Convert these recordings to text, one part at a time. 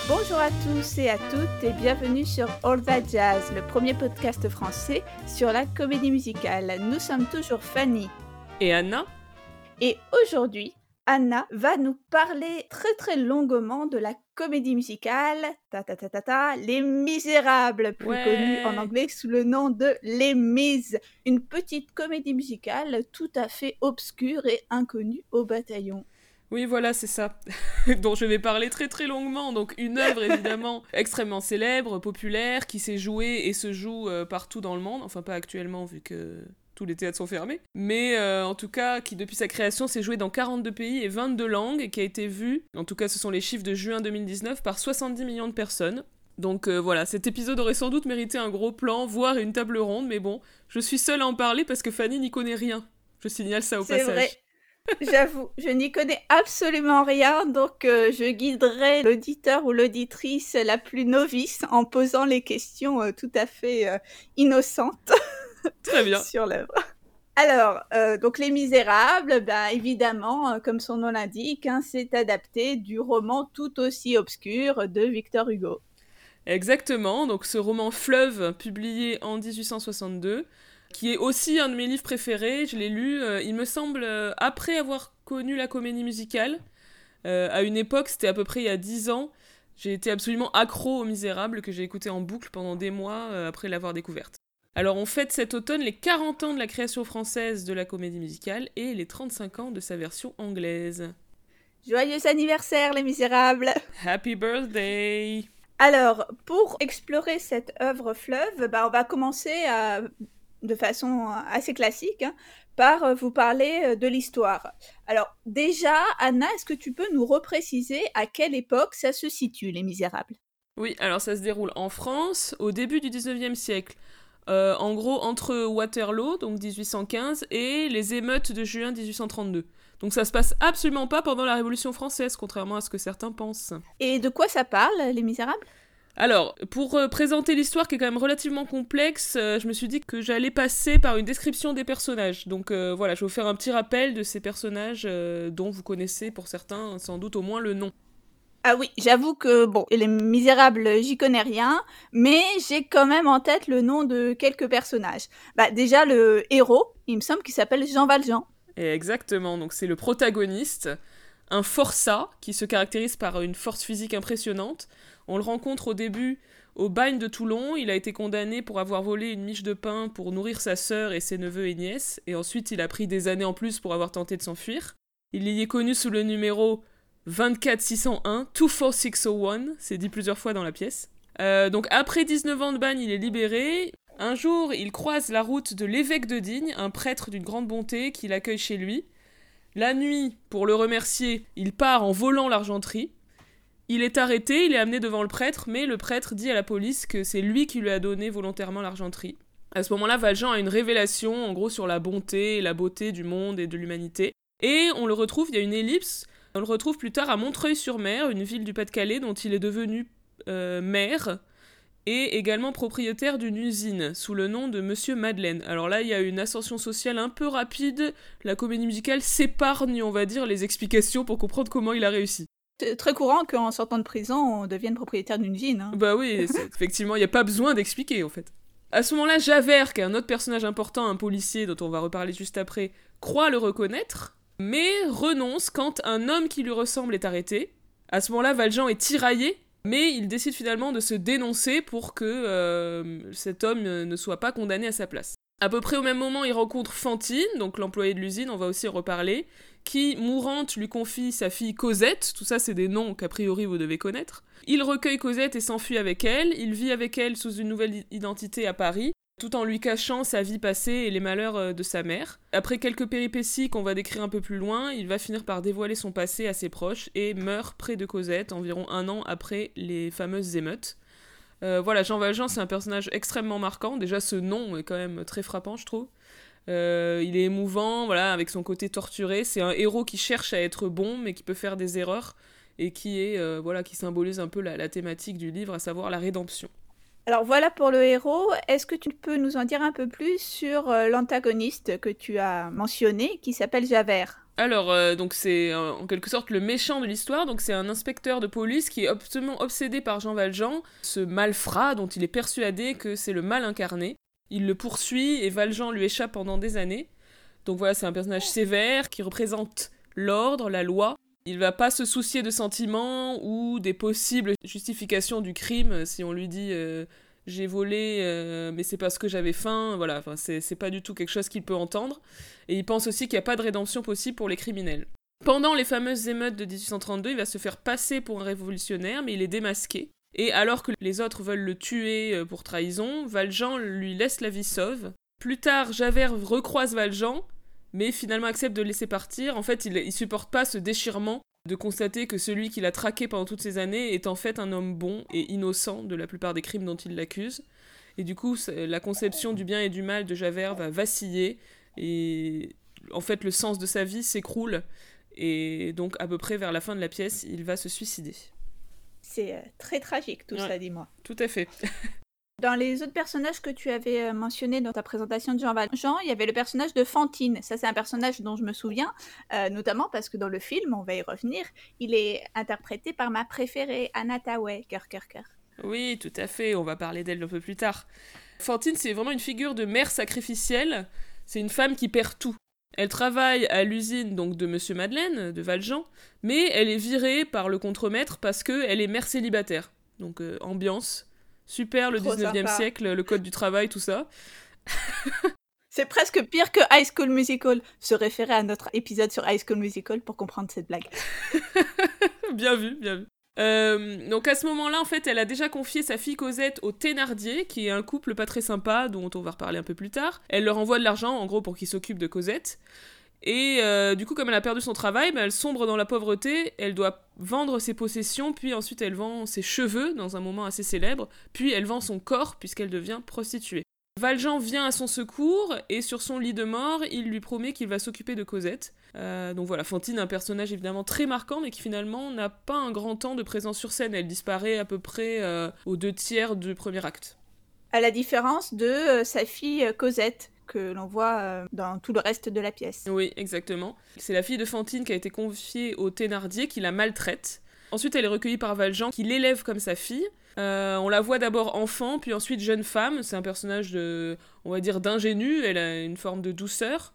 Bonjour à tous et à toutes et bienvenue sur All That Jazz, le premier podcast français sur la comédie musicale. Nous sommes toujours Fanny et Anna. Et aujourd'hui, Anna va nous parler très longuement de la comédie musicale, Les Misérables, plus connue en anglais sous le nom de Les Mis, une petite comédie musicale tout à fait obscure et inconnue au bataillon. Oui, voilà, c'est ça, dont je vais parler très longuement. Donc une œuvre évidemment extrêmement célèbre, populaire, qui s'est jouée et se joue partout dans le monde, enfin pas actuellement vu que tous les théâtres sont fermés, mais en tout cas qui depuis sa création s'est jouée dans 42 pays et 22 langues, et qui a été vue, en tout cas ce sont les chiffres de juin 2019, par 70 millions de personnes. Donc voilà, cet épisode aurait sans doute mérité un gros plan, voire une table ronde, mais bon, je suis seule à en parler parce que Fanny n'y connaît rien. Je signale ça au passage. C'est vrai. J'avoue, je n'y connais absolument rien, donc je guiderai l'auditeur ou l'auditrice la plus novice en posant les questions tout à fait innocentes Très bien. sur l'œuvre. Alors, donc Les Misérables, évidemment, comme son nom l'indique, c'est adapté du roman tout aussi obscur de Victor Hugo. Exactement, donc ce roman Fleuve, publié en 1862, qui est aussi un de mes livres préférés. Je l'ai lu, il me semble, après avoir connu la comédie musicale. À une époque, c'était à peu près il y a 10 ans, j'ai été absolument accro aux Misérables, que j'ai écouté en boucle pendant des mois après l'avoir découverte. Alors on fête cet automne les 40 ans de la création française de la comédie musicale et les 35 ans de sa version anglaise. Joyeux anniversaire, Les Misérables! Happy birthday! Alors, pour explorer cette œuvre Fleuve, on va commencer de façon assez classique, par vous parler de l'histoire. Alors déjà, Anna, est-ce que tu peux nous repréciser à quelle époque ça se situe, Les Misérables ? Oui, alors ça se déroule en France, au début du 19e siècle. En gros, entre Waterloo, donc 1815, et les émeutes de juin 1832. Donc ça se passe absolument pas pendant la Révolution française, contrairement à ce que certains pensent. Et de quoi ça parle, Les Misérables ? Alors, pour présenter l'histoire qui est quand même relativement complexe, je me suis dit que j'allais passer par une description des personnages. Donc voilà, je vais vous faire un petit rappel de ces personnages dont vous connaissez pour certains sans doute au moins le nom. Ah oui, j'avoue que, Les Misérables, j'y connais rien, mais j'ai quand même en tête le nom de quelques personnages. Déjà, le héros, il me semble qu'il s'appelle Jean Valjean. Et exactement, donc c'est le protagoniste, un forçat qui se caractérise par une force physique impressionnante. On le rencontre au début au bagne de Toulon, il a été condamné pour avoir volé une miche de pain pour nourrir sa sœur et ses neveux et nièces, et ensuite il a pris des années en plus pour avoir tenté de s'enfuir. Il y est connu sous le numéro 24601, 24601, c'est dit plusieurs fois dans la pièce. Donc après 19 ans de bagne, il est libéré. Un jour, il croise la route de l'évêque de Digne, un prêtre d'une grande bonté qui l'accueille chez lui. La nuit, pour le remercier, il part en volant l'argenterie. Il est arrêté, il est amené devant le prêtre, mais le prêtre dit à la police que c'est lui qui lui a donné volontairement l'argenterie. À ce moment-là, Valjean a une révélation, en gros, sur la bonté et la beauté du monde et de l'humanité. Et on le retrouve, il y a une ellipse, on le retrouve plus tard à Montreuil-sur-Mer, une ville du Pas-de-Calais dont il est devenu maire, et également propriétaire d'une usine, sous le nom de Monsieur Madeleine. Alors là, il y a une ascension sociale un peu rapide, la comédie musicale s'épargne, on va dire, les explications pour comprendre comment il a réussi. C'est très courant qu'en sortant de prison, on devienne propriétaire d'une usine. Bah oui, effectivement, il n'y a pas besoin d'expliquer, en fait. À ce moment-là, Javert, qui est un autre personnage important, un policier dont on va reparler juste après, croit le reconnaître, mais renonce quand un homme qui lui ressemble est arrêté. À ce moment-là, Valjean est tiraillé, mais il décide finalement de se dénoncer pour que cet homme ne soit pas condamné à sa place. À peu près au même moment, il rencontre Fantine, donc l'employé de l'usine, on va aussi en reparler, qui, mourante, lui confie sa fille Cosette. Tout ça, c'est des noms qu'a priori vous devez connaître. Il recueille Cosette et s'enfuit avec elle. Il vit avec elle sous une nouvelle identité à Paris, tout en lui cachant sa vie passée et les malheurs de sa mère. Après quelques péripéties qu'on va décrire un peu plus loin, il va finir par dévoiler son passé à ses proches et meurt près de Cosette, environ 1 an après les fameuses émeutes. Voilà, Jean Valjean, c'est un personnage extrêmement marquant. Déjà, ce nom est quand même très frappant, je trouve. Il est émouvant, voilà, avec son côté torturé. C'est un héros qui cherche à être bon, mais qui peut faire des erreurs, et qui est, qui symbolise un peu la thématique du livre, à savoir la rédemption. Alors voilà pour le héros. Est-ce que tu peux nous en dire un peu plus sur l'antagoniste que tu as mentionné, qui s'appelle Javert? Alors, donc c'est en quelque sorte le méchant de l'histoire, donc c'est un inspecteur de police qui est absolument obsédé par Jean Valjean, ce malfrat dont il est persuadé que c'est le mal incarné. Il le poursuit et Valjean lui échappe pendant des années. Donc voilà, c'est un personnage sévère qui représente l'ordre, la loi. Il va pas se soucier de sentiments ou des possibles justifications du crime si on lui dit j'ai volé mais c'est parce que j'avais faim, voilà, enfin, c'est pas du tout quelque chose qu'il peut entendre. Et il pense aussi qu'il n'y a pas de rédemption possible pour les criminels. Pendant les fameuses émeutes de 1832, il va se faire passer pour un révolutionnaire, mais il est démasqué. Et alors que les autres veulent le tuer pour trahison, Valjean lui laisse la vie sauve. Plus tard, Javert recroise Valjean, mais finalement accepte de le laisser partir. En fait, il supporte pas ce déchirement de constater que celui qui l'a traqué pendant toutes ces années est en fait un homme bon et innocent de la plupart des crimes dont il l'accuse. Et du coup, la conception du bien et du mal de Javert va vaciller, et en fait, le sens de sa vie s'écroule, et donc à peu près vers la fin de la pièce, il va se suicider. C'est très tragique tout ça, dis-moi. Tout à fait. Dans les autres personnages que tu avais mentionnés dans ta présentation de Jean Valjean, il y avait le personnage de Fantine. Ça, c'est un personnage dont je me souviens, notamment parce que dans le film, on va y revenir, il est interprété par ma préférée, Anna Thaoué, cœur. Oui, tout à fait, on va parler d'elle un peu plus tard. Fantine, c'est vraiment une figure de mère sacrificielle. C'est une femme qui perd tout. Elle travaille à l'usine donc de Monsieur Madeleine, de Valjean, mais elle est virée par le contremaître parce qu'elle est mère célibataire. Donc ambiance, super le 19e siècle, le code du travail, tout ça. C'est presque pire que High School Musical. Se référer à notre épisode sur High School Musical pour comprendre cette blague. Bien vu, bien vu. Donc à ce moment-là, en fait, elle a déjà confié sa fille Cosette aux Thénardier, qui est un couple pas très sympa, dont on va reparler un peu plus tard. Elle leur envoie de l'argent, en gros, pour qu'ils s'occupent de Cosette. Et du coup, comme elle a perdu son travail, elle sombre dans la pauvreté, elle doit vendre ses possessions, puis ensuite elle vend ses cheveux, dans un moment assez célèbre, puis elle vend son corps, puisqu'elle devient prostituée. Valjean vient à son secours, et sur son lit de mort, il lui promet qu'il va s'occuper de Cosette. Donc voilà, Fantine, un personnage évidemment très marquant, mais qui finalement n'a pas un grand temps de présence sur scène. Elle disparaît à peu près aux 2/3 du premier acte. À la différence de sa fille Cosette, que l'on voit dans tout le reste de la pièce. Oui, exactement. C'est la fille de Fantine qui a été confiée aux Thénardier, qui la maltraite. Ensuite, elle est recueillie par Valjean, qui l'élève comme sa fille. On la voit d'abord enfant, puis ensuite jeune femme. C'est un personnage on va dire, d'ingénu. Elle a une forme de douceur.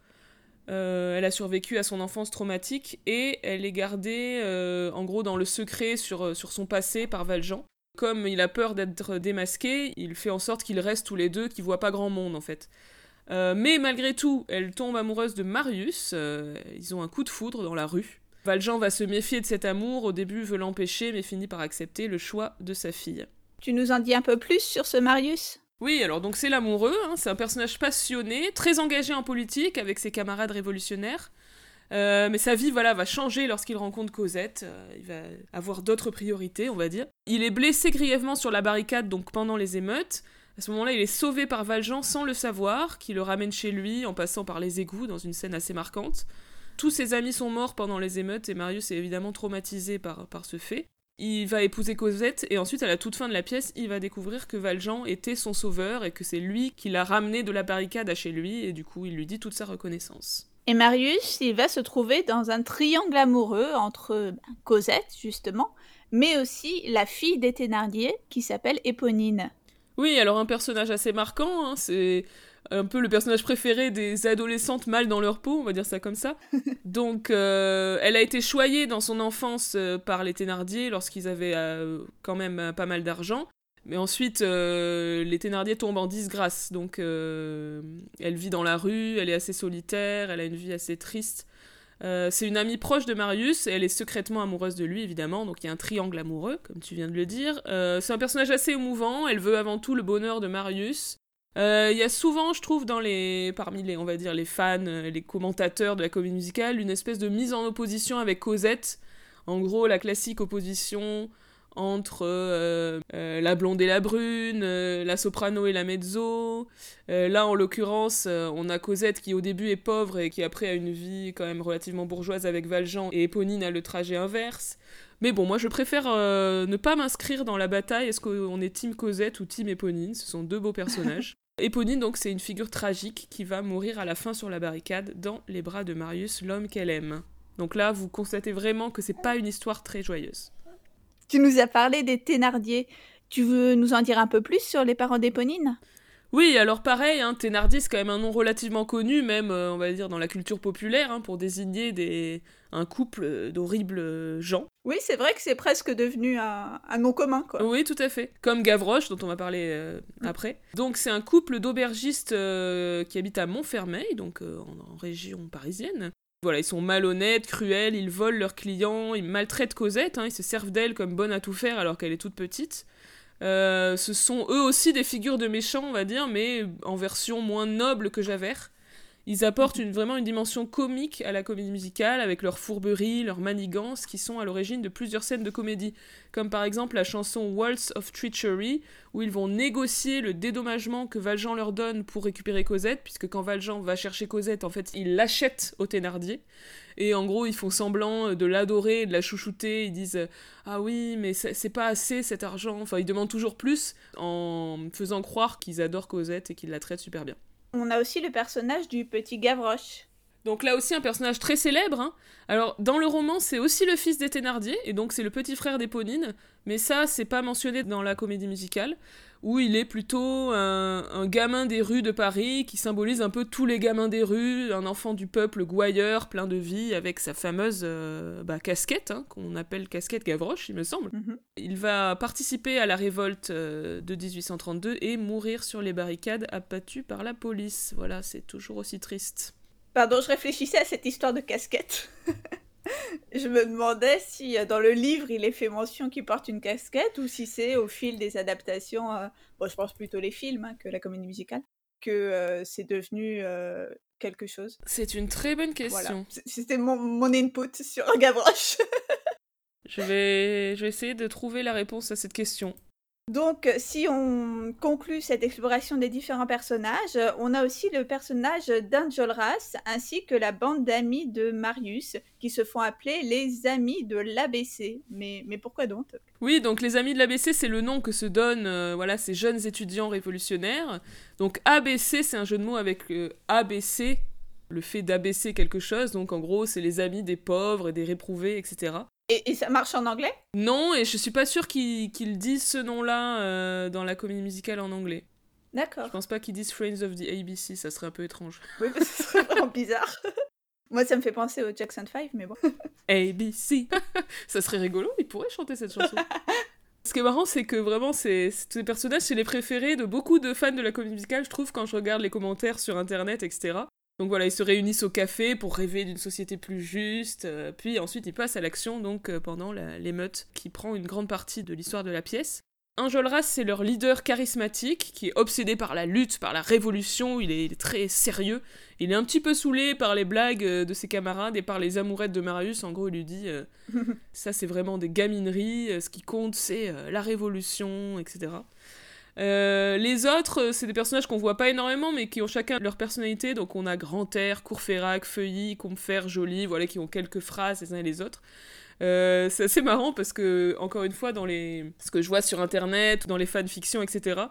Elle a survécu à son enfance traumatique et elle est gardée, en gros, dans le secret sur son passé par Valjean. Comme il a peur d'être démasqué, il fait en sorte qu'ils restent tous les deux, qu'ils voient pas grand monde, en fait. Mais malgré tout, elle tombe amoureuse de Marius. Ils ont un coup de foudre dans la rue. Valjean va se méfier de cet amour, au début veut l'empêcher, mais finit par accepter le choix de sa fille. Tu nous en dis un peu plus sur ce Marius ? Oui, alors donc c'est l'amoureux, c'est un personnage passionné, très engagé en politique avec ses camarades révolutionnaires. Mais sa vie va changer lorsqu'il rencontre Cosette. Il va avoir d'autres priorités, on va dire. Il est blessé grièvement sur la barricade, donc pendant les émeutes. À ce moment-là, il est sauvé par Valjean sans le savoir, qui le ramène chez lui en passant par les égouts, dans une scène assez marquante. Tous ses amis sont morts pendant les émeutes et Marius est évidemment traumatisé par ce fait. Il va épouser Cosette et ensuite, à la toute fin de la pièce, il va découvrir que Valjean était son sauveur et que c'est lui qui l'a ramené de la barricade à chez lui et du coup, il lui dit toute sa reconnaissance. Et Marius, il va se trouver dans un triangle amoureux entre Cosette, justement, mais aussi la fille des Thénardier qui s'appelle Éponine. Oui, alors un personnage assez marquant, c'est un peu le personnage préféré des adolescentes mal dans leur peau, on va dire ça comme ça. Donc, elle a été choyée dans son enfance par les Thénardier lorsqu'ils avaient quand même pas mal d'argent. Mais ensuite, les Thénardier tombent en disgrâce. Donc, elle vit dans la rue, elle est assez solitaire, elle a une vie assez triste. C'est une amie proche de Marius, et elle est secrètement amoureuse de lui, évidemment, donc il y a un triangle amoureux, comme tu viens de le dire. C'est un personnage assez émouvant, elle veut avant tout le bonheur de Marius. Il y a souvent, je trouve, parmi les, on va dire, les fans, les commentateurs de la comédie musicale, une espèce de mise en opposition avec Cosette. En gros, la classique opposition entre la blonde et la brune, la soprano et la mezzo. Là, en l'occurrence, on a Cosette qui au début est pauvre et qui après a une vie quand même relativement bourgeoise avec Valjean, et Éponine a le trajet inverse. Mais bon, moi je préfère ne pas m'inscrire dans la bataille. Est-ce qu'on est Team Cosette ou Team Éponine? Ce sont 2 beaux personnages. Éponine, donc, c'est une figure tragique qui va mourir à la fin sur la barricade dans les bras de Marius, l'homme qu'elle aime. Donc là, vous constatez vraiment que c'est pas une histoire très joyeuse. Tu nous as parlé des Thénardier. Tu veux nous en dire un peu plus sur les parents d'Éponine ? Oui, alors pareil, Thénardier, c'est quand même un nom relativement connu, même, on va dire, dans la culture populaire, pour désigner un couple d'horribles gens. Oui, c'est vrai que c'est presque devenu un nom commun, quoi. Oui, tout à fait. Comme Gavroche, dont on va parler après. Donc c'est un couple d'aubergistes qui habitent à Montfermeil, donc en région parisienne. Voilà, ils sont malhonnêtes, cruels, ils volent leurs clients, ils maltraitent Cosette, ils se servent d'elle comme bonne à tout faire alors qu'elle est toute petite. Ce sont eux aussi des figures de méchants, on va dire, mais en version moins noble que Javert. Ils apportent vraiment une dimension comique à la comédie musicale, avec leurs fourberies, leurs manigances, qui sont à l'origine de plusieurs scènes de comédie, comme par exemple la chanson Waltz of Treachery, où ils vont négocier le dédommagement que Valjean leur donne pour récupérer Cosette, puisque quand Valjean va chercher Cosette, en fait, il l'achète au Thénardier. Et en gros, ils font semblant de l'adorer, de la chouchouter, ils disent « Ah oui, mais c'est pas assez cet argent », enfin, ils demandent toujours plus, en faisant croire qu'ils adorent Cosette et qu'ils la traitent super bien. On a aussi le personnage du petit Gavroche. Donc là aussi un personnage très célèbre. Alors dans le roman c'est aussi le fils des Thénardier, et donc c'est le petit frère d'Éponine, mais ça c'est pas mentionné dans la comédie musicale, où il est plutôt un gamin des rues de Paris, qui symbolise un peu tous les gamins des rues, un enfant du peuple gouailleur, plein de vie, avec sa fameuse casquette, qu'on appelle casquette Gavroche il me semble. Il va participer à la révolte de 1832 et mourir sur les barricades abattu par la police. Voilà, c'est toujours aussi triste. Pardon, je réfléchissais à cette histoire de casquette. Je me demandais si dans le livre il est fait mention qu'il porte une casquette ou si c'est au fil des adaptations, je pense plutôt les films que la comédie musicale, que c'est devenu quelque chose. C'est une très bonne question. Voilà. C'était mon input sur Gavroche. Je vais essayer de trouver la réponse à cette question. Donc, si on conclut cette exploration des différents personnages, on a aussi le personnage d'Enjolras, ainsi que la bande d'amis de Marius, qui se font appeler les amis de l'ABC. Mais pourquoi donc ? Oui, donc les amis de l'ABC, c'est le nom que se donnent ces jeunes étudiants révolutionnaires. Donc ABC, c'est un jeu de mots avec ABC, le fait d'abaisser quelque chose. Donc en gros, c'est les amis des pauvres et des réprouvés, etc. Et ça marche en anglais ? Non, et je suis pas sûre qu'ils disent ce nom-là dans la comédie musicale en anglais. D'accord. Je pense pas qu'ils disent Friends of the ABC, ça serait un peu étrange. Oui, parce que ce serait vraiment bizarre. Moi, ça me fait penser au Jackson 5, mais bon. ABC. Ça serait rigolo, ils pourraient chanter cette chanson. Ce qui est marrant, c'est que vraiment, ces personnages, c'est les préférés de beaucoup de fans de la comédie musicale, je trouve, quand je regarde les commentaires sur Internet, etc. Donc voilà, ils se réunissent au café pour rêver d'une société plus juste, puis ensuite ils passent à l'action donc pendant l'émeute qui prend une grande partie de l'histoire de la pièce. Enjolras, c'est leur leader charismatique qui est obsédé par la lutte, par la révolution, il est très sérieux, il est un petit peu saoulé par les blagues de ses camarades et par les amourettes de Marius, en gros il lui dit ça c'est vraiment des gamineries, ce qui compte c'est la révolution, etc. Les autres, c'est des personnages qu'on voit pas énormément, mais qui ont chacun leur personnalité. Donc on a Grantaire, Courfeyrac, Feuilly, Combeferre, Joly, voilà, qui ont quelques phrases les uns et les autres. C'est assez marrant parce que, encore une fois, ce que je vois sur Internet, dans les fanfictions, etc.,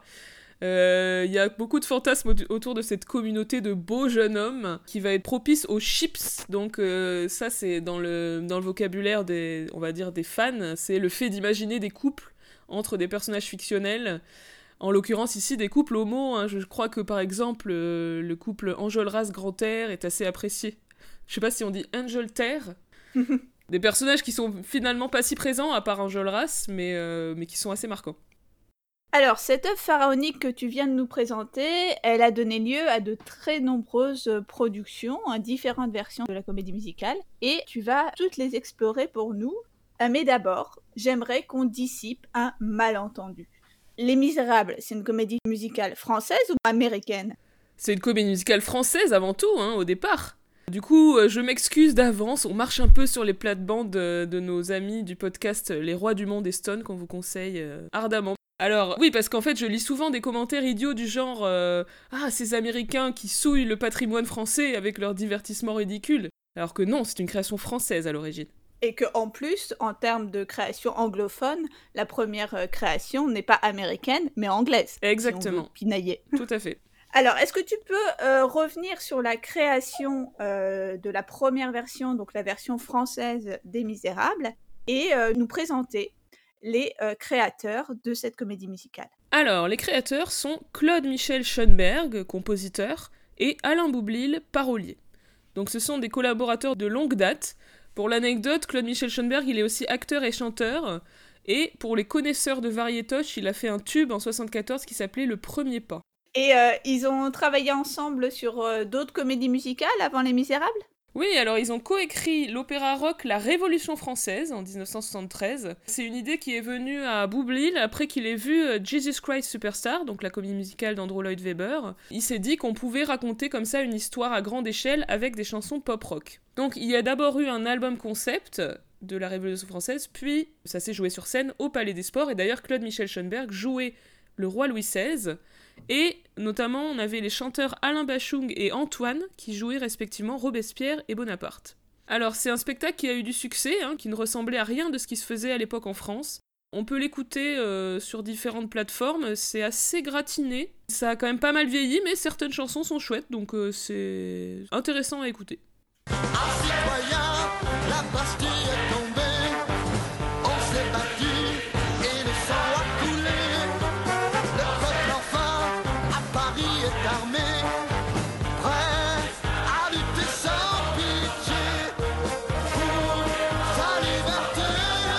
y a beaucoup de fantasmes autour de cette communauté de beaux jeunes hommes qui va être propice aux chips. Donc ça, c'est dans le vocabulaire des fans, c'est le fait d'imaginer des couples entre des personnages fictionnels. En l'occurrence ici des couples homo, je crois que par exemple le couple Enjolras-Grantaire est assez apprécié. Je sais pas si on dit Enjolter. Des personnages qui sont finalement pas si présents à part Enjolras, mais qui sont assez marquants. Alors, cette œuvre pharaonique que tu viens de nous présenter, elle a donné lieu à de très nombreuses productions, différentes versions de la comédie musicale, et tu vas toutes les explorer pour nous. Mais d'abord, j'aimerais qu'on dissipe un malentendu. Les Misérables, c'est une comédie musicale française ou américaine ? C'est une comédie musicale française avant tout, au départ. Du coup, je m'excuse d'avance, on marche un peu sur les plates-bandes de nos amis du podcast Les Rois du Monde et Stone, qu'on vous conseille ardemment. Alors, oui, parce qu'en fait, je lis souvent des commentaires idiots du genre ces Américains qui souillent le patrimoine français avec leurs divertissements ridicules. Alors que non, c'est une création française à l'origine. Et qu'en plus, en termes de création anglophone, la première création n'est pas américaine, mais anglaise. Exactement. Si on veut pinailler. Tout à fait. Alors, est-ce que tu peux revenir sur la création de la première version, donc la version française des Misérables, et nous présenter les créateurs de cette comédie musicale? Alors, les créateurs sont Claude-Michel Schoenberg, compositeur, et Alain Boublil, parolier. Donc ce sont des collaborateurs de longue date. Pour l'anecdote, Claude-Michel Schoenberg, il est aussi acteur et chanteur, et pour les connaisseurs de variétoche, il a fait un tube en 1974 qui s'appelait Le Premier Pas. Et ils ont travaillé ensemble sur d'autres comédies musicales avant Les Misérables? Oui, alors ils ont coécrit l'opéra rock La Révolution française en 1973. C'est une idée qui est venue à Boublil après qu'il ait vu Jesus Christ Superstar, donc la comédie musicale d'Andrew Lloyd Webber. Il s'est dit qu'on pouvait raconter comme ça une histoire à grande échelle avec des chansons pop-rock. Donc il y a d'abord eu un album concept de La Révolution française, puis ça s'est joué sur scène au Palais des Sports, et d'ailleurs Claude-Michel Schoenberg jouait le roi Louis XVI, et notamment on avait les chanteurs Alain Bachung et Antoine qui jouaient respectivement Robespierre et Bonaparte. Alors c'est un spectacle qui a eu du succès, qui ne ressemblait à rien de ce qui se faisait à l'époque en France. On peut l'écouter sur différentes plateformes, c'est assez gratiné, ça a quand même pas mal vieilli, mais certaines chansons sont chouettes, donc c'est intéressant à écouter. Un citoyen, la Bastille est tombée, on s'est battu et le sang a coulé. Le peuple enfin à Paris est armé, prêt à lutter sans pitié pour sa liberté.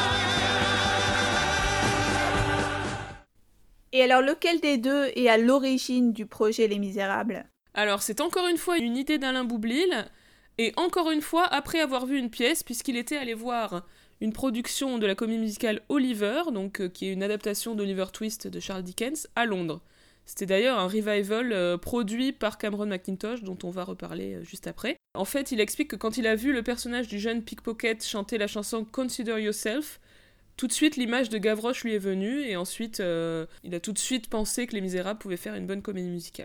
Et alors, lequel des deux est à l'origine du projet Les Misérables? Alors c'est encore une fois une idée d'Alain Boublil, et encore une fois après avoir vu une pièce, puisqu'il était allé voir une production de la comédie musicale Oliver, donc qui est une adaptation d'Oliver Twist de Charles Dickens, à Londres. C'était d'ailleurs un revival produit par Cameron Mackintosh, dont on va reparler juste après. En fait, il explique que quand il a vu le personnage du jeune pickpocket chanter la chanson Consider Yourself, tout de suite l'image de Gavroche lui est venue, et ensuite il a tout de suite pensé que Les Misérables pouvaient faire une bonne comédie musicale.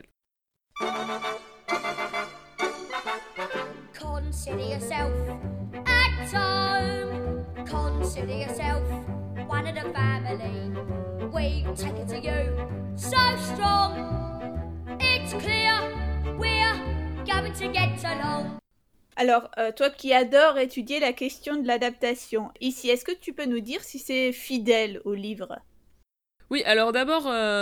Consider yourself at home. Consider yourself one of the family. We take it to you so strong. It's clear we're going to get along. Alors, toi qui adores étudier la question de l'adaptation, ici, est-ce que tu peux nous dire si c'est fidèle au livre? Oui, alors d'abord,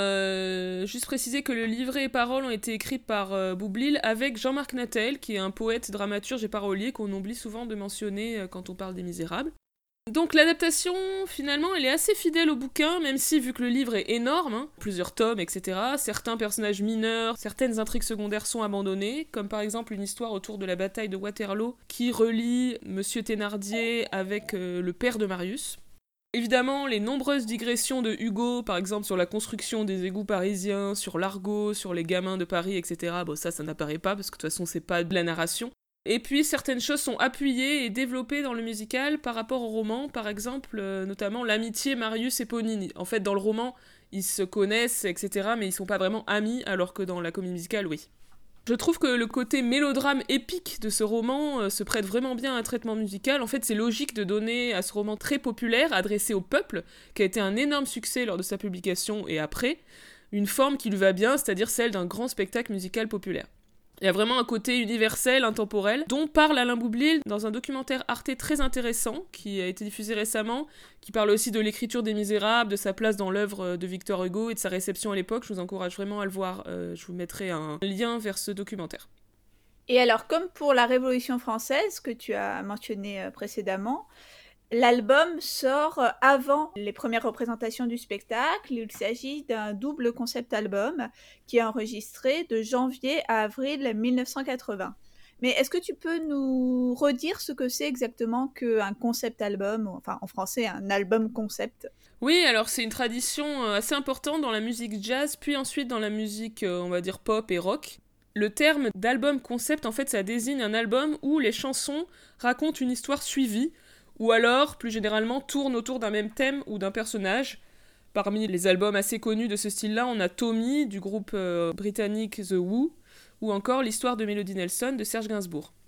juste préciser que le livret et paroles ont été écrits par Boublil avec Jean-Marc Natel, qui est un poète, dramaturge et parolier qu'on oublie souvent de mentionner quand on parle des Misérables. Donc l'adaptation, finalement, elle est assez fidèle au bouquin, même si, vu que le livre est énorme, plusieurs tomes, etc., certains personnages mineurs, certaines intrigues secondaires sont abandonnées, comme par exemple une histoire autour de la bataille de Waterloo, qui relie Monsieur Thénardier avec le père de Marius. Évidemment, les nombreuses digressions de Hugo, par exemple sur la construction des égouts parisiens, sur l'argot, sur les gamins de Paris, etc., bon ça n'apparaît pas, parce que de toute façon c'est pas de la narration. Et puis certaines choses sont appuyées et développées dans le musical par rapport au roman, par exemple notamment l'amitié Marius et Ponini. En fait dans le roman, ils se connaissent, etc., mais ils sont pas vraiment amis, alors que dans la comédie musicale, oui. Je trouve que le côté mélodrame épique de ce roman se prête vraiment bien à un traitement musical. En fait, c'est logique de donner à ce roman très populaire, adressé au peuple, qui a été un énorme succès lors de sa publication et après, une forme qui lui va bien, c'est-à-dire celle d'un grand spectacle musical populaire. Il y a vraiment un côté universel, intemporel, dont parle Alain Boublil dans un documentaire Arte très intéressant, qui a été diffusé récemment, qui parle aussi de l'écriture des Misérables, de sa place dans l'œuvre de Victor Hugo et de sa réception à l'époque. Je vous encourage vraiment à le voir, je vous mettrai un lien vers ce documentaire. Et alors, comme pour la Révolution française, que tu as mentionné précédemment, l'album sort avant les premières représentations du spectacle. Il s'agit d'un double concept album qui est enregistré de janvier à avril 1980. Mais est-ce que tu peux nous redire ce que c'est exactement qu'un concept album, enfin en français un album concept? Oui, alors c'est une tradition assez importante dans la musique jazz, puis ensuite dans la musique, on va dire pop et rock. Le terme d'album concept, en fait, ça désigne un album où les chansons racontent une histoire suivie, ou alors, plus généralement, tournent autour d'un même thème ou d'un personnage. Parmi les albums assez connus de ce style-là, on a Tommy, du groupe britannique The Who, ou encore l'histoire de Melody Nelson de Serge Gainsbourg.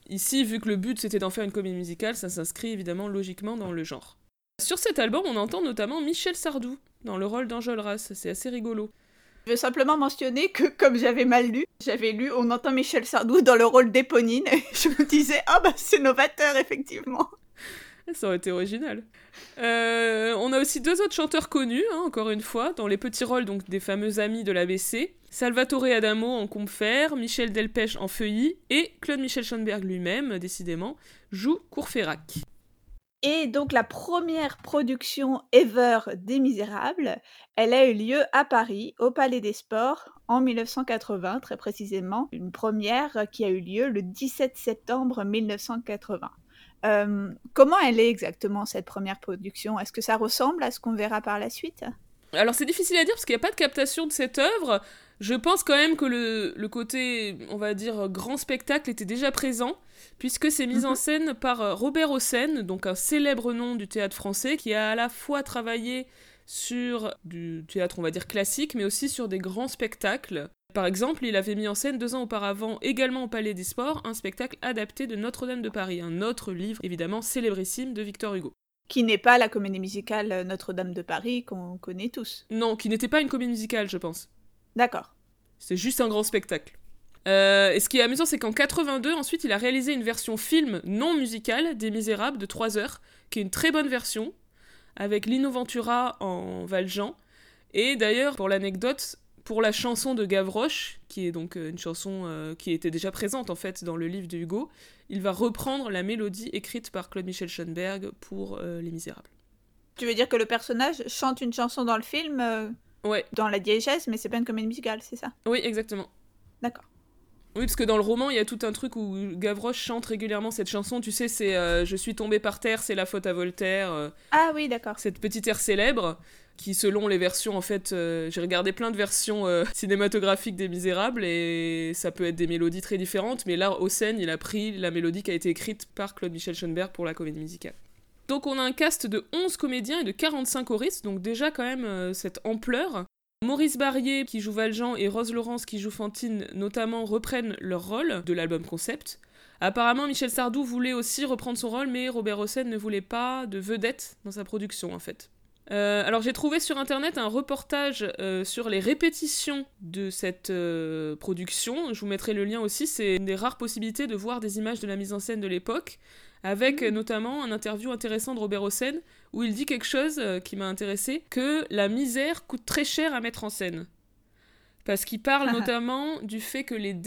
Ici, vu que le but c'était d'en faire une comédie musicale, ça s'inscrit évidemment logiquement dans le genre. Sur cet album, on entend notamment Michel Sardou dans le rôle d'Enjolras, c'est assez rigolo. Je veux simplement mentionner que, comme j'avais lu on entend Michel Sardou dans le rôle d'Éponine, et je me disais, c'est novateur, effectivement. Ça aurait été original. On a aussi 2 autres chanteurs connus, encore une fois, dans les petits rôles donc, des fameux amis de l'ABC. Salvatore Adamo en Combeferre, Michel Delpech en Feuilly, et Claude-Michel Schoenberg lui-même, décidément, joue Courfeyrac. Et donc la première production ever des Misérables, elle a eu lieu à Paris, au Palais des Sports, en 1980, très précisément. Une première qui a eu lieu le 17 septembre 1980. Comment elle est exactement, cette première production ? Est-ce que ça ressemble à ce qu'on verra par la suite ? Alors c'est difficile à dire parce qu'il n'y a pas de captation de cette œuvre. Je pense quand même que le côté, on va dire, grand spectacle était déjà présent, puisque c'est mis en scène par Robert Hossein, donc un célèbre nom du théâtre français, qui a à la fois travaillé sur du théâtre, on va dire, classique, mais aussi sur des grands spectacles. Par exemple, il avait mis en scène 2 ans auparavant, également au Palais des Sports, un spectacle adapté de Notre-Dame de Paris, un autre livre, évidemment, célébrissime de Victor Hugo. Qui n'est pas la comédie musicale Notre-Dame de Paris qu'on connaît tous. Non, qui n'était pas une comédie musicale, je pense. D'accord. C'est juste un grand spectacle. Et ce qui est amusant, c'est qu'en 82, ensuite, il a réalisé une version film non musicale des Misérables de 3 heures, qui est une très bonne version, avec Lino Ventura en Valjean. Et d'ailleurs, pour l'anecdote, pour la chanson de Gavroche, qui est donc une chanson qui était déjà présente en fait dans le livre de Hugo, il va reprendre la mélodie écrite par Claude-Michel Schoenberg pour Les Misérables. Tu veux dire que le personnage chante une chanson dans le film Ouais. Dans la diégèse, mais c'est pas une comédie musicale, c'est ça ? Oui, exactement. D'accord. Oui, parce que dans le roman, il y a tout un truc où Gavroche chante régulièrement cette chanson. Tu sais, c'est Je suis tombé par terre, c'est la faute à Voltaire. Ah oui, d'accord. Cette petite air célèbre, qui selon les versions, en fait, j'ai regardé plein de versions cinématographiques des Misérables, et ça peut être des mélodies très différentes, mais là, Hossein, il a pris la mélodie qui a été écrite par Claude-Michel Schoenberg pour la comédie musicale. Donc on a un cast de 11 comédiens et de 45 choristes, donc déjà quand même cette ampleur. Maurice Barrier, qui joue Valjean, et Rose Laurence, qui joue Fantine, notamment, reprennent leur rôle de l'album concept. Apparemment, Michel Sardou voulait aussi reprendre son rôle, mais Robert Hossein ne voulait pas de vedette dans sa production, en fait. Alors j'ai trouvé sur internet un reportage sur les répétitions de cette production. Je vous mettrai le lien aussi, c'est une des rares possibilités de voir des images de la mise en scène de l'époque, avec notamment un interview intéressant de Robert Hossein, où il dit quelque chose qui m'a intéressé, que la misère coûte très cher à mettre en scène. Parce qu'il parle notamment du fait que les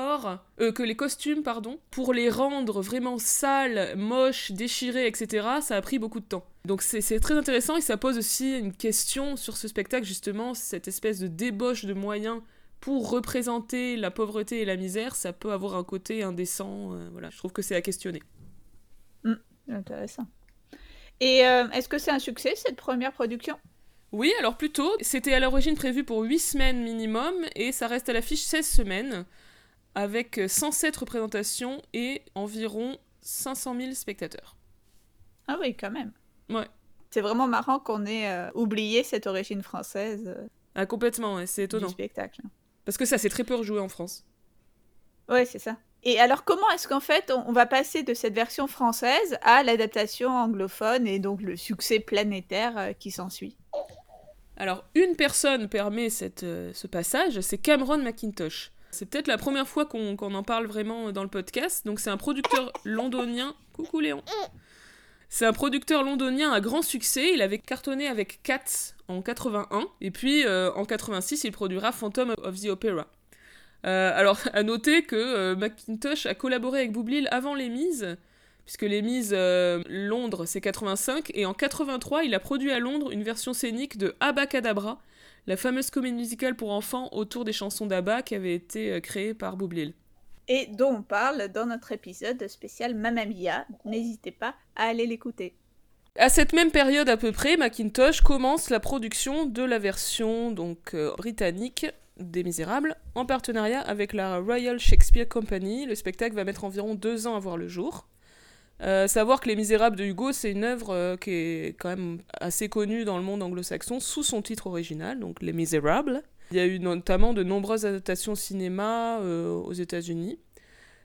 costumes, pour les rendre vraiment sales, moches, déchirés, etc., ça a pris beaucoup de temps. Donc c'est très intéressant, et ça pose aussi une question sur ce spectacle, justement, cette espèce de débauche de moyens pour représenter la pauvreté et la misère, ça peut avoir un côté indécent, voilà, je trouve que c'est à questionner. Intéressant. Et est-ce que c'est un succès, cette première production ? Oui, alors plutôt, c'était à l'origine prévu pour 8 semaines minimum, et ça reste à l'affiche 16 semaines, avec 107 représentations et environ 500 000 spectateurs. Ah oui, quand même. Ouais. C'est vraiment marrant qu'on ait oublié cette origine française Ah, complètement, ouais, c'est étonnant. du spectacle. Parce que ça s'est très peu rejoué en France. Ouais, c'est ça. Et alors, comment est-ce qu'en fait, on va passer de cette version française à l'adaptation anglophone et donc le succès planétaire qui s'ensuit ? Alors, une personne permet ce passage, c'est Cameron Mackintosh. C'est peut-être la première fois qu'on en parle vraiment dans le podcast. Donc, c'est un producteur londonien... Coucou Léon. C'est un producteur londonien à grand succès. Il avait cartonné avec Cats en 81. Et puis, en 86, il produira Phantom of the Opera. Alors, à noter que Mackintosh a collaboré avec Boublil avant Les Mises, puisque Les Mises Londres, c'est 85, et en 83, il a produit à Londres une version scénique de Abacadabra, la fameuse comédie musicale pour enfants autour des chansons d'Abba qui avait été créée par Boublil. Et dont on parle dans notre épisode spécial Mamma Mia. N'hésitez pas à aller l'écouter. À cette même période à peu près, Mackintosh commence la production de la version donc britannique des Misérables, en partenariat avec la Royal Shakespeare Company. Le spectacle va mettre environ 2 ans à voir le jour. Savoir que Les Misérables de Hugo, c'est une œuvre qui est quand même assez connue dans le monde anglo-saxon sous son titre original, donc Les Misérables. Il y a eu notamment de nombreuses adaptations au cinéma aux États-Unis.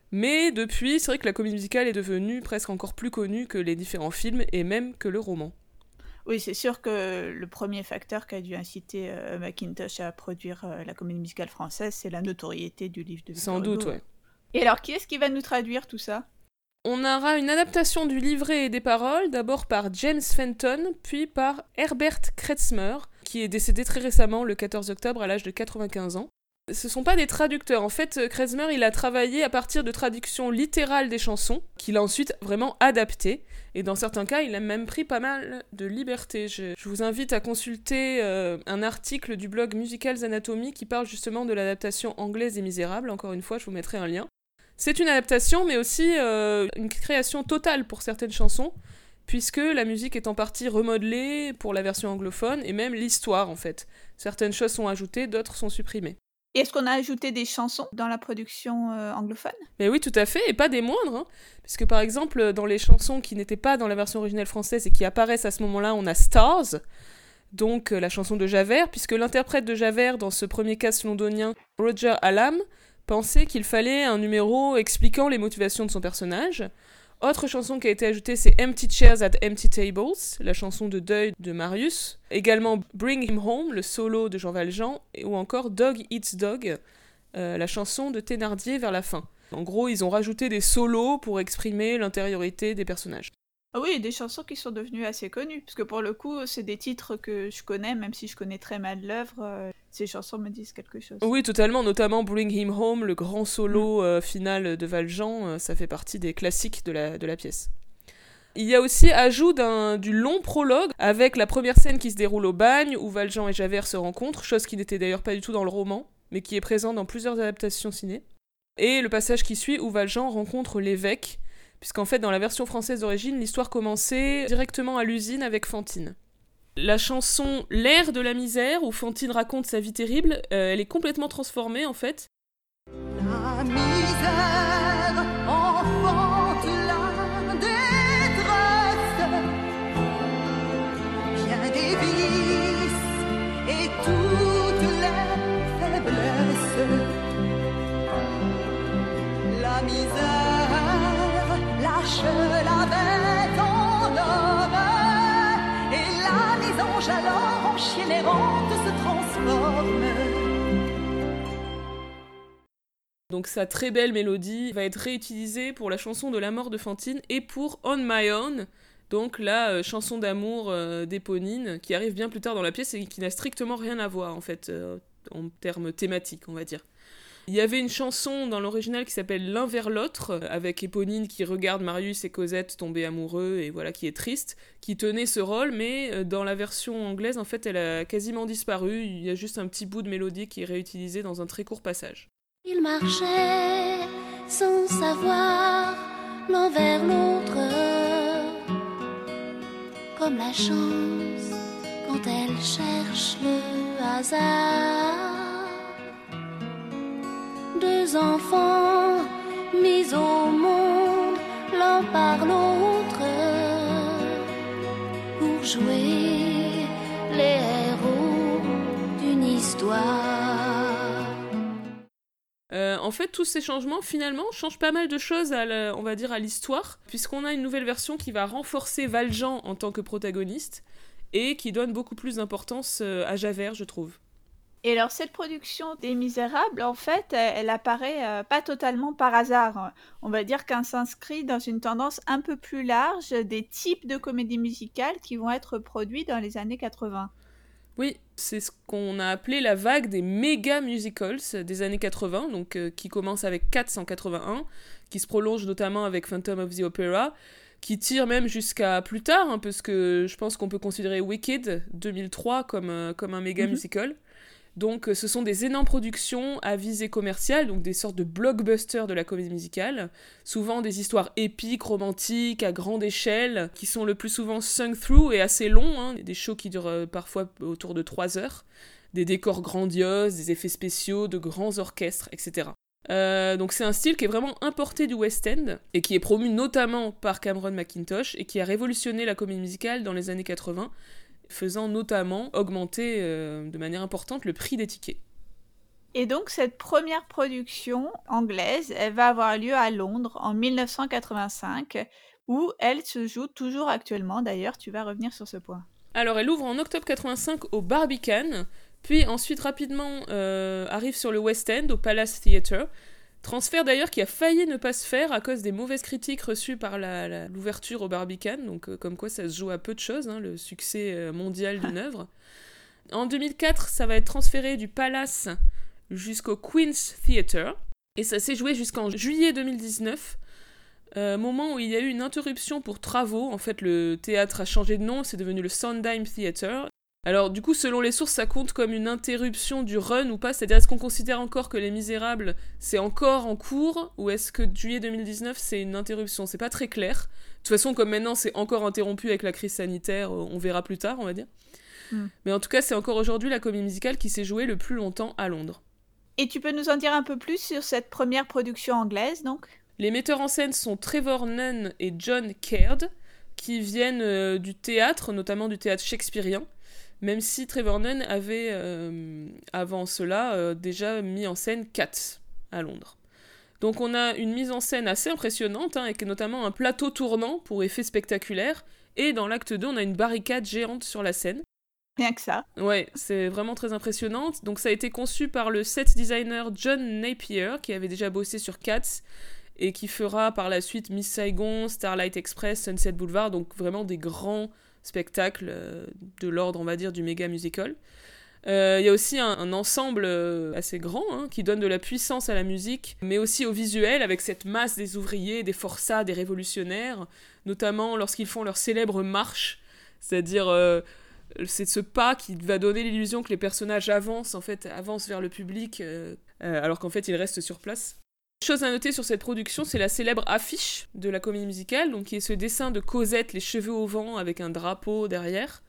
Mais depuis, c'est vrai que la comédie musicale est devenue presque encore plus connue que les différents films et même que le roman. Oui, c'est sûr que le premier facteur qui a dû inciter Mackintosh à produire la comédie musicale française, c'est la notoriété du livre de Victor Sans Hugo. doute, ouais. Et alors, qui est-ce qui va nous traduire tout ça ? On aura une adaptation du livret et des paroles, d'abord par James Fenton, puis par Herbert Kretzmer, qui est décédé très récemment, le 14 octobre, à l'âge de 95 ans. Ce sont pas des traducteurs. En fait, Kretzmer, il a travaillé à partir de traductions littérales des chansons, qu'il a ensuite vraiment adaptées. Et dans certains cas, il a même pris pas mal de liberté. Je vous invite à consulter un article du blog Musicals Anatomy qui parle justement de l'adaptation anglaise des Misérables. Encore une fois, je vous mettrai un lien. C'est une adaptation, mais aussi une création totale pour certaines chansons, puisque la musique est en partie remodelée pour la version anglophone, et même l'histoire, en fait. Certaines choses sont ajoutées, d'autres sont supprimées. Et est-ce qu'on a ajouté des chansons dans la production anglophone ? Mais oui, tout à fait, et pas des moindres, hein, puisque par exemple, dans les chansons qui n'étaient pas dans la version originale française et qui apparaissent à ce moment-là, on a Stars, donc la chanson de Javert, puisque l'interprète de Javert dans ce premier cast londonien, Roger Hallam, pensait qu'il fallait un numéro expliquant les motivations de son personnage. Autre chanson qui a été ajoutée, c'est Empty Chairs at Empty Tables, la chanson de deuil de Marius. Également Bring Him Home, le solo de Jean Valjean, ou encore Dog Eats Dog, la chanson de Thénardier vers la fin. En gros, ils ont rajouté des solos pour exprimer l'intériorité des personnages. Ah oui, des chansons qui sont devenues assez connues, parce que pour le coup, c'est des titres que je connais, même si je connais très mal l'œuvre, ces chansons me disent quelque chose. Oui, totalement, notamment Bring Him Home, le grand solo final de Valjean, ça fait partie des classiques de la pièce. Il y a aussi ajout du long prologue, avec la première scène qui se déroule au bagne, où Valjean et Javert se rencontrent, chose qui n'était d'ailleurs pas du tout dans le roman, mais qui est présent dans plusieurs adaptations ciné. Et le passage qui suit, où Valjean rencontre l'évêque, puisqu'en fait, dans la version française d'origine, l'histoire commençait directement à l'usine avec Fantine. La chanson « L'air de la misère », où Fantine raconte sa vie terrible, elle est complètement transformée, en fait. La misère enfante la détresse, bien des vices et toutes les faiblesses. La misère lâche la bête en homme, et là les anges alors en chienne errante se transforment. Donc sa très belle mélodie va être réutilisée pour la chanson de la mort de Fantine et pour On My Own, donc la chanson d'amour d'Éponine, qui arrive bien plus tard dans la pièce et qui n'a strictement rien à voir en fait, en termes thématiques on va dire. Il y avait une chanson dans l'original qui s'appelle L'un vers l'autre, avec Éponine qui regarde Marius et Cosette tomber amoureux et voilà, qui est triste, qui tenait ce rôle, mais dans la version anglaise, en fait, elle a quasiment disparu. Il y a juste un petit bout de mélodie qui est réutilisé dans un très court passage. Il marchait sans savoir l'un vers l'autre, comme la chance quand elle cherche le hasard. Deux enfants mis au monde l'un par l'autre pour jouer les héros d'une histoire. En fait, tous ces changements, finalement, changent pas mal de choses, on va dire, à l'histoire, puisqu'on a une nouvelle version qui va renforcer Valjean en tant que protagoniste, et qui donne beaucoup plus d'importance à Javert, je trouve. Et alors, cette production des Misérables, en fait, elle apparaît pas totalement par hasard. On va dire qu'elle s'inscrit dans une tendance un peu plus large des types de comédies musicales qui vont être produits dans les années 80. Oui, c'est ce qu'on a appelé la vague des méga musicals des années 80, donc qui commence avec Cats en 81, qui se prolonge notamment avec Phantom of the Opera, qui tire même jusqu'à plus tard, hein, parce que je pense qu'on peut considérer Wicked 2003 comme un méga musical. Donc ce sont des énormes productions à visée commerciale, donc des sortes de blockbusters de la comédie musicale, souvent des histoires épiques, romantiques, à grande échelle, qui sont le plus souvent sung through et assez longs, hein, des shows qui durent parfois autour de 3 heures, des décors grandioses, des effets spéciaux, de grands orchestres, etc. Donc c'est un style qui est vraiment importé du West End, et qui est promu notamment par Cameron Mackintosh, et qui a révolutionné la comédie musicale dans les années 80, faisant notamment augmenter de manière importante le prix des tickets. Et donc, cette première production anglaise, elle va avoir lieu à Londres en 1985, où elle se joue toujours actuellement. D'ailleurs, tu vas revenir sur ce point. Alors, elle ouvre en octobre 85 au Barbican, puis ensuite rapidement arrive sur le West End, au Palace Theatre. Transfert d'ailleurs qui a failli ne pas se faire à cause des mauvaises critiques reçues par l'ouverture au Barbican, donc comme quoi ça se joue à peu de choses, le succès mondial d'une œuvre. En 2004, ça va être transféré du Palace jusqu'au Queen's Theatre, et ça s'est joué jusqu'en juillet 2019, moment où il y a eu une interruption pour travaux. En fait, le théâtre a changé de nom, c'est devenu le Sondheim Theatre. Alors du coup, selon les sources, ça compte comme une interruption du run ou pas, c'est-à-dire est-ce qu'on considère encore que Les Misérables, c'est encore en cours, ou est-ce que juillet 2019, c'est une interruption ? C'est pas très clair. De toute façon, comme maintenant, c'est encore interrompu avec la crise sanitaire, on verra plus tard, on va dire. Mais en tout cas, c'est encore aujourd'hui la comédie musicale qui s'est jouée le plus longtemps à Londres. Et tu peux nous en dire un peu plus sur cette première production anglaise, donc ? Les metteurs en scène sont Trevor Nunn et John Caird, qui viennent du théâtre, notamment du théâtre shakespearien, même si Trevor Nunn avait, avant cela, déjà mis en scène Cats à Londres. Donc on a une mise en scène assez impressionnante, avec notamment un plateau tournant pour effets spectaculaires, et dans l'acte 2, on a une barricade géante sur la scène. Rien que ça. Ouais, c'est vraiment très impressionnant. Donc ça a été conçu par le set designer John Napier, qui avait déjà bossé sur Cats, et qui fera par la suite Miss Saigon, Starlight Express, Sunset Boulevard, donc vraiment des grands spectacles de l'ordre, on va dire, du méga musical. Il y a aussi un ensemble assez grand qui donne de la puissance à la musique, mais aussi au visuel, avec cette masse des ouvriers, des forçats, des révolutionnaires, notamment lorsqu'ils font leur célèbre marche, c'est-à-dire c'est ce pas qui va donner l'illusion que les personnages avancent vers le public, alors qu'en fait ils restent sur place. Chose à noter sur cette production, c'est la célèbre affiche de la comédie musicale, donc qui est ce dessin de Cosette, les cheveux au vent, avec un drapeau derrière.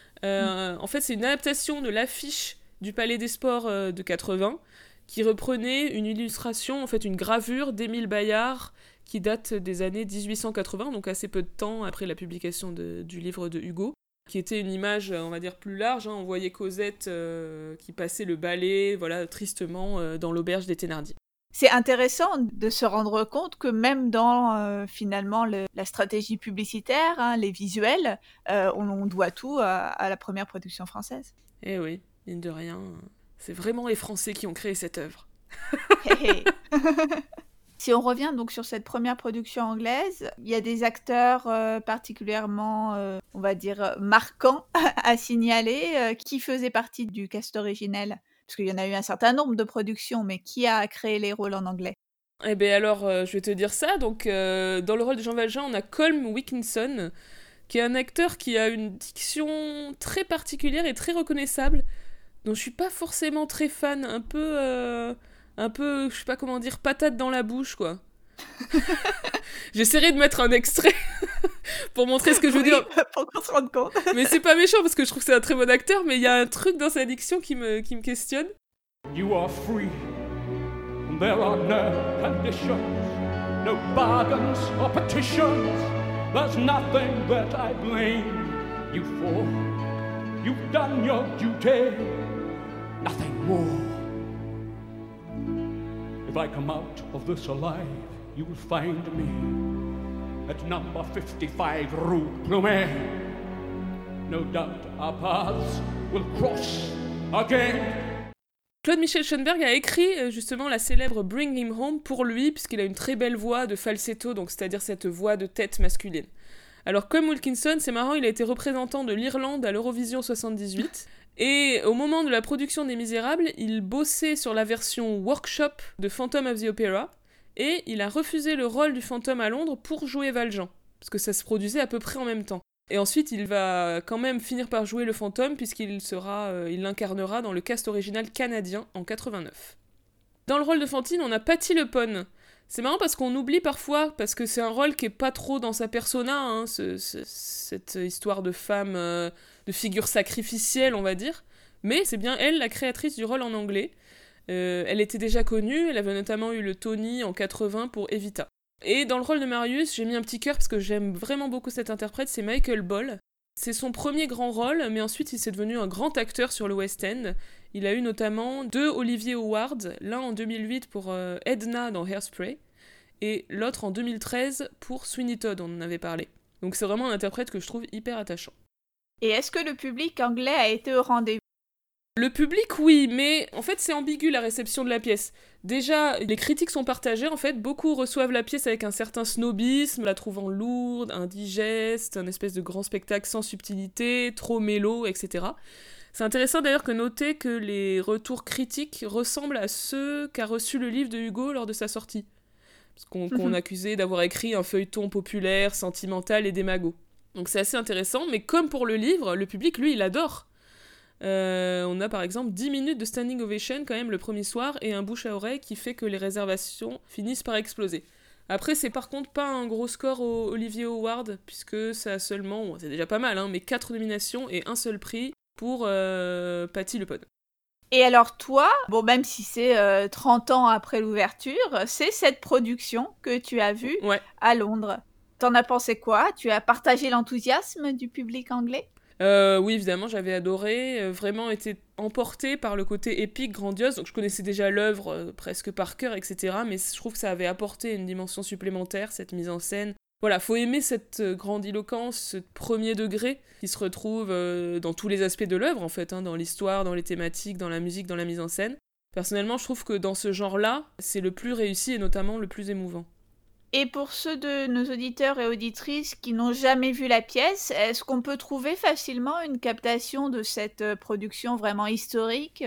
En fait, c'est une adaptation de l'affiche du Palais des Sports de 80, qui reprenait une illustration, en fait une gravure d'Émile Bayard, qui date des années 1880, donc assez peu de temps après la publication du livre de Hugo, qui était une image, on va dire, plus large. On voyait Cosette qui passait le balai, voilà, tristement, dans l'auberge des Thénardier. C'est intéressant de se rendre compte que même dans finalement la stratégie publicitaire, les visuels, on doit tout à la première production française. Eh oui, mine de rien, c'est vraiment les Français qui ont créé cette œuvre. Hey, hey. Si on revient donc sur cette première production anglaise, il y a des acteurs particulièrement, on va dire, marquants à signaler, qui faisaient partie du cast originel. Parce qu'il y en a eu un certain nombre de productions, mais qui a créé les rôles en anglais ? Eh bien alors, je vais te dire ça. Donc, dans le rôle de Jean Valjean, on a Colm Wilkinson, qui est un acteur qui a une diction très particulière et très reconnaissable, dont je suis pas forcément très fan, un peu, je sais pas comment dire, patate dans la bouche, quoi. J'essaierai de mettre un extrait pour montrer ce que je veux dire. Pour qu'on se rende compte. Mais c'est pas méchant parce que je trouve que c'est un très bon acteur, mais il y a un truc dans sa diction qui me questionne. You are free. There are no conditions, no bargains or petitions. There's nothing that I blame you for. You've done your duty, nothing more. If I come out of this alive, you will find me at number 55 Rue Plumet. No doubt our paths will cross again. Claude Michel Schoenberg a écrit justement la célèbre Bring Him Home pour lui, puisqu'il a une très belle voix de falsetto, donc c'est-à-dire cette voix de tête masculine. Alors comme Wilkinson, c'est marrant, il a été représentant de l'Irlande à l'Eurovision 78, et au moment de la production des Misérables, il bossait sur la version workshop de Phantom of the Opera, et il a refusé le rôle du fantôme à Londres pour jouer Valjean, parce que ça se produisait à peu près en même temps. Et ensuite, il va quand même finir par jouer le fantôme, puisqu'il l'incarnera dans le cast original canadien en 89. Dans le rôle de Fantine, on a Patti LuPone. C'est marrant parce qu'on oublie parfois, parce que c'est un rôle qui est pas trop dans sa persona, cette histoire de femme, de figure sacrificielle, on va dire. Mais c'est bien elle, la créatrice du rôle en anglais. Elle était déjà connue, elle avait notamment eu le Tony en 80 pour Evita. Et dans le rôle de Marius, j'ai mis un petit cœur parce que j'aime vraiment beaucoup cet interprète, c'est Michael Ball. C'est son premier grand rôle, mais ensuite il s'est devenu un grand acteur sur le West End. Il a eu notamment 2 Olivier Awards, l'un en 2008 pour Edna dans Hairspray, et l'autre en 2013 pour Sweeney Todd, on en avait parlé. Donc c'est vraiment un interprète que je trouve hyper attachant. Et est-ce que le public anglais a été au rendez-vous ? Le public, oui, mais en fait, c'est ambigu la réception de la pièce. Déjà, les critiques sont partagées, en fait, beaucoup reçoivent la pièce avec un certain snobisme, la trouvant lourde, indigeste, un espèce de grand spectacle sans subtilité, trop mélo, etc. C'est intéressant d'ailleurs de noter que les retours critiques ressemblent à ceux qu'a reçu le livre de Hugo lors de sa sortie. Parce qu'on accusait d'avoir écrit un feuilleton populaire, sentimental et démago. Donc c'est assez intéressant, mais comme pour le livre, le public, lui, il adore. On a par exemple 10 minutes de standing ovation quand même le premier soir et un bouche à oreille qui fait que les réservations finissent par exploser. Après, c'est par contre pas un gros score au Olivier Award, puisque ça a seulement, bon, c'est déjà pas mal, hein, mais 4 nominations et un seul prix pour Patti LuPone. Et alors toi, bon même si c'est 30 ans après l'ouverture, c'est cette production que tu as vue à Londres. T'en as pensé quoi ? Tu as partagé l'enthousiasme du public anglais ? Oui, évidemment, j'avais adoré, vraiment été emportée par le côté épique, grandiose. Donc je connaissais déjà l'œuvre presque par cœur, etc. Mais je trouve que ça avait apporté une dimension supplémentaire, cette mise en scène. Voilà, faut aimer cette grandiloquence, ce premier degré qui se retrouve dans tous les aspects de l'œuvre, en fait, hein, dans l'histoire, dans les thématiques, dans la musique, dans la mise en scène. Personnellement, je trouve que dans ce genre-là, c'est le plus réussi et notamment le plus émouvant. Et pour ceux de nos auditeurs et auditrices qui n'ont jamais vu la pièce, est-ce qu'on peut trouver facilement une captation de cette production vraiment historique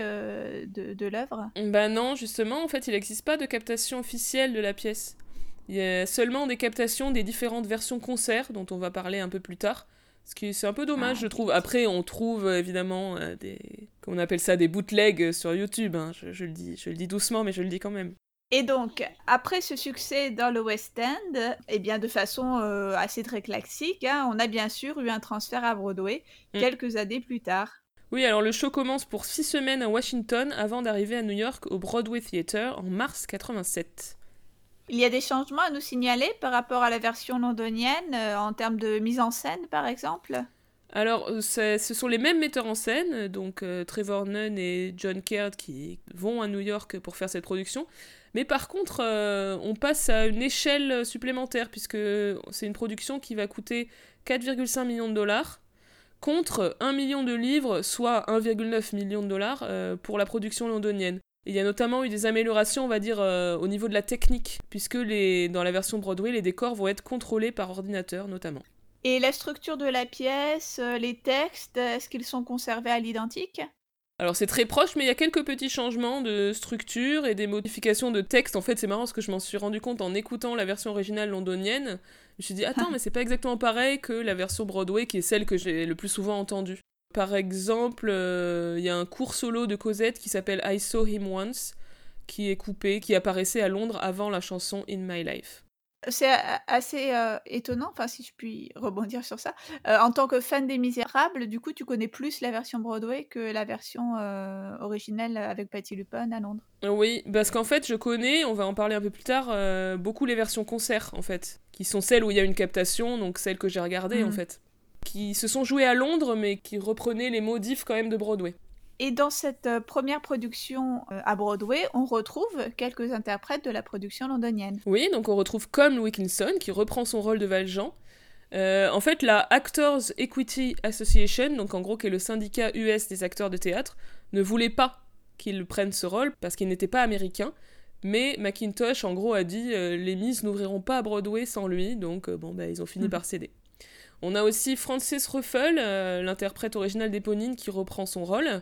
de l'œuvre ? Ben non, justement, en fait, il n'existe pas de captation officielle de la pièce. Il y a seulement des captations des différentes versions concert, dont on va parler un peu plus tard. Ce qui c'est un peu dommage, je trouve. Après, on trouve évidemment comment on appelle ça, des bootlegs sur YouTube. Hein. Je le dis doucement, mais je le dis quand même. Et donc, après ce succès dans le West End, eh bien de façon assez très classique, hein, on a bien sûr eu un transfert à Broadway quelques années plus tard. Oui, alors le show commence pour 6 semaines à Washington avant d'arriver à New York au Broadway Theatre en mars 87. Il y a des changements à nous signaler par rapport à la version londonienne, en termes de mise en scène par exemple ? Alors, ce sont les mêmes metteurs en scène, donc Trevor Nunn et John Caird qui vont à New York pour faire cette production. Mais par contre, on passe à une échelle supplémentaire, puisque c'est une production qui va coûter 4,5 millions de dollars, contre 1 million de livres, soit 1,9 million de dollars pour la production londonienne. Et il y a notamment eu des améliorations, on va dire, au niveau de la technique, puisque dans la version Broadway, les décors vont être contrôlés par ordinateur, notamment. Et la structure de la pièce, les textes, est-ce qu'ils sont conservés à l'identique ? Alors c'est très proche, mais il y a quelques petits changements de structure et des modifications de texte. En fait, c'est marrant parce que je m'en suis rendu compte en écoutant la version originale londonienne. Je me suis dit, attends, mais c'est pas exactement pareil que la version Broadway, qui est celle que j'ai le plus souvent entendue. Par exemple, il y a un court solo de Cosette qui s'appelle I Saw Him Once, qui est coupé, qui apparaissait à Londres avant la chanson In My Life. C'est assez étonnant, enfin si je puis rebondir sur ça. En tant que fan des Misérables, du coup, tu connais plus la version Broadway que la version originelle avec Patti LuPone à Londres. Oui, parce qu'en fait, je connais, on va en parler un peu plus tard, beaucoup les versions concert, en fait, qui sont celles où il y a une captation, donc celles que j'ai regardées, en fait, qui se sont jouées à Londres, mais qui reprenaient les modifs quand même de Broadway. Et dans cette première production à Broadway, on retrouve quelques interprètes de la production londonienne. Oui, donc on retrouve Colm Wilkinson, qui reprend son rôle de Valjean. En fait, la Actors Equity Association, donc en gros qui est le syndicat US des acteurs de théâtre, ne voulait pas qu'il prenne ce rôle, parce qu'il n'était pas américain. Mais Mackintosh, en gros, a dit les Miss n'ouvriront pas à Broadway sans lui, donc ils ont fini par céder. On a aussi Frances Ruffel, l'interprète originale d'Éponine, qui reprend son rôle.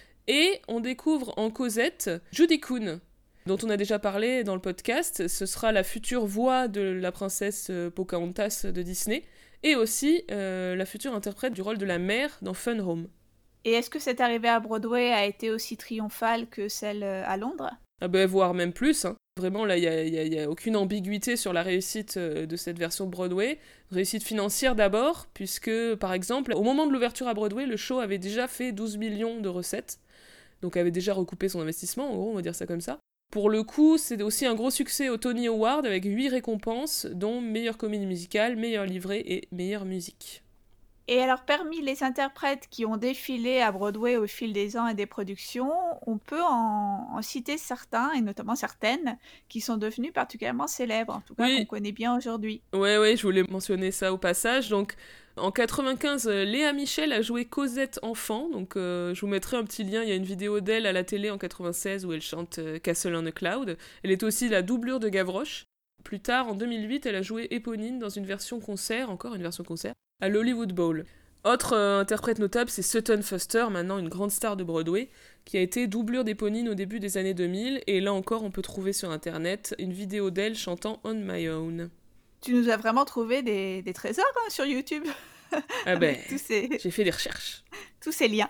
Et on découvre en Cosette Judy Kuhn, dont on a déjà parlé dans le podcast. Ce sera la future voix de la princesse Pocahontas de Disney. Et aussi la future interprète du rôle de la mère dans Fun Home. Et est-ce que cette arrivée à Broadway a été aussi triomphale que celle à Londres ? Voire même plus, hein. Vraiment, là, il n'y a aucune ambiguïté sur la réussite de cette version Broadway. Réussite financière d'abord, puisque, par exemple, au moment de l'ouverture à Broadway, le show avait déjà fait 12 millions de recettes, donc avait déjà recoupé son investissement, en gros, on va dire ça comme ça. Pour le coup, c'est aussi un gros succès au Tony Award, avec 8 récompenses, dont meilleure comédie musicale, meilleur livret et meilleure musique. Et alors, parmi les interprètes qui ont défilé à Broadway au fil des ans et des productions, on peut en citer certains, et notamment certaines, qui sont devenues particulièrement célèbres, en tout cas qu'on Oui, connaît bien aujourd'hui. ouais, je voulais mentionner ça au passage. Donc, en 95, Léa Michel a joué Cosette enfant. Donc, je vous mettrai un petit lien. Il y a une vidéo d'elle à la télé en 96 où elle chante Castle on a Cloud. Elle est aussi la doublure de Gavroche. Plus tard, en 2008, elle a joué Éponine dans une version concert, encore une version concert, à l'Hollywood Bowl. Autre interprète notable, c'est Sutton Foster, maintenant une grande star de Broadway, qui a été doublure d'Éponine au début des années 2000, et là encore on peut trouver sur internet une vidéo d'elle chantant On My Own. Tu nous as vraiment trouvé des trésors sur YouTube. Ah ben, Avec j'ai fait des recherches. tous ces liens.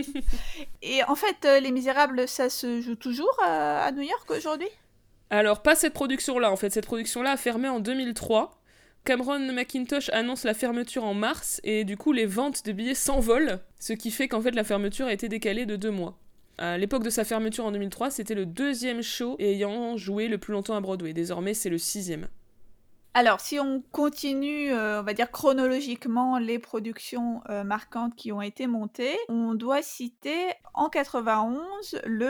Et en fait, Les Misérables, ça se joue toujours à New York aujourd'hui? Alors, pas cette production-là, en fait. Cette production-là a fermé en 2003. Cameron Mackintosh annonce la fermeture en mars, et du coup, les ventes de billets s'envolent, ce qui fait qu'en fait, la fermeture a été décalée de 2 mois. À l'époque de sa fermeture en 2003, c'était le 2e show ayant joué le plus longtemps à Broadway. Désormais, c'est le 6e. Alors, si on continue, on va dire chronologiquement, les productions marquantes qui ont été montées, on doit citer en 91 le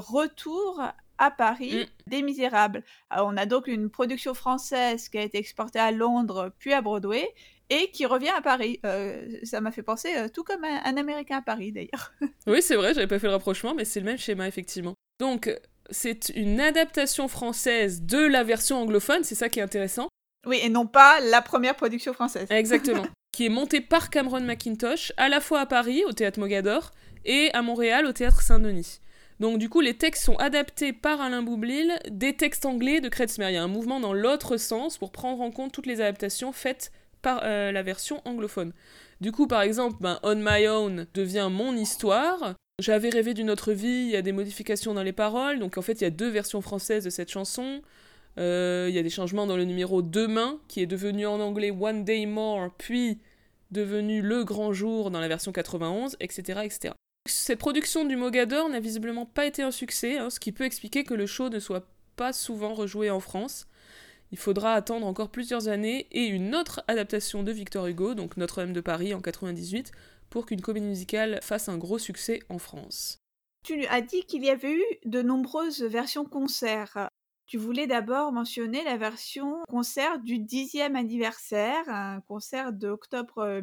retour à Paris des Misérables. Alors, on a donc une production française qui a été exportée à Londres puis à Broadway et qui revient à Paris. Ça m'a fait penser tout comme un Américain à Paris d'ailleurs. Oui, c'est vrai, j'avais pas fait le rapprochement, mais c'est le même schéma, effectivement. Donc, c'est une adaptation française de la version anglophone, c'est ça qui est intéressant. Oui, et non pas la première production française. Exactement. Qui est montée par Cameron Mackintosh, à la fois à Paris, au Théâtre Mogador, et à Montréal, au Théâtre Saint-Denis. Donc du coup, les textes sont adaptés par Alain Boublil des textes anglais de Kretzmer. Il y a un mouvement dans l'autre sens pour prendre en compte toutes les adaptations faites par la version anglophone. Du coup, par exemple, On My Own devient Mon Histoire. J'avais rêvé d'une autre vie, il y a des modifications dans les paroles, donc en fait il y a 2 versions françaises de cette chanson. Il y a des changements dans le numéro Demain, qui est devenu en anglais One Day More, puis devenu Le Grand Jour dans la version 91, etc. etc. Cette production du Mogador n'a visiblement pas été un succès, ce qui peut expliquer que le show ne soit pas souvent rejoué en France. Il faudra attendre encore plusieurs années et une autre adaptation de Victor Hugo, donc Notre-Dame de Paris en 98, pour qu'une comédie musicale fasse un gros succès en France. Tu as dit qu'il y avait eu de nombreuses versions concerts. Tu voulais d'abord mentionner la version concert du 10e anniversaire, un concert d'octobre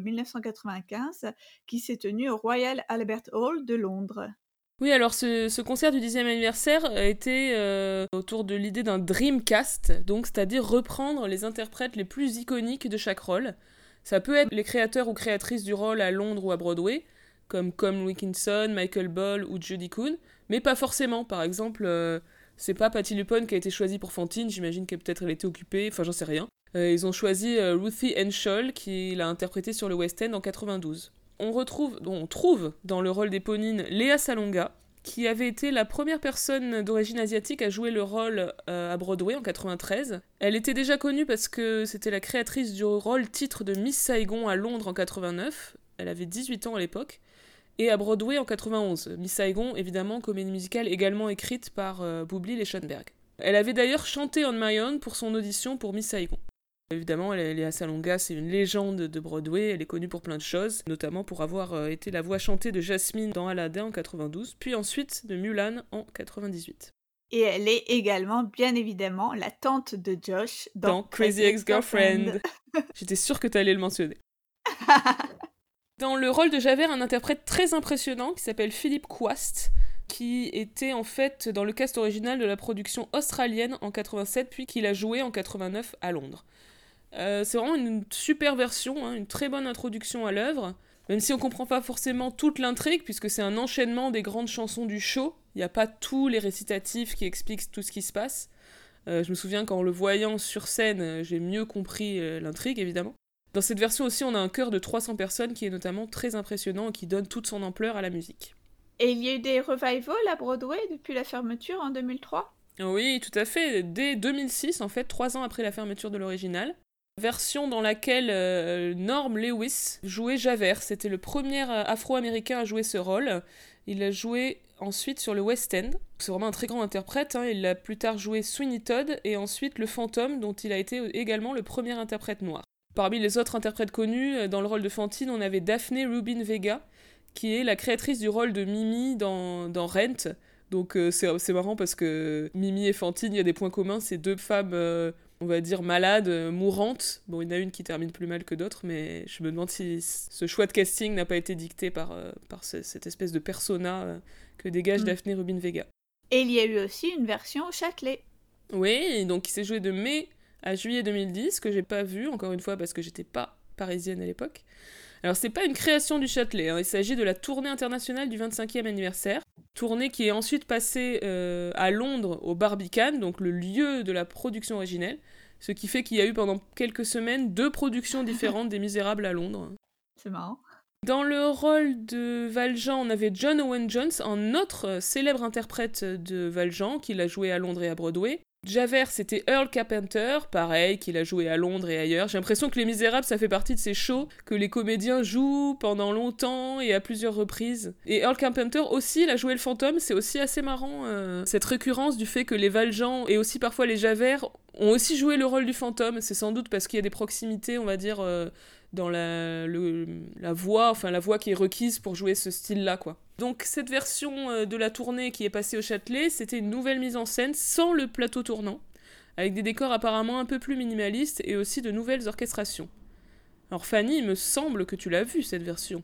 1995 qui s'est tenu au Royal Albert Hall de Londres. Oui, alors ce concert du 10e anniversaire a été autour de l'idée d'un Dreamcast, donc c'est-à-dire reprendre les interprètes les plus iconiques de chaque rôle. Ça peut être les créateurs ou créatrices du rôle à Londres ou à Broadway, comme Colm Wilkinson, Michael Ball ou Judy Kuhn, mais pas forcément. Par exemple, c'est pas Patti LuPone qui a été choisie pour Fantine, j'imagine qu'elle peut-être elle était occupée, enfin j'en sais rien. Ils ont choisi Ruthie Henschel, qui l'a interprétée sur le West End en 92. On trouve dans le rôle d'Éponine Léa Salonga, qui avait été la première personne d'origine asiatique à jouer le rôle à Broadway en 93. Elle était déjà connue parce que c'était la créatrice du rôle titre de Miss Saigon à Londres en 89. Elle avait 18 ans à l'époque. Et à Broadway en 91. Miss Saigon, évidemment, comédie musicale également écrite par Boublil et Schoenberg. Elle avait d'ailleurs chanté On My Own pour son audition pour Miss Saigon. Évidemment, Léa Salonga, c'est une légende de Broadway, elle est connue pour plein de choses, notamment pour avoir été la voix chantée de Jasmine dans Aladdin en 92, puis ensuite de Mulan en 98. Et elle est également, bien évidemment, la tante de Josh dans Crazy Ex-Girlfriend. J'étais sûre que tu allais le mentionner. Dans le rôle de Javert, un interprète très impressionnant qui s'appelle Philip Quast, qui était en fait dans le cast original de la production australienne en 87, puis qu'il a joué en 89 à Londres. C'est vraiment une super version, une très bonne introduction à l'œuvre, même si on comprend pas forcément toute l'intrigue, puisque c'est un enchaînement des grandes chansons du show, il n'y a pas tous les récitatifs qui expliquent tout ce qui se passe. Je me souviens qu'en le voyant sur scène, j'ai mieux compris l'intrigue, évidemment. Dans cette version aussi, on a un chœur de 300 personnes qui est notamment très impressionnant et qui donne toute son ampleur à la musique. Et il y a eu des revivals à Broadway depuis la fermeture en 2003 ? Oui, tout à fait. Dès 2006, en fait, 3 ans après la fermeture de l'original. Version dans laquelle Norm Lewis jouait Javert. C'était le premier afro-américain à jouer ce rôle. Il a joué ensuite sur le West End. C'est vraiment un très grand interprète. Il a plus tard joué Sweeney Todd et ensuite le Fantôme, dont il a été également le premier interprète noir. Parmi les autres interprètes connus, dans le rôle de Fantine, on avait Daphne Rubin Vega, qui est la créatrice du rôle de Mimi dans Rent. Donc c'est marrant parce que Mimi et Fantine, il y a des points communs, c'est deux femmes, on va dire, malades, mourantes. Bon, il y en a une qui termine plus mal que d'autres, mais je me demande si ce choix de casting n'a pas été dicté par cette espèce de persona que dégage Daphne Rubin Vega. Et il y a eu aussi une version au Châtelet. Oui, donc qui s'est joué de mai à juillet 2010, que j'ai pas vu, encore une fois, parce que j'étais pas parisienne à l'époque. Alors, c'est pas une création du Châtelet, il s'agit de la tournée internationale du 25e anniversaire, tournée qui est ensuite passée à Londres, au Barbican, donc le lieu de la production originelle, ce qui fait qu'il y a eu pendant quelques semaines 2 productions différentes des Misérables à Londres. C'est marrant. Dans le rôle de Valjean, on avait John Owen Jones, un autre célèbre interprète de Valjean, qu'il a joué à Londres et à Broadway. Javert, c'était Earl Carpenter, pareil, qu'il a joué à Londres et ailleurs. J'ai l'impression que Les Misérables, ça fait partie de ces shows que les comédiens jouent pendant longtemps et à plusieurs reprises. Et Earl Carpenter aussi, il a joué le fantôme, c'est aussi assez marrant, cette récurrence du fait que les Valjean et aussi parfois les Javert ont aussi joué le rôle du fantôme. C'est sans doute parce qu'il y a des proximités, on va dire, dans la voix, enfin la voix qui est requise pour jouer ce style-là, quoi. Donc cette version de la tournée qui est passée au Châtelet, c'était une nouvelle mise en scène sans le plateau tournant, avec des décors apparemment un peu plus minimalistes et aussi de nouvelles orchestrations. Alors Fanny, il me semble que tu l'as vue cette version.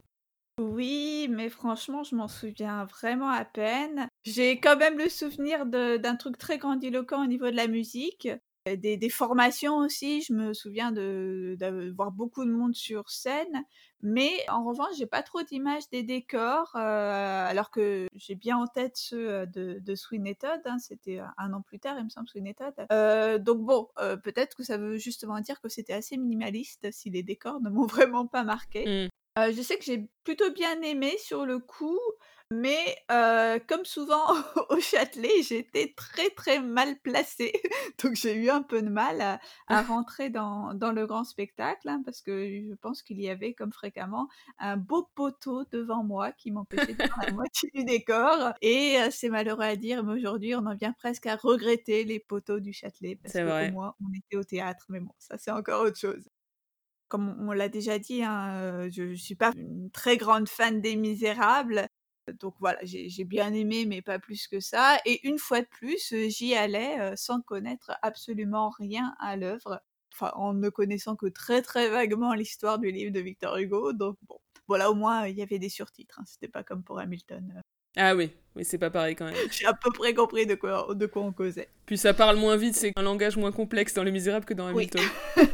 Oui, mais franchement, je m'en souviens vraiment à peine. J'ai quand même le souvenir d'un truc très grandiloquent au niveau de la musique. Des formations aussi, je me souviens d'avoir beaucoup de monde sur scène, mais en revanche, j'ai pas trop d'images des décors, alors que j'ai bien en tête ceux de Sweeney Todd, hein, c'était un an plus tard, il me semble, Sweeney Todd. Donc bon, peut-être que ça veut justement dire que c'était assez minimaliste si les décors ne m'ont vraiment pas marqué. Je sais que j'ai plutôt bien aimé sur le coup, mais comme souvent au Châtelet, j'étais très, très mal placée. Donc j'ai eu un peu de mal à rentrer dans le grand spectacle, hein, parce que je pense qu'il y avait, comme fréquemment, un beau poteau devant moi qui m'empêchait de voir la moitié du décor. Et c'est malheureux à dire, mais aujourd'hui, on en vient presque à regretter les poteaux du Châtelet, parce C'est vrai. qu'au moins, on était au théâtre. Mais bon, ça, c'est encore autre chose. Comme on l'a déjà dit, hein, je suis pas une très grande fan des Misérables. Donc voilà, j'ai bien aimé, mais pas plus que ça. Et une fois de plus, j'y allais sans connaître absolument rien à l'œuvre. Enfin, en ne connaissant que très très vaguement l'histoire du livre de Victor Hugo. Donc bon, voilà, au moins il y avait des surtitres, hein. C'était pas comme pour Hamilton. Ah oui, c'est pas pareil quand même. J'ai à peu près compris de quoi on causait. Puis ça parle moins vite, c'est un langage moins complexe dans Les Misérables que dans Hamilton. Oui.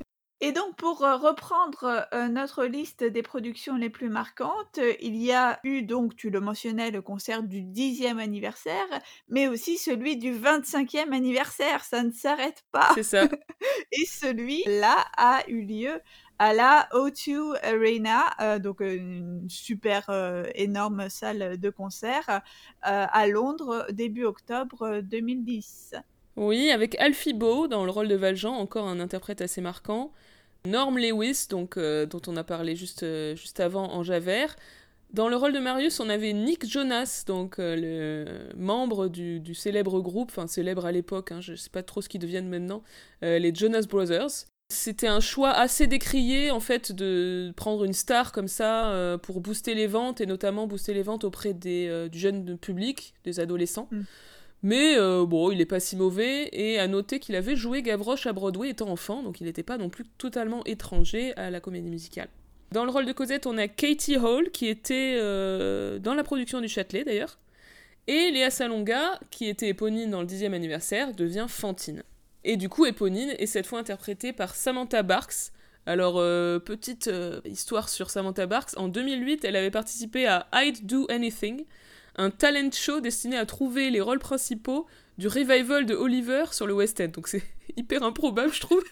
Et donc, pour reprendre notre liste des productions les plus marquantes, il y a eu, donc, tu le mentionnais, le concert du 10e anniversaire, mais aussi celui du 25e anniversaire, ça ne s'arrête pas. C'est ça. Et celui-là a eu lieu à la O2 Arena, donc une super énorme salle de concert à Londres, début octobre 2010. Oui, avec Alfie Boe dans le rôle de Valjean, encore un interprète assez marquant. Norm Lewis, donc, dont on a parlé juste avant en Javert. Dans le rôle de Marius, on avait Nick Jonas, donc le membre du célèbre groupe, enfin célèbre à l'époque, hein, je sais pas trop ce qu'ils deviennent maintenant, les Jonas Brothers. C'était un choix assez décrié, en fait, de prendre une star comme ça pour booster les ventes, et notamment booster les ventes auprès du jeune public, des adolescents. Mais bon, il est pas si mauvais, et à noter qu'il avait joué Gavroche à Broadway étant enfant, donc il n'était pas non plus totalement étranger à la comédie musicale. Dans le rôle de Cosette, on a Katie Hall, qui était dans la production du Châtelet d'ailleurs, et Léa Salonga, qui était Éponine dans le 10e anniversaire, devient Fantine. Et du coup, Éponine est cette fois interprétée par Samantha Barks. Alors, petite histoire sur Samantha Barks, en 2008, elle avait participé à I'd Do Anything, un talent show destiné à trouver les rôles principaux du revival de Oliver sur le West End. Donc c'est hyper improbable, je trouve.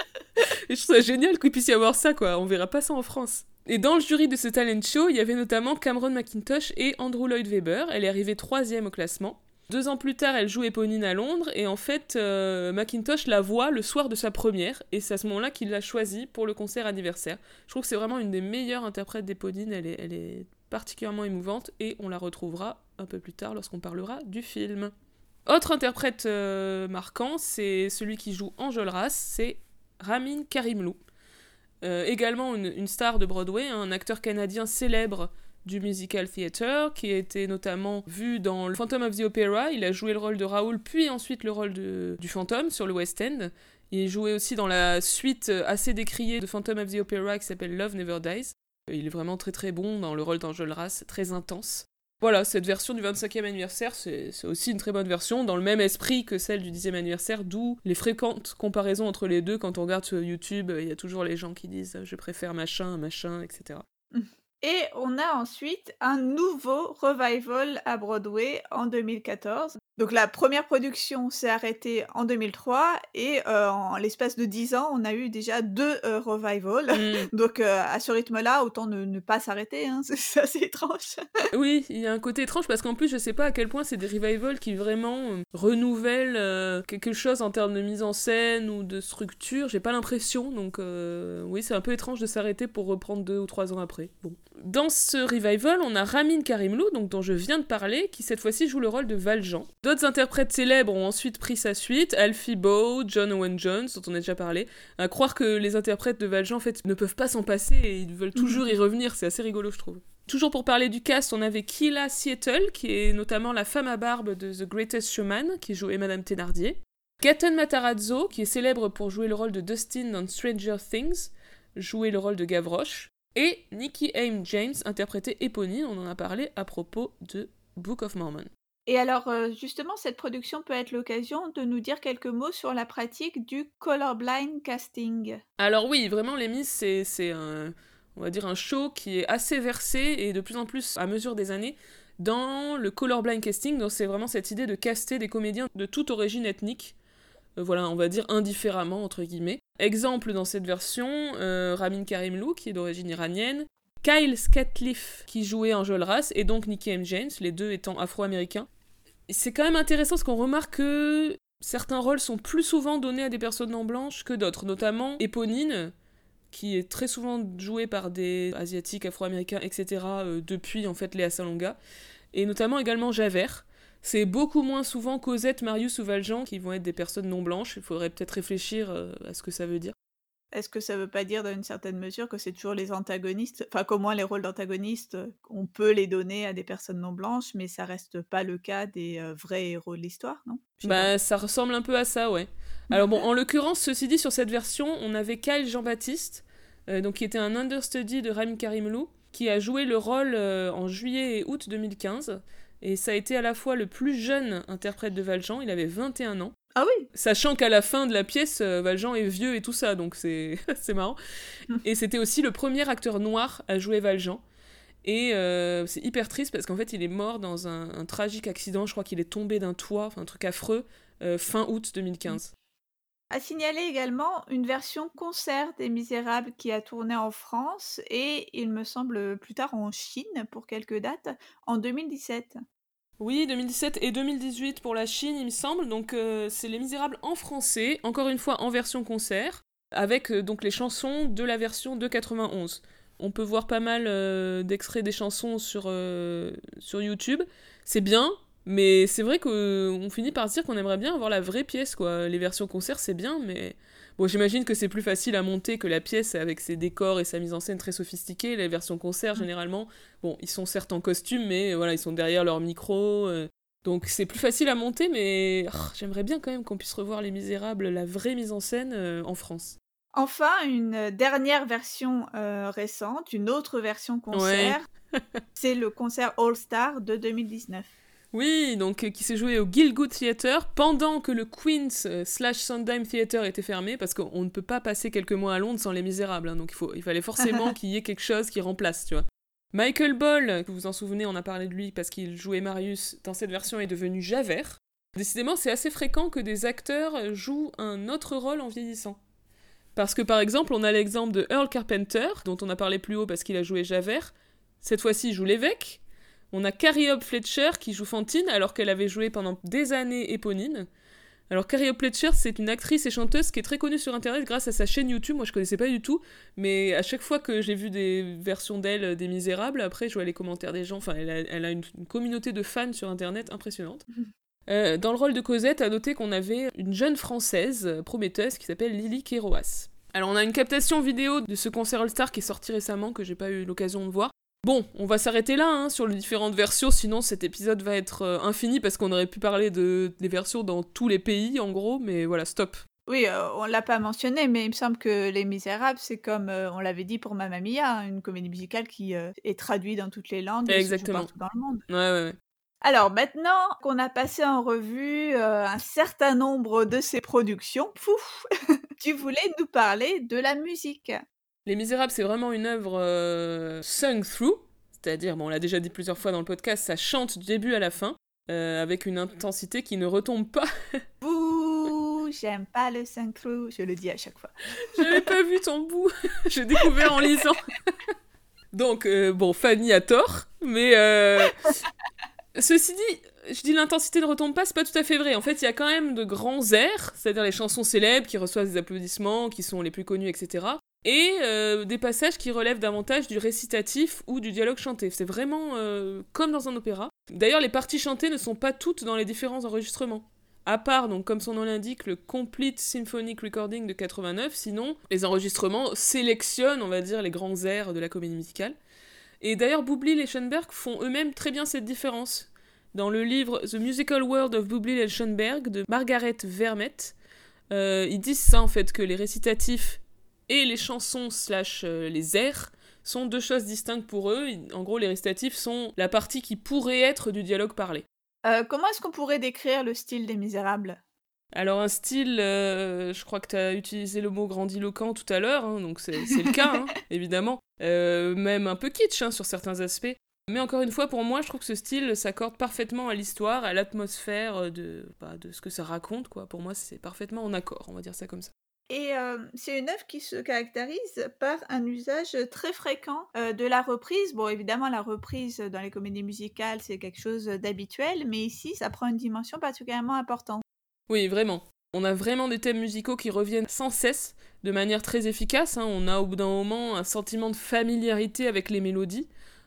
Et je trouve ça génial qu'il puisse y avoir ça, quoi. On verra pas ça en France. Et dans le jury de ce talent show, il y avait notamment Cameron McIntosh et Andrew Lloyd Webber. Elle est arrivée 3e au classement. 2 ans plus tard, elle joue Éponine à Londres, et en fait, McIntosh la voit le soir de sa première, et c'est à ce moment-là qu'il l'a choisie pour le concert anniversaire. Je trouve que c'est vraiment une des meilleures interprètes d'Éponine, elle est particulièrement émouvante, et on la retrouvera un peu plus tard lorsqu'on parlera du film. Autre interprète marquant, c'est celui qui joue Enjolras, c'est Ramin Karimloo. également une star de Broadway, un acteur canadien célèbre du musical theatre, qui a été notamment vu dans le Phantom of the Opera. Il a joué le rôle de Raoul, puis ensuite le rôle du fantôme sur le West End. Il jouait aussi dans la suite assez décriée de Phantom of the Opera qui s'appelle Love Never Dies. Il est vraiment très très bon dans le rôle d'Enjolras, très intense. Voilà, cette version du 25e anniversaire, c'est aussi une très bonne version, dans le même esprit que celle du 10e anniversaire, d'où les fréquentes comparaisons entre les deux. Quand on regarde sur YouTube, il y a toujours les gens qui disent « je préfère machin, etc. » Et on a ensuite un nouveau revival à Broadway en 2014. Donc la première production s'est arrêtée en 2003 et en l'espace de 10 ans, on a eu déjà 2 revivals. Donc à ce rythme-là, autant ne pas s'arrêter, hein, c'est assez étrange. Oui, il y a un côté étrange parce qu'en plus, je sais pas à quel point c'est des revivals qui vraiment renouvellent quelque chose en termes de mise en scène ou de structure. J'ai pas l'impression, donc oui, c'est un peu étrange de s'arrêter pour reprendre 2 ou 3 ans après. Bon. Dans ce revival, on a Ramin Karimloo, donc dont je viens de parler, qui cette fois-ci joue le rôle de Valjean. D'autres interprètes célèbres ont ensuite pris sa suite, Alfie Boe, John Owen Jones, dont on a déjà parlé. À croire que les interprètes de Valjean, en fait, ne peuvent pas s'en passer et ils veulent toujours y revenir, c'est assez rigolo, je trouve. Toujours pour parler du cast, on avait Keila Seattle, qui est notamment la femme à barbe de The Greatest Showman, qui jouait Madame Thénardier. Gaten Matarazzo, qui est célèbre pour jouer le rôle de Dustin dans Stranger Things, jouait le rôle de Gavroche. Et Nikki Aim James interprétait Éponine, on en a parlé à propos de Book of Mormon. Et alors, justement, cette production peut être l'occasion de nous dire quelques mots sur la pratique du colorblind casting. Alors oui, vraiment, Les Miss, c'est un, on va dire un show qui est assez versé et de plus en plus, à mesure des années, dans le colorblind casting. Donc c'est vraiment cette idée de caster des comédiens de toute origine ethnique. Voilà, on va dire indifféremment, entre guillemets. Exemple dans cette version, Ramin Karimloo, qui est d'origine iranienne, Kyle Scatliffe, qui jouait Enjolras, et donc Nikki M. James, les deux étant afro-américains. Et c'est quand même intéressant parce qu'on remarque que certains rôles sont plus souvent donnés à des personnes non blanches que d'autres, notamment Éponine, qui est très souvent jouée par des asiatiques, afro-américains, etc., depuis en fait Léa Salonga, et notamment également Javert. C'est beaucoup moins souvent Cosette, Marius ou Valjean qui vont être des personnes non blanches. Il faudrait peut-être réfléchir à ce que ça veut dire. Est-ce que ça veut pas dire, dans une certaine mesure, que c'est toujours les antagonistes, enfin qu'au moins les rôles d'antagonistes, on peut les donner à des personnes non blanches, mais ça reste pas le cas des vrais héros de l'histoire, non? Bah, ça ressemble un peu à ça, ouais. Alors bon, en l'occurrence, ceci dit, sur cette version, on avait Kyle Jean-Baptiste, donc qui était un understudy de Ramin Karimloo, qui a joué le rôle en juillet et août 2015. Et ça a été à la fois le plus jeune interprète de Valjean, il avait 21 ans. Ah oui. Sachant qu'à la fin de la pièce, Valjean est vieux et tout ça, donc c'est marrant. Et c'était aussi le premier acteur noir à jouer Valjean. Et c'est hyper triste parce qu'en fait, il est mort dans un tragique accident. Je crois qu'il est tombé d'un toit, enfin un truc affreux, fin août 2015. À signaler également une version concert des Misérables qui a tourné en France et, il me semble, plus tard en Chine, pour quelques dates, en 2017. Oui, 2017 et 2018 pour la Chine, il me semble. Donc c'est Les Misérables en français, encore une fois en version concert, avec donc les chansons de la version de 91. On peut voir pas mal d'extraits des chansons sur YouTube. C'est bien, mais c'est vrai qu'on finit par se dire qu'on aimerait bien avoir la vraie pièce, quoi. Les versions concert, c'est bien, mais... Bon, j'imagine que c'est plus facile à monter que la pièce avec ses décors et sa mise en scène très sophistiquée. Les versions concert, généralement, bon, ils sont certes en costume, mais voilà, ils sont derrière leur micro. Donc c'est plus facile à monter, mais j'aimerais bien quand même qu'on puisse revoir Les Misérables, la vraie mise en scène en France. Enfin, une dernière version récente, une autre version concert, c'est le concert All Star de 2019. Oui, donc qui s'est joué au Gielgud Theatre pendant que le Queen's / Sondheim Theatre était fermé, parce qu'on ne peut pas passer quelques mois à Londres sans Les Misérables, hein, donc il fallait forcément qu'il y ait quelque chose qui remplace, tu vois. Michael Ball, vous vous en souvenez, on a parlé de lui parce qu'il jouait Marius, dans cette version est devenu Javert. Décidément, c'est assez fréquent que des acteurs jouent un autre rôle en vieillissant. Parce que par exemple, on a l'exemple de Earl Carpenter, dont on a parlé plus haut parce qu'il a joué Javert. Cette fois-ci, il joue l'évêque. On a Carrie Hope Fletcher qui joue Fantine, alors qu'elle avait joué pendant des années Éponine. Alors Carrie Hope Fletcher, c'est une actrice et chanteuse qui est très connue sur Internet grâce à sa chaîne YouTube. Moi, je connaissais pas du tout, mais à chaque fois que j'ai vu des versions d'elle, des Misérables, après, je vois les commentaires des gens. Enfin, elle a une communauté de fans sur Internet impressionnante. Dans le rôle de Cosette, à noter qu'on avait une jeune Française prometteuse qui s'appelle Lily Kéroas. Alors on a une captation vidéo de ce concert All-Star qui est sorti récemment, que j'ai pas eu l'occasion de voir. Bon, on va s'arrêter là sur les différentes versions, sinon cet épisode va être infini parce qu'on aurait pu parler des versions dans tous les pays en gros, mais voilà, stop. Oui, on l'a pas mentionné, mais il me semble que Les Misérables, c'est comme on l'avait dit pour Mamma Mia, une comédie musicale qui est traduite dans toutes les langues et se joue Exactement. partout dans le monde. Ouais. Alors maintenant qu'on a passé en revue un certain nombre de ces productions, pouf, tu voulais nous parler de la musique. Les Misérables, c'est vraiment une œuvre sung through, c'est-à-dire, bon, on l'a déjà dit plusieurs fois dans le podcast, ça chante du début à la fin, avec une intensité qui ne retombe pas. Bouh, j'aime pas le sing through, je le dis à chaque fois. J'avais pas vu ton bout, j'ai découvert en lisant. Donc, bon, Fanny a tort, mais ceci dit, je dis l'intensité ne retombe pas, c'est pas tout à fait vrai. En fait, il y a quand même de grands airs, c'est-à-dire les chansons célèbres qui reçoivent des applaudissements, qui sont les plus connues, etc. Et des passages qui relèvent davantage du récitatif ou du dialogue chanté. C'est vraiment comme dans un opéra. D'ailleurs, les parties chantées ne sont pas toutes dans les différents enregistrements. À part, donc, comme son nom l'indique, le Complete Symphonic Recording de 89, sinon, les enregistrements sélectionnent, on va dire, les grands airs de la comédie musicale. Et d'ailleurs, Boublil et Schoenberg font eux-mêmes très bien cette différence. Dans le livre The Musical World of Boublil et Schoenberg de Margaret Vermette, ils disent ça, en fait, que les récitatifs et les chansons / les airs sont deux choses distinctes pour eux. En gros, les récitatifs sont la partie qui pourrait être du dialogue parlé. Comment est-ce qu'on pourrait décrire le style des Misérables ? Alors un style, je crois que tu as utilisé le mot grandiloquent tout à l'heure, donc c'est le cas, évidemment. Même un peu kitsch sur certains aspects. Mais encore une fois, pour moi, je trouve que ce style s'accorde parfaitement à l'histoire, à l'atmosphère de ce que ça raconte, quoi. Pour moi, c'est parfaitement en accord, on va dire ça comme ça. Et c'est une œuvre qui se caractérise par un usage très fréquent de la reprise. Bon, évidemment, la reprise dans les comédies musicales, c'est quelque chose d'habituel, mais ici, ça prend une dimension particulièrement importante. Oui, vraiment. On a vraiment des thèmes musicaux qui reviennent sans cesse, de manière très efficace. On a au bout d'un moment un sentiment de familiarité avec les mélodies.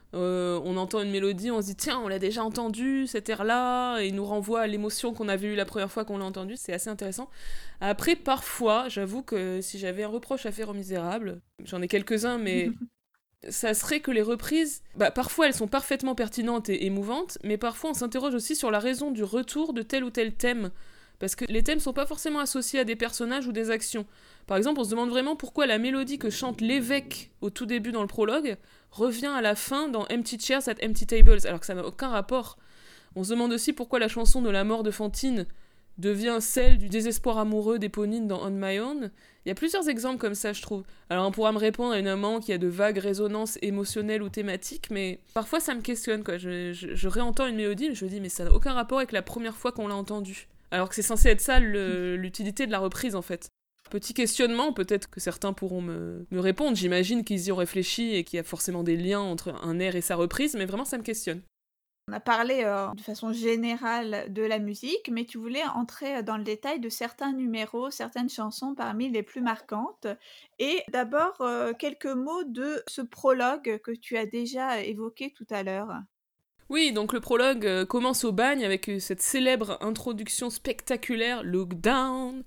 On entend une mélodie, on se dit tiens, on l'a déjà entendu, cet air-là, et il nous renvoie à l'émotion qu'on avait eue la première fois qu'on l'a entendu, c'est assez intéressant. Après, parfois, j'avoue que si j'avais un reproche à faire aux Misérables, j'en ai quelques-uns, mais ça serait que les reprises, parfois elles sont parfaitement pertinentes et émouvantes, mais parfois on s'interroge aussi sur la raison du retour de tel ou tel thème, parce que les thèmes sont pas forcément associés à des personnages ou des actions. Par exemple, on se demande vraiment pourquoi la mélodie que chante l'évêque au tout début dans le prologue revient à la fin dans Empty Chairs at Empty Tables, alors que ça n'a aucun rapport. On se demande aussi pourquoi la chanson de la mort de Fantine devient celle du désespoir amoureux d'Éponine dans On My Own. Il y a plusieurs exemples comme ça, je trouve. Alors on pourra me répondre évidemment qu'il y a de vagues résonances émotionnelles ou thématiques, mais parfois ça me questionne, quoi. Je réentends une mélodie, mais je me dis mais ça n'a aucun rapport avec la première fois qu'on l'a entendue. Alors que c'est censé être ça l'utilité de la reprise en fait. Petit questionnement, peut-être que certains pourront me répondre, j'imagine qu'ils y ont réfléchi et qu'il y a forcément des liens entre un air et sa reprise, mais vraiment ça me questionne. On a parlé de façon générale de la musique, mais tu voulais entrer dans le détail de certains numéros, certaines chansons parmi les plus marquantes. Et d'abord, quelques mots de ce prologue que tu as déjà évoqué tout à l'heure. Oui, donc le prologue commence au bagne avec cette célèbre introduction spectaculaire, Look down,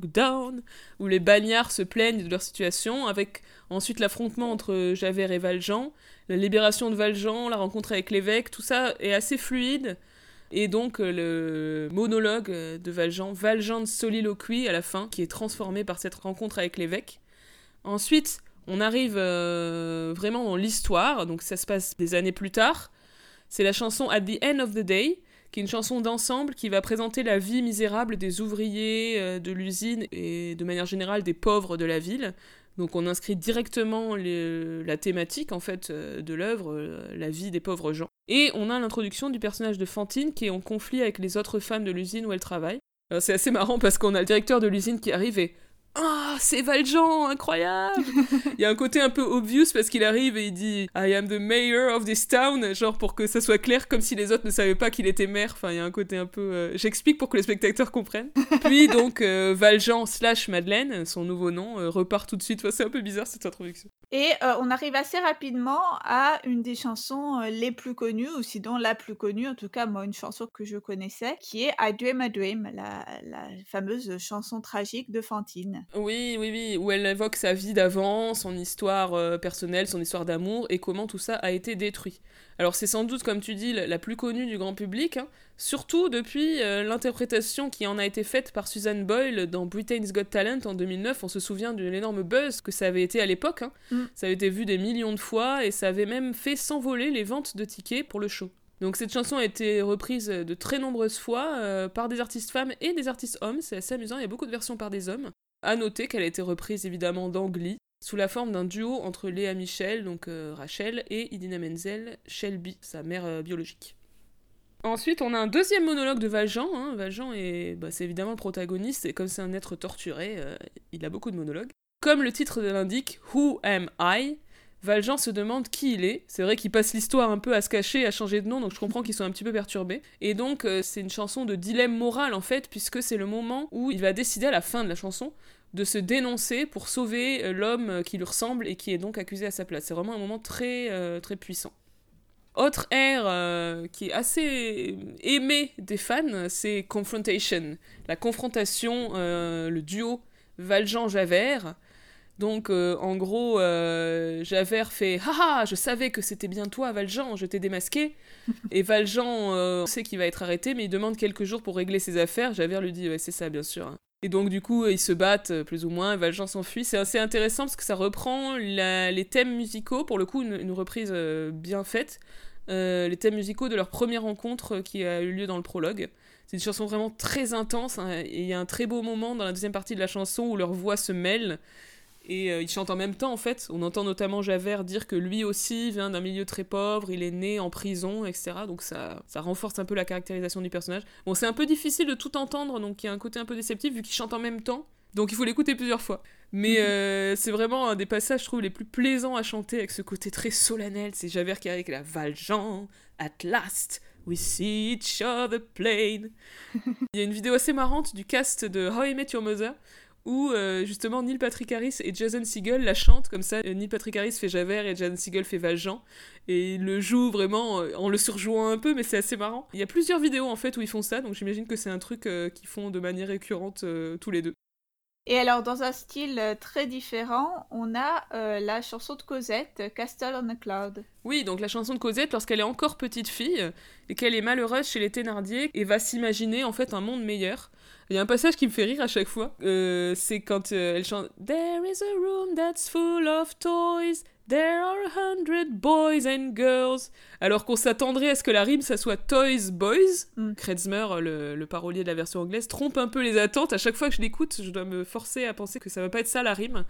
où les bagnards se plaignent de leur situation, avec ensuite l'affrontement entre Javert et Valjean, la libération de Valjean, la rencontre avec l'évêque, tout ça est assez fluide, et donc le monologue de Valjean de soliloquie à la fin, qui est transformé par cette rencontre avec l'évêque. Ensuite, on arrive vraiment dans l'histoire, donc ça se passe des années plus tard. C'est la chanson At the End of the Day, qui est une chanson d'ensemble qui va présenter la vie misérable des ouvriers de l'usine et de manière générale des pauvres de la ville. Donc on inscrit directement la thématique en fait de l'œuvre, la vie des pauvres gens. Et on a l'introduction du personnage de Fantine qui est en conflit avec les autres femmes de l'usine où elle travaille. Alors c'est assez marrant parce qu'on a le directeur de l'usine qui arrive et « Ah, c'est Valjean, incroyable !» Il y a un côté un peu obvious parce qu'il arrive et il dit « I am the mayor of this town », genre pour que ça soit clair, comme si les autres ne savaient pas qu'il était maire. Enfin, il y a un côté un peu... J'explique pour que les spectateurs comprennent. Puis donc, Valjean / Madeleine, son nouveau nom, repart tout de suite. Enfin, c'est un peu bizarre cette introduction. Et on arrive assez rapidement à une des chansons, les plus connues ou sinon la plus connue, en tout cas moi une chanson que je connaissais, qui est I Dream a Dream, la fameuse chanson tragique de Fantine. Oui, oui, oui, où elle évoque sa vie d'avant, son histoire personnelle, son histoire d'amour, et comment tout ça a été détruit. Alors c'est sans doute, comme tu dis, la plus connue du grand public, hein, surtout depuis l'interprétation qui en a été faite par Susan Boyle dans Britain's Got Talent en 2009. On se souvient de l'énorme buzz que ça avait été à l'époque, hein. Ça avait été vu des millions de fois, et ça avait même fait s'envoler les ventes de tickets pour le show. Donc cette chanson a été reprise de très nombreuses fois par des artistes femmes et des artistes hommes, c'est assez amusant, il y a beaucoup de versions par des hommes. À noter qu'elle a été reprise évidemment dans Glee, sous la forme d'un duo entre Léa Michel, donc Rachel, et Idina Menzel, Shelby, sa mère biologique. Ensuite, on a un deuxième monologue de Valjean. Hein. Valjean c'est évidemment le protagoniste, et comme c'est un être torturé, il a beaucoup de monologues. Comme le titre l'indique, Who am I ? Valjean se demande qui il est. C'est vrai qu'il passe l'histoire un peu à se cacher, à changer de nom, donc je comprends qu'ils sont un petit peu perturbés. Et donc, c'est une chanson de dilemme moral, en fait, puisque c'est le moment où il va décider, à la fin de la chanson, de se dénoncer pour sauver l'homme qui lui ressemble et qui est donc accusé à sa place. C'est vraiment un moment très, très puissant. Autre air qui est assez aimé des fans, c'est Confrontation. La confrontation, le duo Valjean-Javert. Donc, en gros, Javert fait « Haha, je savais que c'était bien toi, Valjean, je t'ai démasqué !» Et Valjean sait qu'il va être arrêté, mais il demande quelques jours pour régler ses affaires. Javert lui dit « Ouais, c'est ça, bien sûr. » Et donc, du coup, ils se battent, plus ou moins, et Valjean s'enfuit. C'est assez intéressant parce que ça reprend les thèmes musicaux, pour le coup, une reprise bien faite, les thèmes musicaux de leur première rencontre qui a eu lieu dans le prologue. C'est une chanson vraiment très intense, hein, et il y a un très beau moment dans la deuxième partie de la chanson où leurs voix se mêlent. Et ils chantent en même temps, en fait. On entend notamment Javert dire que lui aussi vient d'un milieu très pauvre, il est né en prison, etc. Donc ça renforce un peu la caractérisation du personnage. Bon, c'est un peu difficile de tout entendre, donc il y a un côté un peu déceptif, vu qu'ils chantent en même temps. Donc il faut l'écouter plusieurs fois. Mais c'est vraiment un des passages, je trouve, les plus plaisants à chanter, avec ce côté très solennel. C'est Javert qui arrive avec la Valjean, at last, we see each other plain. Il y a une vidéo assez marrante du cast de How I Met Your Mother, où justement Neil Patrick Harris et Jason Segel la chantent comme ça. Neil Patrick Harris fait Javert et Jason Segel fait Valjean, et ils le jouent vraiment en le surjouant un peu, mais c'est assez marrant. Il y a plusieurs vidéos en fait où ils font ça, donc j'imagine que c'est un truc qu'ils font de manière récurrente tous les deux. Et alors, dans un style très différent, on a la chanson de Cosette, Castle on a Cloud. Oui, donc la chanson de Cosette lorsqu'elle est encore petite fille et qu'elle est malheureuse chez les Thénardier et va s'imaginer en fait un monde meilleur. Il y a un passage qui me fait rire à chaque fois, c'est quand elle chante « There is a room that's full of toys, there are 100 boys and girls », alors qu'on s'attendrait à ce que la rime ça soit « Toys, boys ». Kretzmer, le parolier de la version anglaise, trompe un peu les attentes. À chaque fois que je l'écoute, je dois me forcer à penser que ça va pas être ça la rime.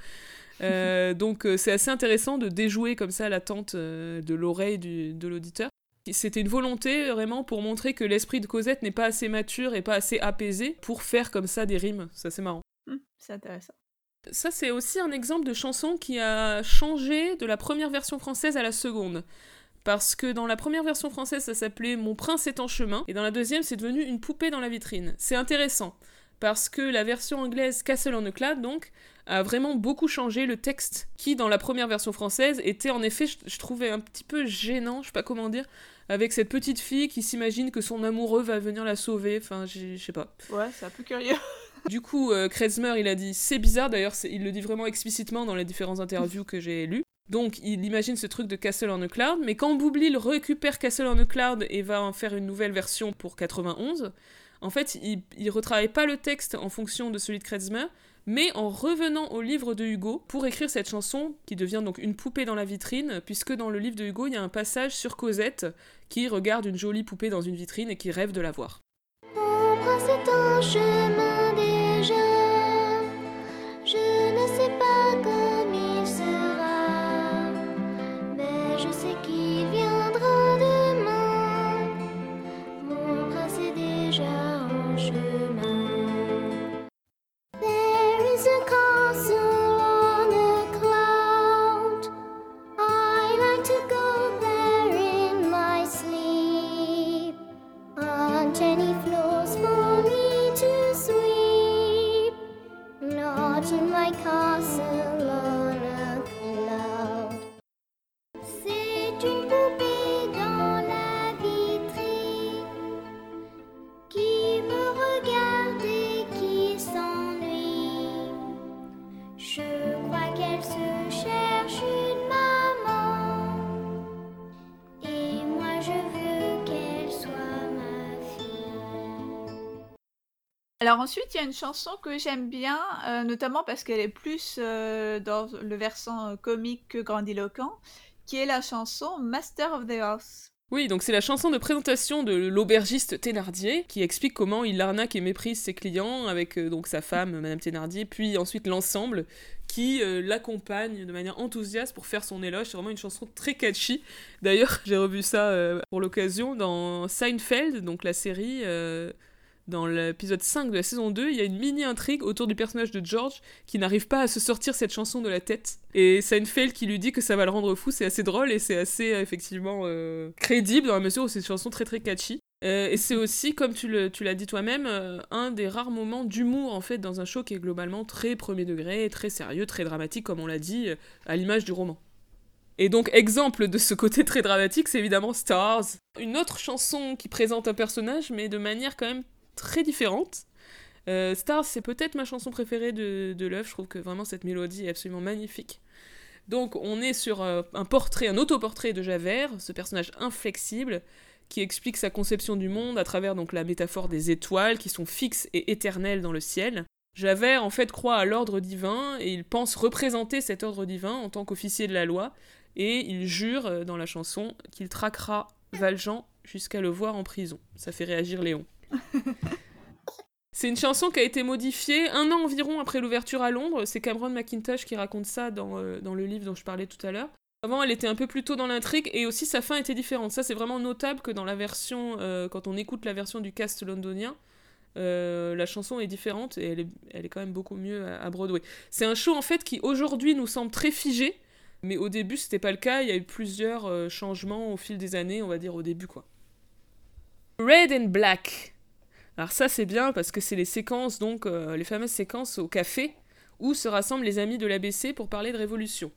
Donc c'est assez intéressant de déjouer comme ça l'attente de l'oreille de l'auditeur. C'était une volonté vraiment pour montrer que l'esprit de Cosette n'est pas assez mature et pas assez apaisé pour faire comme ça des rimes. Ça, c'est marrant. C'est intéressant. Ça, c'est aussi un exemple de chanson qui a changé de la première version française à la seconde. Parce que dans la première version française, ça s'appelait « Mon prince est en chemin », et dans la deuxième, c'est devenu « Une poupée dans la vitrine ». C'est intéressant, parce que la version anglaise « Castle on a Cloud », donc, a vraiment beaucoup changé le texte, qui, dans la première version française, était en effet, je trouvais un petit peu gênant, je sais pas comment dire, avec cette petite fille qui s'imagine que son amoureux va venir la sauver, enfin, je sais pas. Ouais, c'est un peu curieux. Du coup, Kretzmer, il a dit « C'est bizarre », d'ailleurs, il le dit vraiment explicitement dans les différentes interviews que j'ai lues. Donc, il imagine ce truc de Castle on a Cloud, mais quand Boublil récupère Castle on a Cloud et va en faire une nouvelle version pour 91, en fait, il retravaille pas le texte en fonction de celui de Kretzmer, mais en revenant au livre de Hugo pour écrire cette chanson, qui devient donc une poupée dans la vitrine, puisque dans le livre de Hugo, il y a un passage sur Cosette qui regarde une jolie poupée dans une vitrine et qui rêve de la voir. Mon prince est en chemin déjà, je ne sais pas comme il sera, mais je sais qu'il viendra demain. Mon prince est déjà en chemin. There is a castle on a cloud, I like to go there in my sleep, aren't any floors for me to sweep, not in my castle on a cloud. Alors ensuite, il y a une chanson que j'aime bien, notamment parce qu'elle est plus dans le versant comique que grandiloquent, qui est la chanson Master of the House. Oui, donc c'est la chanson de présentation de l'aubergiste Thénardier qui explique comment il arnaque et méprise ses clients avec donc sa femme, Madame Thénardier, puis ensuite l'ensemble qui l'accompagne de manière enthousiaste pour faire son éloge. C'est vraiment une chanson très catchy. D'ailleurs, j'ai revu ça pour l'occasion dans Seinfeld, donc la série. Dans l'épisode 5 de la saison 2, il y a une mini-intrigue autour du personnage de George qui n'arrive pas à se sortir cette chanson de la tête. Et Seinfeld qui lui dit que ça va le rendre fou, c'est assez drôle et c'est assez effectivement crédible dans la mesure où c'est une chanson très très catchy. Et c'est aussi, comme tu l'as dit toi-même, un des rares moments d'humour en fait dans un show qui est globalement très premier degré, très sérieux, très dramatique comme on l'a dit, à l'image du roman. Et donc, exemple de ce côté très dramatique, c'est évidemment Stars. Une autre chanson qui présente un personnage, mais de manière quand même très différente. Stars, c'est peut-être ma chanson préférée de l'œuvre. Je trouve que vraiment cette mélodie est absolument magnifique. Donc on est sur un autoportrait de Javert, ce personnage inflexible qui explique sa conception du monde à travers donc la métaphore des étoiles qui sont fixes et éternelles dans le ciel. Javert en fait croit à l'ordre divin et il pense représenter cet ordre divin en tant qu'officier de la loi et il jure dans la chanson qu'il traquera Valjean jusqu'à le voir en prison. Ça fait réagir Léon. C'est une chanson qui a été modifiée 1 an environ après l'ouverture à Londres. C'est Cameron Mackintosh qui raconte ça dans le livre dont je parlais tout à l'heure. Avant, elle était un peu plus tôt dans l'intrigue et aussi sa fin était différente. Ça, c'est vraiment notable que dans la version, quand on écoute la version du cast londonien, la chanson est différente et elle est quand même beaucoup mieux à Broadway. C'est un show en fait qui aujourd'hui nous semble très figé, mais au début c'était pas le cas. Il y a eu plusieurs changements au fil des années, on va dire au début quoi. Red and Black. Alors ça c'est bien parce que c'est les séquences, donc les fameuses séquences au café où se rassemblent les amis de l'ABC pour parler de révolution.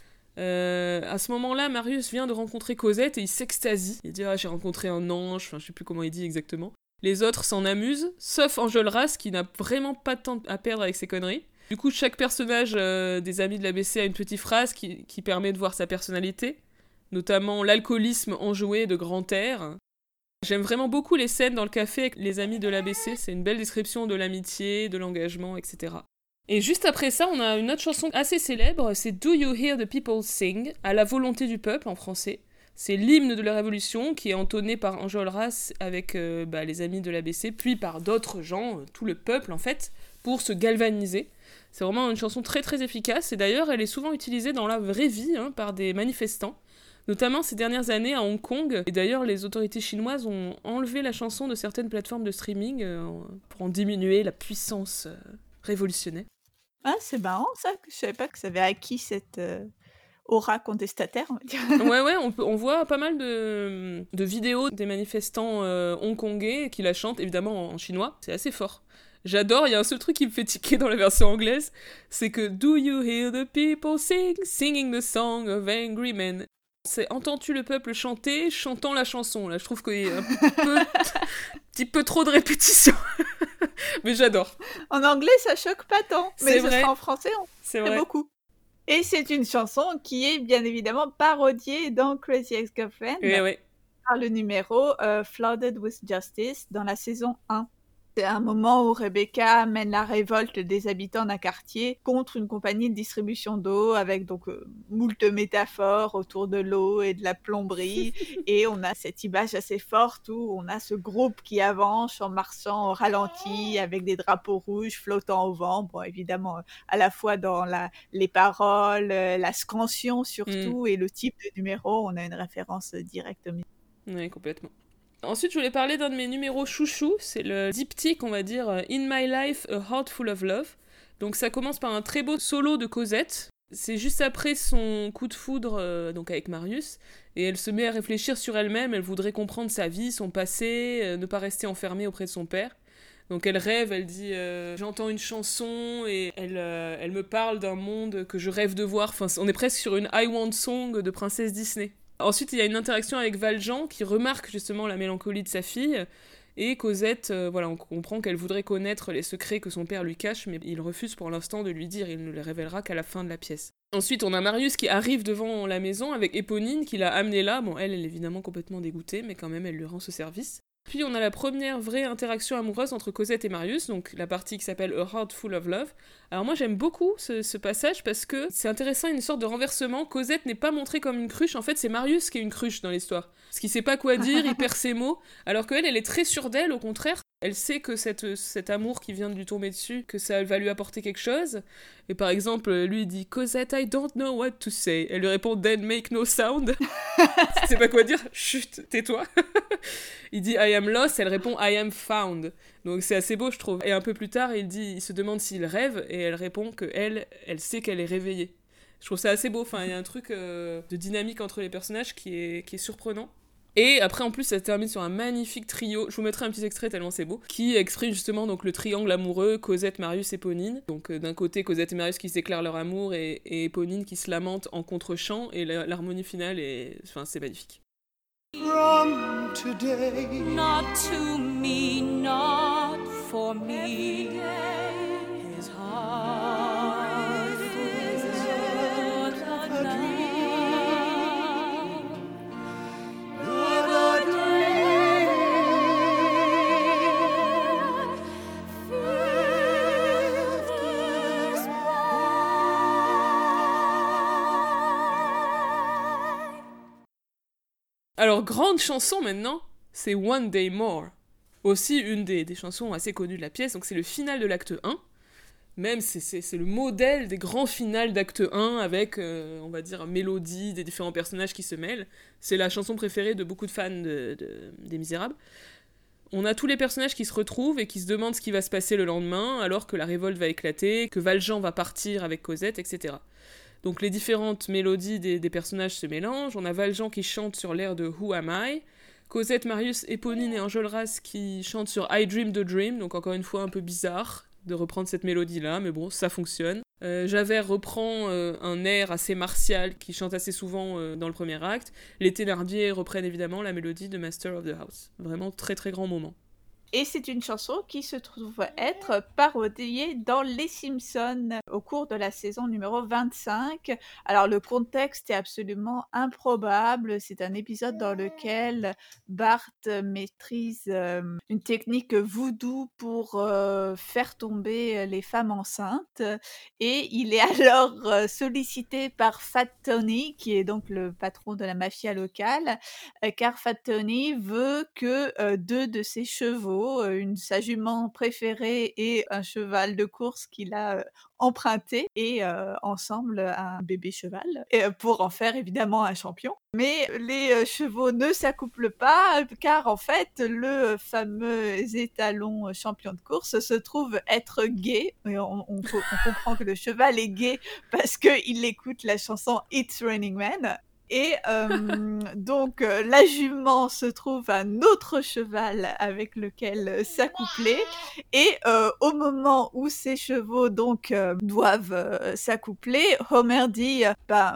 À ce moment-là, Marius vient de rencontrer Cosette et il s'extasie. Il dit « Ah, j'ai rencontré un ange », enfin je sais plus comment il dit exactement. Les autres s'en amusent, sauf Enjolras qui n'a vraiment pas de temps à perdre avec ses conneries. Du coup, chaque personnage des amis de l'ABC a une petite phrase qui permet de voir sa personnalité, notamment l'alcoolisme enjoué de Grantaire. J'aime vraiment beaucoup les scènes dans le café avec les amis de l'ABC, c'est une belle description de l'amitié, de l'engagement, etc. Et juste après ça, on a une autre chanson assez célèbre, c'est Do You Hear the People Sing, à la volonté du peuple en français. C'est l'hymne de la Révolution qui est entonné par Enjolras avec les amis de l'ABC, puis par d'autres gens, tout le peuple en fait, pour se galvaniser. C'est vraiment une chanson très très efficace, et d'ailleurs elle est souvent utilisée dans la vraie vie par des manifestants. Notamment ces dernières années à Hong Kong. Et d'ailleurs, les autorités chinoises ont enlevé la chanson de certaines plateformes de streaming pour en diminuer la puissance révolutionnaire. Ah, c'est marrant ça, je savais pas que ça avait acquis cette aura contestataire, on va dire. Ouais, on voit pas mal de vidéos des manifestants hongkongais qui la chantent, évidemment en chinois. C'est assez fort. J'adore, il y a un seul truc qui me fait tiquer dans la version anglaise, c'est que Do you hear the people singing the song of angry men? C'est entends-tu le peuple chanter, chantant la chanson. Là, je trouve qu'il y a un petit peu trop de répétition. Mais j'adore. En anglais, ça choque pas tant. Mais ce sera en français, c'est vrai. Beaucoup. Et c'est une chanson qui est bien évidemment parodiée dans Crazy Ex-Girlfriend par le numéro Flooded with Justice dans la saison 1. C'est un moment où Rebecca mène la révolte des habitants d'un quartier contre une compagnie de distribution d'eau avec donc moult métaphores autour de l'eau et de la plomberie. Et on a cette image assez forte où on a ce groupe qui avance en marchant au ralenti avec des drapeaux rouges flottant au vent. Bon, évidemment, à la fois dans les paroles, la scansion surtout et le type de numéro, on a une référence directe. Oui, complètement. Ensuite, je voulais parler d'un de mes numéros chouchou, c'est le diptyque, on va dire, In My Life, A Heart Full of Love. Donc ça commence par un très beau solo de Cosette. C'est juste après son coup de foudre donc avec Marius, et elle se met à réfléchir sur elle-même, elle voudrait comprendre sa vie, son passé, ne pas rester enfermée auprès de son père. Donc elle rêve, elle dit j'entends une chanson et elle me parle d'un monde que je rêve de voir. Enfin, on est presque sur une I Want Song de princesse Disney. Ensuite, il y a une interaction avec Valjean qui remarque justement la mélancolie de sa fille. Et Cosette, on comprend qu'elle voudrait connaître les secrets que son père lui cache, mais il refuse pour l'instant de lui dire, il ne les révélera qu'à la fin de la pièce. Ensuite, on a Marius qui arrive devant la maison avec Éponine, qui l'a amenée là. Bon, elle est évidemment complètement dégoûtée, mais quand même, elle lui rend ce service. Puis on a la première vraie interaction amoureuse entre Cosette et Marius, donc la partie qui s'appelle A Heart Full of Love. Alors moi j'aime beaucoup ce passage parce que c'est intéressant, une sorte de renversement. Cosette n'est pas montrée comme une cruche, en fait c'est Marius qui est une cruche dans l'histoire. Parce qu'il sait pas quoi dire, il perd ses mots, alors qu'elle, elle est très sûre d'elle, au contraire. Elle sait que cet amour qui vient de lui tomber dessus, que ça va lui apporter quelque chose. Et par exemple, lui il dit « Cosette, I don't know what to say ». Elle lui répond « Then make no sound ». Tu sais pas quoi dire ? Chut, tais-toi. Il dit « I am lost », elle répond « I am found ». Donc c'est assez beau, je trouve. Et un peu plus tard, il se demande s'il rêve, et elle répond qu'elle sait qu'elle est réveillée. Je trouve ça assez beau. Enfin, il y a un truc de dynamique entre les personnages qui est surprenant. Et après, en plus, ça se termine sur un magnifique trio, je vous mettrai un petit extrait tellement c'est beau, qui exprime justement donc, le triangle amoureux Cosette, Marius et Éponine. Donc d'un côté, Cosette et Marius qui s'éclairent leur amour et Éponine qui se lamente en contre-champ, et l'harmonie finale, c'est magnifique. From today, Not to me, not for me. His heart full of love. Alors, grande chanson maintenant, c'est One Day More. Aussi une des chansons assez connues de la pièce, donc c'est le final de l'acte 1. Même, c'est le modèle des grands finales d'acte 1 avec, on va dire, mélodie des différents personnages qui se mêlent. C'est la chanson préférée de beaucoup de fans des Misérables. On a tous les personnages qui se retrouvent et qui se demandent ce qui va se passer le lendemain, alors que la révolte va éclater, que Valjean va partir avec Cosette, etc. Donc les différentes mélodies des personnages se mélangent. On a Valjean qui chante sur l'air de Who Am I ? Cosette, Marius, Éponine et Enjolras qui chantent sur I Dream the Dream, donc encore une fois un peu bizarre de reprendre cette mélodie-là, mais bon, ça fonctionne. Javert reprend un air assez martial qui chante assez souvent dans le premier acte. Les Thénardier reprennent évidemment la mélodie de Master of the House. Vraiment très très grand moment. Et c'est une chanson qui se trouve être parodiée dans Les Simpsons au cours de la saison numéro 25. Alors le contexte est absolument improbable. C'est un épisode dans lequel Bart maîtrise une technique voodoo pour faire tomber les femmes enceintes. Et il est alors sollicité par Fat Tony, qui est donc le patron de la mafia locale, car Fat Tony veut que 2 de ses chevaux, sa jument préférée et un cheval de course qu'il a emprunté, et ensemble un bébé cheval, pour en faire évidemment un champion. Mais les chevaux ne s'accouplent pas, car en fait le fameux étalon champion de course se trouve être gay. Et on comprend que le cheval est gay parce qu'il écoute la chanson It's Raining Men. Et donc la jument se trouve un autre cheval avec lequel s'accoupler, et au moment où ces chevaux donc doivent s'accoupler, Homer dit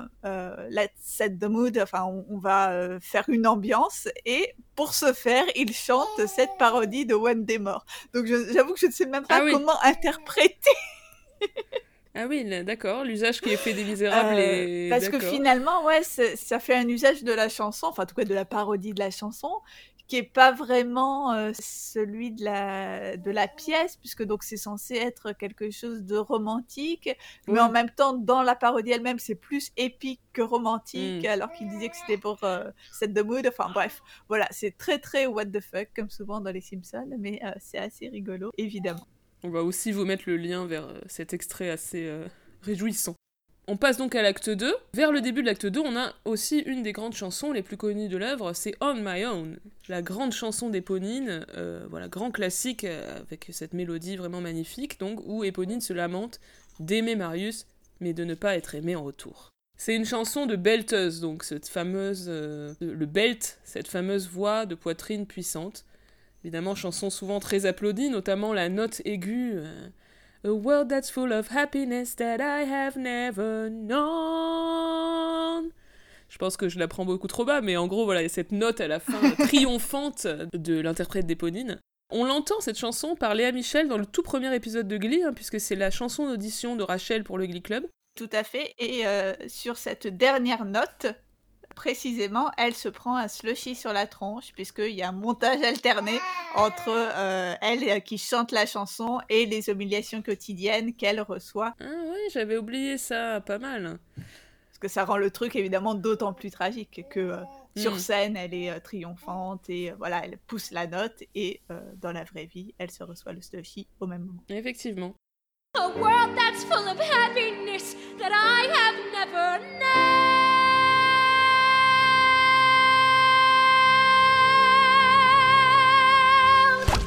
let's set the mood, enfin on va faire une ambiance, et pour ce faire il chante cette parodie de One Day More. Donc j'avoue que je ne sais même pas comment interpréter. Ah oui, d'accord, l'usage qui est fait des Misérables parce d'accord. que finalement, ouais, ça fait un usage de la chanson, enfin en tout cas de la parodie de la chanson, qui est pas vraiment celui de la pièce, puisque donc c'est censé être quelque chose de romantique, mais en même temps, dans la parodie elle-même, c'est plus épique que romantique, alors qu'il disait que c'était pour set the mood, enfin bref, voilà, c'est très très what the fuck, comme souvent dans les Simpsons, mais c'est assez rigolo, évidemment. On va aussi vous mettre le lien vers cet extrait assez réjouissant. On passe donc à l'acte 2. Vers le début de l'acte 2, on a aussi une des grandes chansons les plus connues de l'œuvre, c'est On My Own, la grande chanson d'Éponine, voilà, grand classique avec cette mélodie vraiment magnifique, donc où Éponine se lamente d'aimer Marius, mais de ne pas être aimée en retour. C'est une chanson de belteuse, donc cette fameuse, le belt, cette fameuse voix de poitrine puissante. Évidemment, chanson souvent très applaudie, notamment la note aiguë. A world that's full of happiness that I have never known. Je pense que je la prends beaucoup trop bas, mais en gros, voilà, il y a cette note à la fin triomphante de l'interprète d'Éponine. On l'entend, cette chanson, par Léa Michel dans le tout premier épisode de Glee, puisque c'est la chanson d'audition de Rachel pour le Glee Club. Tout à fait, et sur cette dernière note, précisément, elle se prend un slushy sur la tronche, puisqu'il y a un montage alterné entre elle qui chante la chanson et les humiliations quotidiennes qu'elle reçoit. Ah oui, j'avais oublié ça, pas mal. Parce que ça rend le truc évidemment d'autant plus tragique que sur scène, elle est triomphante et voilà, elle pousse la note et dans la vraie vie, elle se reçoit le slushy au même moment. Effectivement. A world that's full of happiness that I have never known.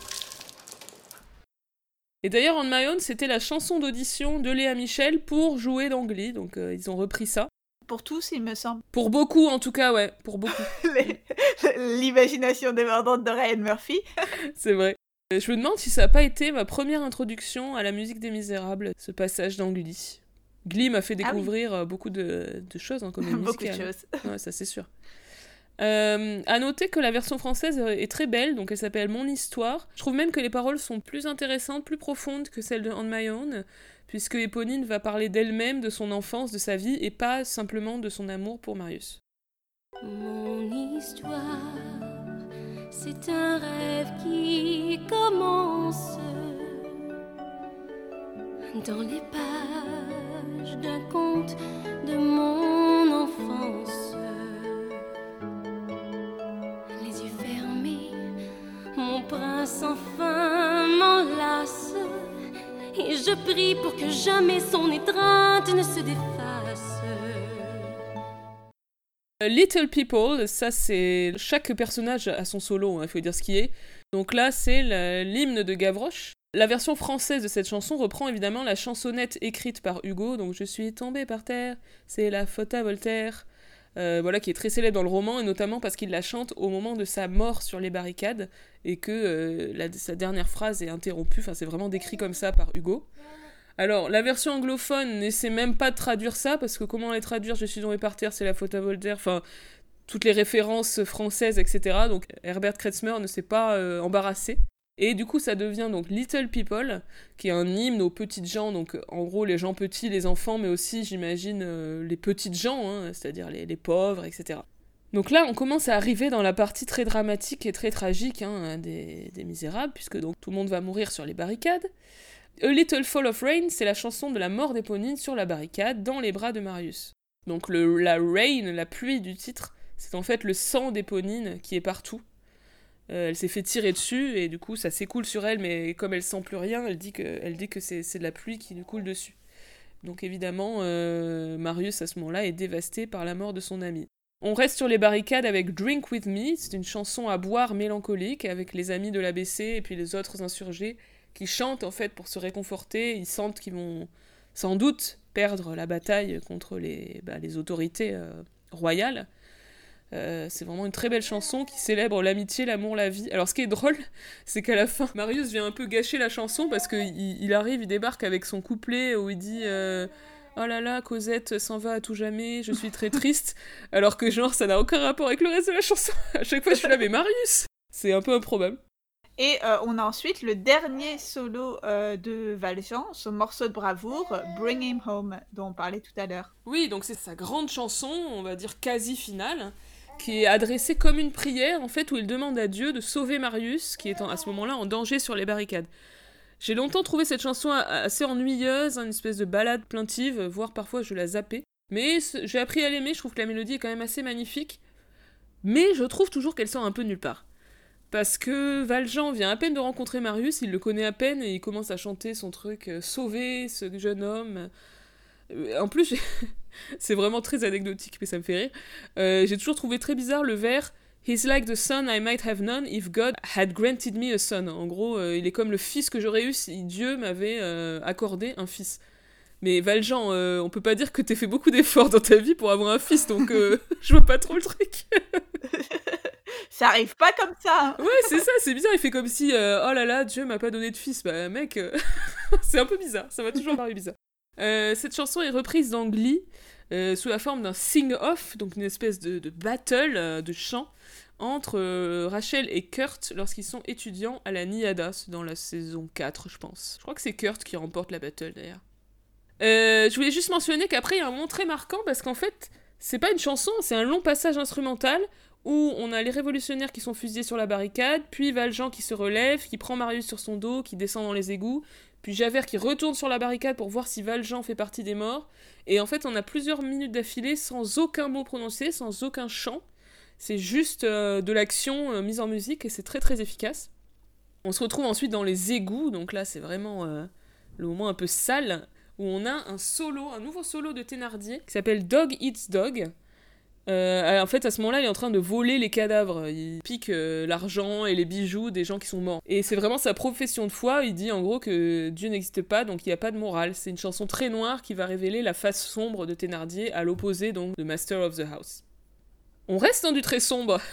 Et d'ailleurs, On My Own, c'était la chanson d'audition de Léa Michel pour jouer dans Glee, donc ils ont repris ça. Pour tous, il me semble. Pour beaucoup, en tout cas, ouais, pour beaucoup. L'imagination débordante de Ryan Murphy. C'est vrai. Je me demande si ça n'a pas été ma première introduction à la musique des Misérables, ce passage dans Glee. Glee m'a fait découvrir beaucoup de choses en comédie musicale. Beaucoup de choses. Ouais, ça c'est sûr. À noter que la version française est très belle, donc elle s'appelle Mon Histoire. Je trouve même que les paroles sont plus intéressantes, plus profondes que celles de On My Own, puisque Éponine va parler d'elle-même, de son enfance, de sa vie, et pas simplement de son amour pour Marius. Mon histoire, c'est un rêve qui commence dans les pages d'un conte de mon enfance. Les yeux fermés, mon prince enfin m'enlace, et je prie pour que jamais son étreinte ne se défasse. Little People, ça c'est... Chaque personnage a son solo, il faut dire ce qui est. Donc là, c'est l'hymne de Gavroche. La version française de cette chanson reprend évidemment la chansonnette écrite par Hugo, donc « Je suis tombé par terre, c'est la faute à Voltaire », voilà, qui est très célèbre dans le roman, et notamment parce qu'il la chante au moment de sa mort sur les barricades, et que sa dernière phrase est interrompue, enfin c'est vraiment décrit comme ça par Hugo. Alors, la version anglophone n'essaie même pas de traduire ça, parce que comment les traduire, je suis tombé par terre, c'est la faute à Voltaire, enfin, toutes les références françaises, etc. Donc, Herbert Kretzmer ne s'est pas embarrassé. Et du coup, ça devient donc Little People, qui est un hymne aux petites gens, donc en gros, les gens petits, les enfants, mais aussi, j'imagine, les petites gens, hein, c'est-à-dire les pauvres, etc. Donc là, on commence à arriver dans la partie très dramatique et très tragique des Misérables, puisque donc tout le monde va mourir sur les barricades. A Little Fall of Rain, c'est la chanson de la mort d'Éponine sur la barricade, dans les bras de Marius. Donc la rain, la pluie du titre, c'est en fait le sang d'Éponine qui est partout. Elle s'est fait tirer dessus, et du coup ça s'écoule sur elle, mais comme elle sent plus rien, elle dit que c'est de la pluie qui lui coule dessus. Donc évidemment, Marius à ce moment-là est dévasté par la mort de son ami. On reste sur les barricades avec Drink With Me, c'est une chanson à boire mélancolique, avec les amis de l'ABC et puis les autres insurgés, qui chantent en fait pour se réconforter. Ils sentent qu'ils vont sans doute perdre la bataille contre les autorités royales. C'est vraiment une très belle chanson qui célèbre l'amitié, l'amour, la vie. Alors ce qui est drôle, c'est qu'à la fin, Marius vient un peu gâcher la chanson parce qu'il arrive, il débarque avec son couplet où il dit oh là là, Cosette s'en va à tout jamais, je suis très triste. Alors que genre, ça n'a aucun rapport avec le reste de la chanson. À chaque fois, je suis là, mais Marius, c'est un peu improbable. Et on a ensuite le dernier solo de Valjean, son morceau de bravoure, Bring Him Home, dont on parlait tout à l'heure. Oui, donc c'est sa grande chanson, on va dire quasi finale, qui est adressée comme une prière, en fait, où il demande à Dieu de sauver Marius, qui est à ce moment-là en danger sur les barricades. J'ai longtemps trouvé cette chanson assez ennuyeuse, une espèce de ballade plaintive, voire parfois je la zappais. Mais j'ai appris à l'aimer, je trouve que la mélodie est quand même assez magnifique. Mais je trouve toujours qu'elle sort un peu de nulle part. Parce que Valjean vient à peine de rencontrer Marius, il le connaît à peine, et il commence à chanter son truc « Sauver ce jeune homme ». En plus, c'est vraiment très anecdotique, mais ça me fait rire. J'ai toujours trouvé très bizarre le vers « He's like the son I might have known if God had granted me a son ». En gros, il est comme le fils que j'aurais eu si Dieu m'avait accordé un fils. Mais Valjean, on peut pas dire que t'aies fait beaucoup d'efforts dans ta vie pour avoir un fils, donc je vois pas trop le truc. Ça arrive pas comme ça. Ouais, c'est ça, c'est bizarre. Il fait comme si, oh là là, Dieu m'a pas donné de fils. Bah, mec, c'est un peu bizarre. Ça m'a toujours paru bizarre. Cette chanson est reprise dans Glee sous la forme d'un sing-off, donc une espèce de battle de chant entre Rachel et Kurt lorsqu'ils sont étudiants à la NIADA. C'est dans la saison 4, je pense. Je crois que c'est Kurt qui remporte la battle, d'ailleurs. Je voulais juste mentionner qu'après, il y a un moment très marquant parce qu'en fait, C'est pas une chanson, c'est un long passage instrumental où on a les révolutionnaires qui sont fusillés sur la barricade, puis Valjean qui se relève, qui prend Marius sur son dos, qui descend dans les égouts, puis Javert qui retourne sur la barricade pour voir si Valjean fait partie des morts. Et en fait, on a plusieurs minutes d'affilée sans aucun mot prononcé, sans aucun chant. C'est juste de l'action mise en musique et c'est très très efficace. On se retrouve ensuite dans les égouts, donc là c'est vraiment le moment un peu sale, où on a un nouveau solo de Thénardier qui s'appelle Dog Eats Dog. En fait, à ce moment-là, il est en train de voler les cadavres. Il pique l'argent et les bijoux des gens qui sont morts. Et c'est vraiment sa profession de foi. Il dit en gros que Dieu n'existe pas, donc il n'y a pas de morale. C'est une chanson très noire qui va révéler la face sombre de Thénardier, à l'opposé donc de Master of the House. On reste dans du très sombre,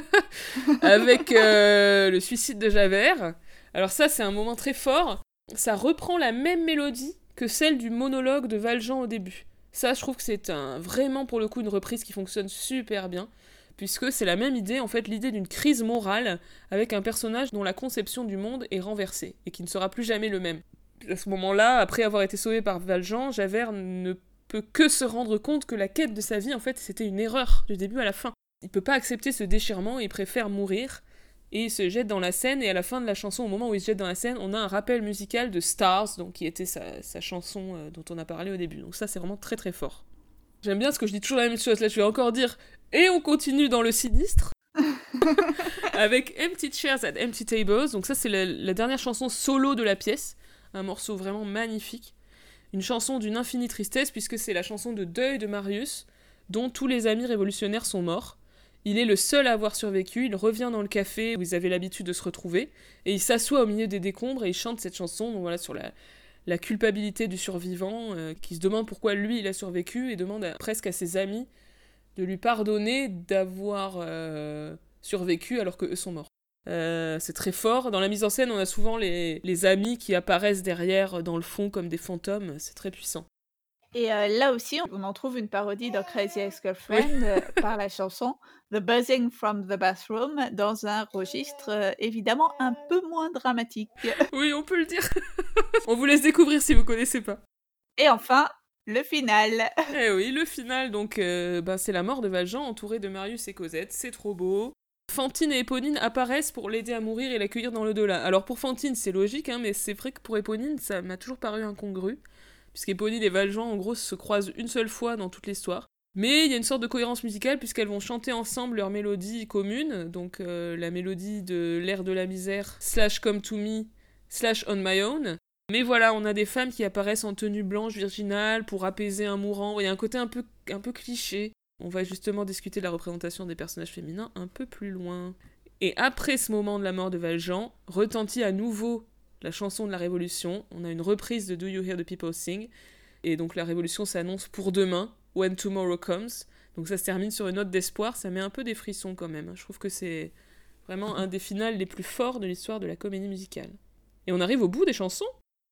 avec le suicide de Javert. Alors ça, c'est un moment très fort. Ça reprend la même mélodie que celle du monologue de Valjean au début. Ça, je trouve que c'est vraiment, pour le coup, une reprise qui fonctionne super bien, puisque c'est la même idée, en fait, l'idée d'une crise morale, avec un personnage dont la conception du monde est renversée, et qui ne sera plus jamais le même. À ce moment-là, après avoir été sauvé par Valjean, Javert ne peut que se rendre compte que la quête de sa vie, en fait, c'était une erreur, du début à la fin. Il peut pas accepter ce déchirement, il préfère mourir, et il se jette dans la Seine, et à la fin de la chanson, au moment où il se jette dans la Seine, on a un rappel musical de Stars, donc qui était sa chanson dont on a parlé au début. Donc ça, c'est vraiment très très fort. J'aime bien ce que je dis toujours la même chose, là je vais encore dire, et on continue dans le sinistre, avec Empty Chairs at Empty Tables, donc ça c'est la dernière chanson solo de la pièce, un morceau vraiment magnifique. Une chanson d'une infinie tristesse, puisque c'est la chanson de deuil de Marius, dont tous les amis révolutionnaires sont morts. Il est le seul à avoir survécu, il revient dans le café où ils avaient l'habitude de se retrouver, et il s'assoit au milieu des décombres et il chante cette chanson, donc voilà, sur la culpabilité du survivant, qui se demande pourquoi lui il a survécu, et demande presque à ses amis de lui pardonner d'avoir survécu alors qu'eux sont morts. C'est très fort. Dans la mise en scène, on a souvent les amis qui apparaissent derrière, dans le fond, comme des fantômes. C'est très puissant. Et là aussi, on en trouve une parodie dans Crazy Ex-Girlfriend par la chanson The Buzzing from the Bathroom, dans un registre évidemment un peu moins dramatique. Oui, on peut le dire. On vous laisse découvrir si vous connaissez pas. Et enfin, le final. Eh oui, le final, donc c'est la mort de Valjean entouré de Marius et Cosette. C'est trop beau. Fantine et Éponine apparaissent pour l'aider à mourir et l'accueillir dans l'au-delà. Alors pour Fantine, c'est logique, mais c'est vrai que pour Éponine, ça m'a toujours paru incongru, puisqu'Éponine et Valjean, en gros, se croisent une seule fois dans toute l'histoire. Mais il y a une sorte de cohérence musicale, puisqu'elles vont chanter ensemble leur mélodie commune, donc la mélodie de L'air de la misère, / Come to me, / On my own. Mais voilà, on a des femmes qui apparaissent en tenue blanche virginale pour apaiser un mourant. Il y a un côté un peu cliché. On va justement discuter de la représentation des personnages féminins un peu plus loin. Et après ce moment de la mort de Valjean, retentit à nouveau la chanson de la Révolution. On a une reprise de Do You Hear the People Sing. Et donc la Révolution s'annonce pour demain, When Tomorrow Comes. Donc ça se termine sur une note d'espoir, ça met un peu des frissons quand même. Je trouve que c'est vraiment un des finales les plus forts de l'histoire de la comédie musicale. Et on arrive au bout des chansons.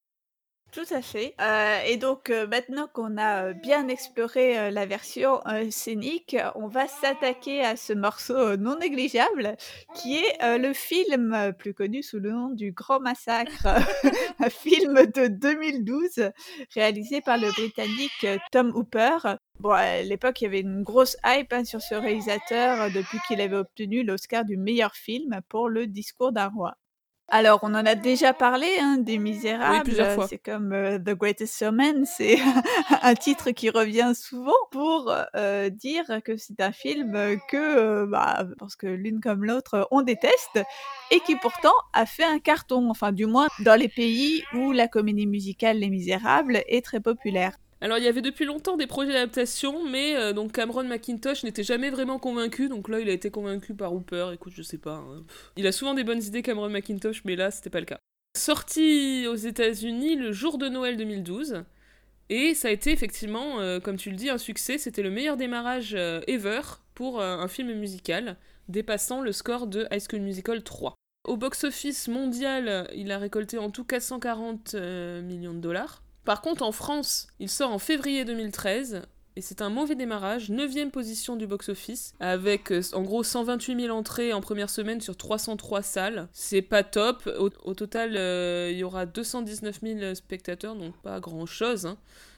Tout à fait. Et donc, maintenant qu'on a bien exploré la version scénique, on va s'attaquer à ce morceau non négligeable, qui est le film plus connu sous le nom du Grand Massacre, un film de 2012 réalisé par le Britannique Tom Hooper. Bon, à l'époque, il y avait une grosse hype sur ce réalisateur depuis qu'il avait obtenu l'Oscar du meilleur film pour Le Discours d'un roi. Alors, on en a déjà parlé, des Misérables. Oui, plusieurs fois. C'est comme The Greatest Showman, c'est un titre qui revient souvent pour dire que c'est un film que, parce que l'une comme l'autre, on déteste, et qui pourtant a fait un carton, enfin du moins dans les pays où la comédie musicale Les Misérables est très populaire. Alors il y avait depuis longtemps des projets d'adaptation, mais donc Cameron Mackintosh n'était jamais vraiment convaincu, donc là il a été convaincu par Hooper, écoute je sais pas. Il a souvent des bonnes idées Cameron Mackintosh, mais là c'était pas le cas. Sorti aux États-Unis le jour de Noël 2012, et ça a été effectivement, comme tu le dis, un succès, c'était le meilleur démarrage ever pour un film musical, dépassant le score de High School Musical 3. Au box-office mondial, il a récolté en tout 440 millions de dollars. Par contre, en France, il sort en février 2013, et c'est un mauvais démarrage, 9e position du box-office, avec en gros 128 000 entrées en première semaine sur 303 salles. C'est pas top. Au total, il y aura 219 000 spectateurs, donc pas grand-chose.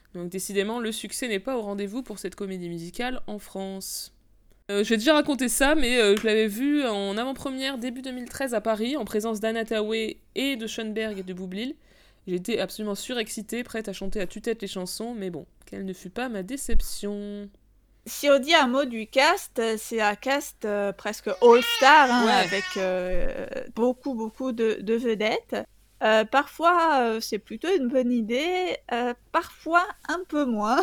Donc décidément, le succès n'est pas au rendez-vous pour cette comédie musicale en France. J'ai déjà raconté ça, mais je l'avais vu en avant-première début 2013 à Paris, en présence d'Anna Thaoué et de Schoenberg et de Boublil. J'étais absolument surexcitée, prête à chanter à tue-tête les chansons, mais bon, quelle ne fut pas ma déception. Si on dit un mot du cast, c'est un cast presque all-star, hein, Ouais. avec beaucoup de vedettes. Parfois, c'est plutôt une bonne idée, parfois un peu moins.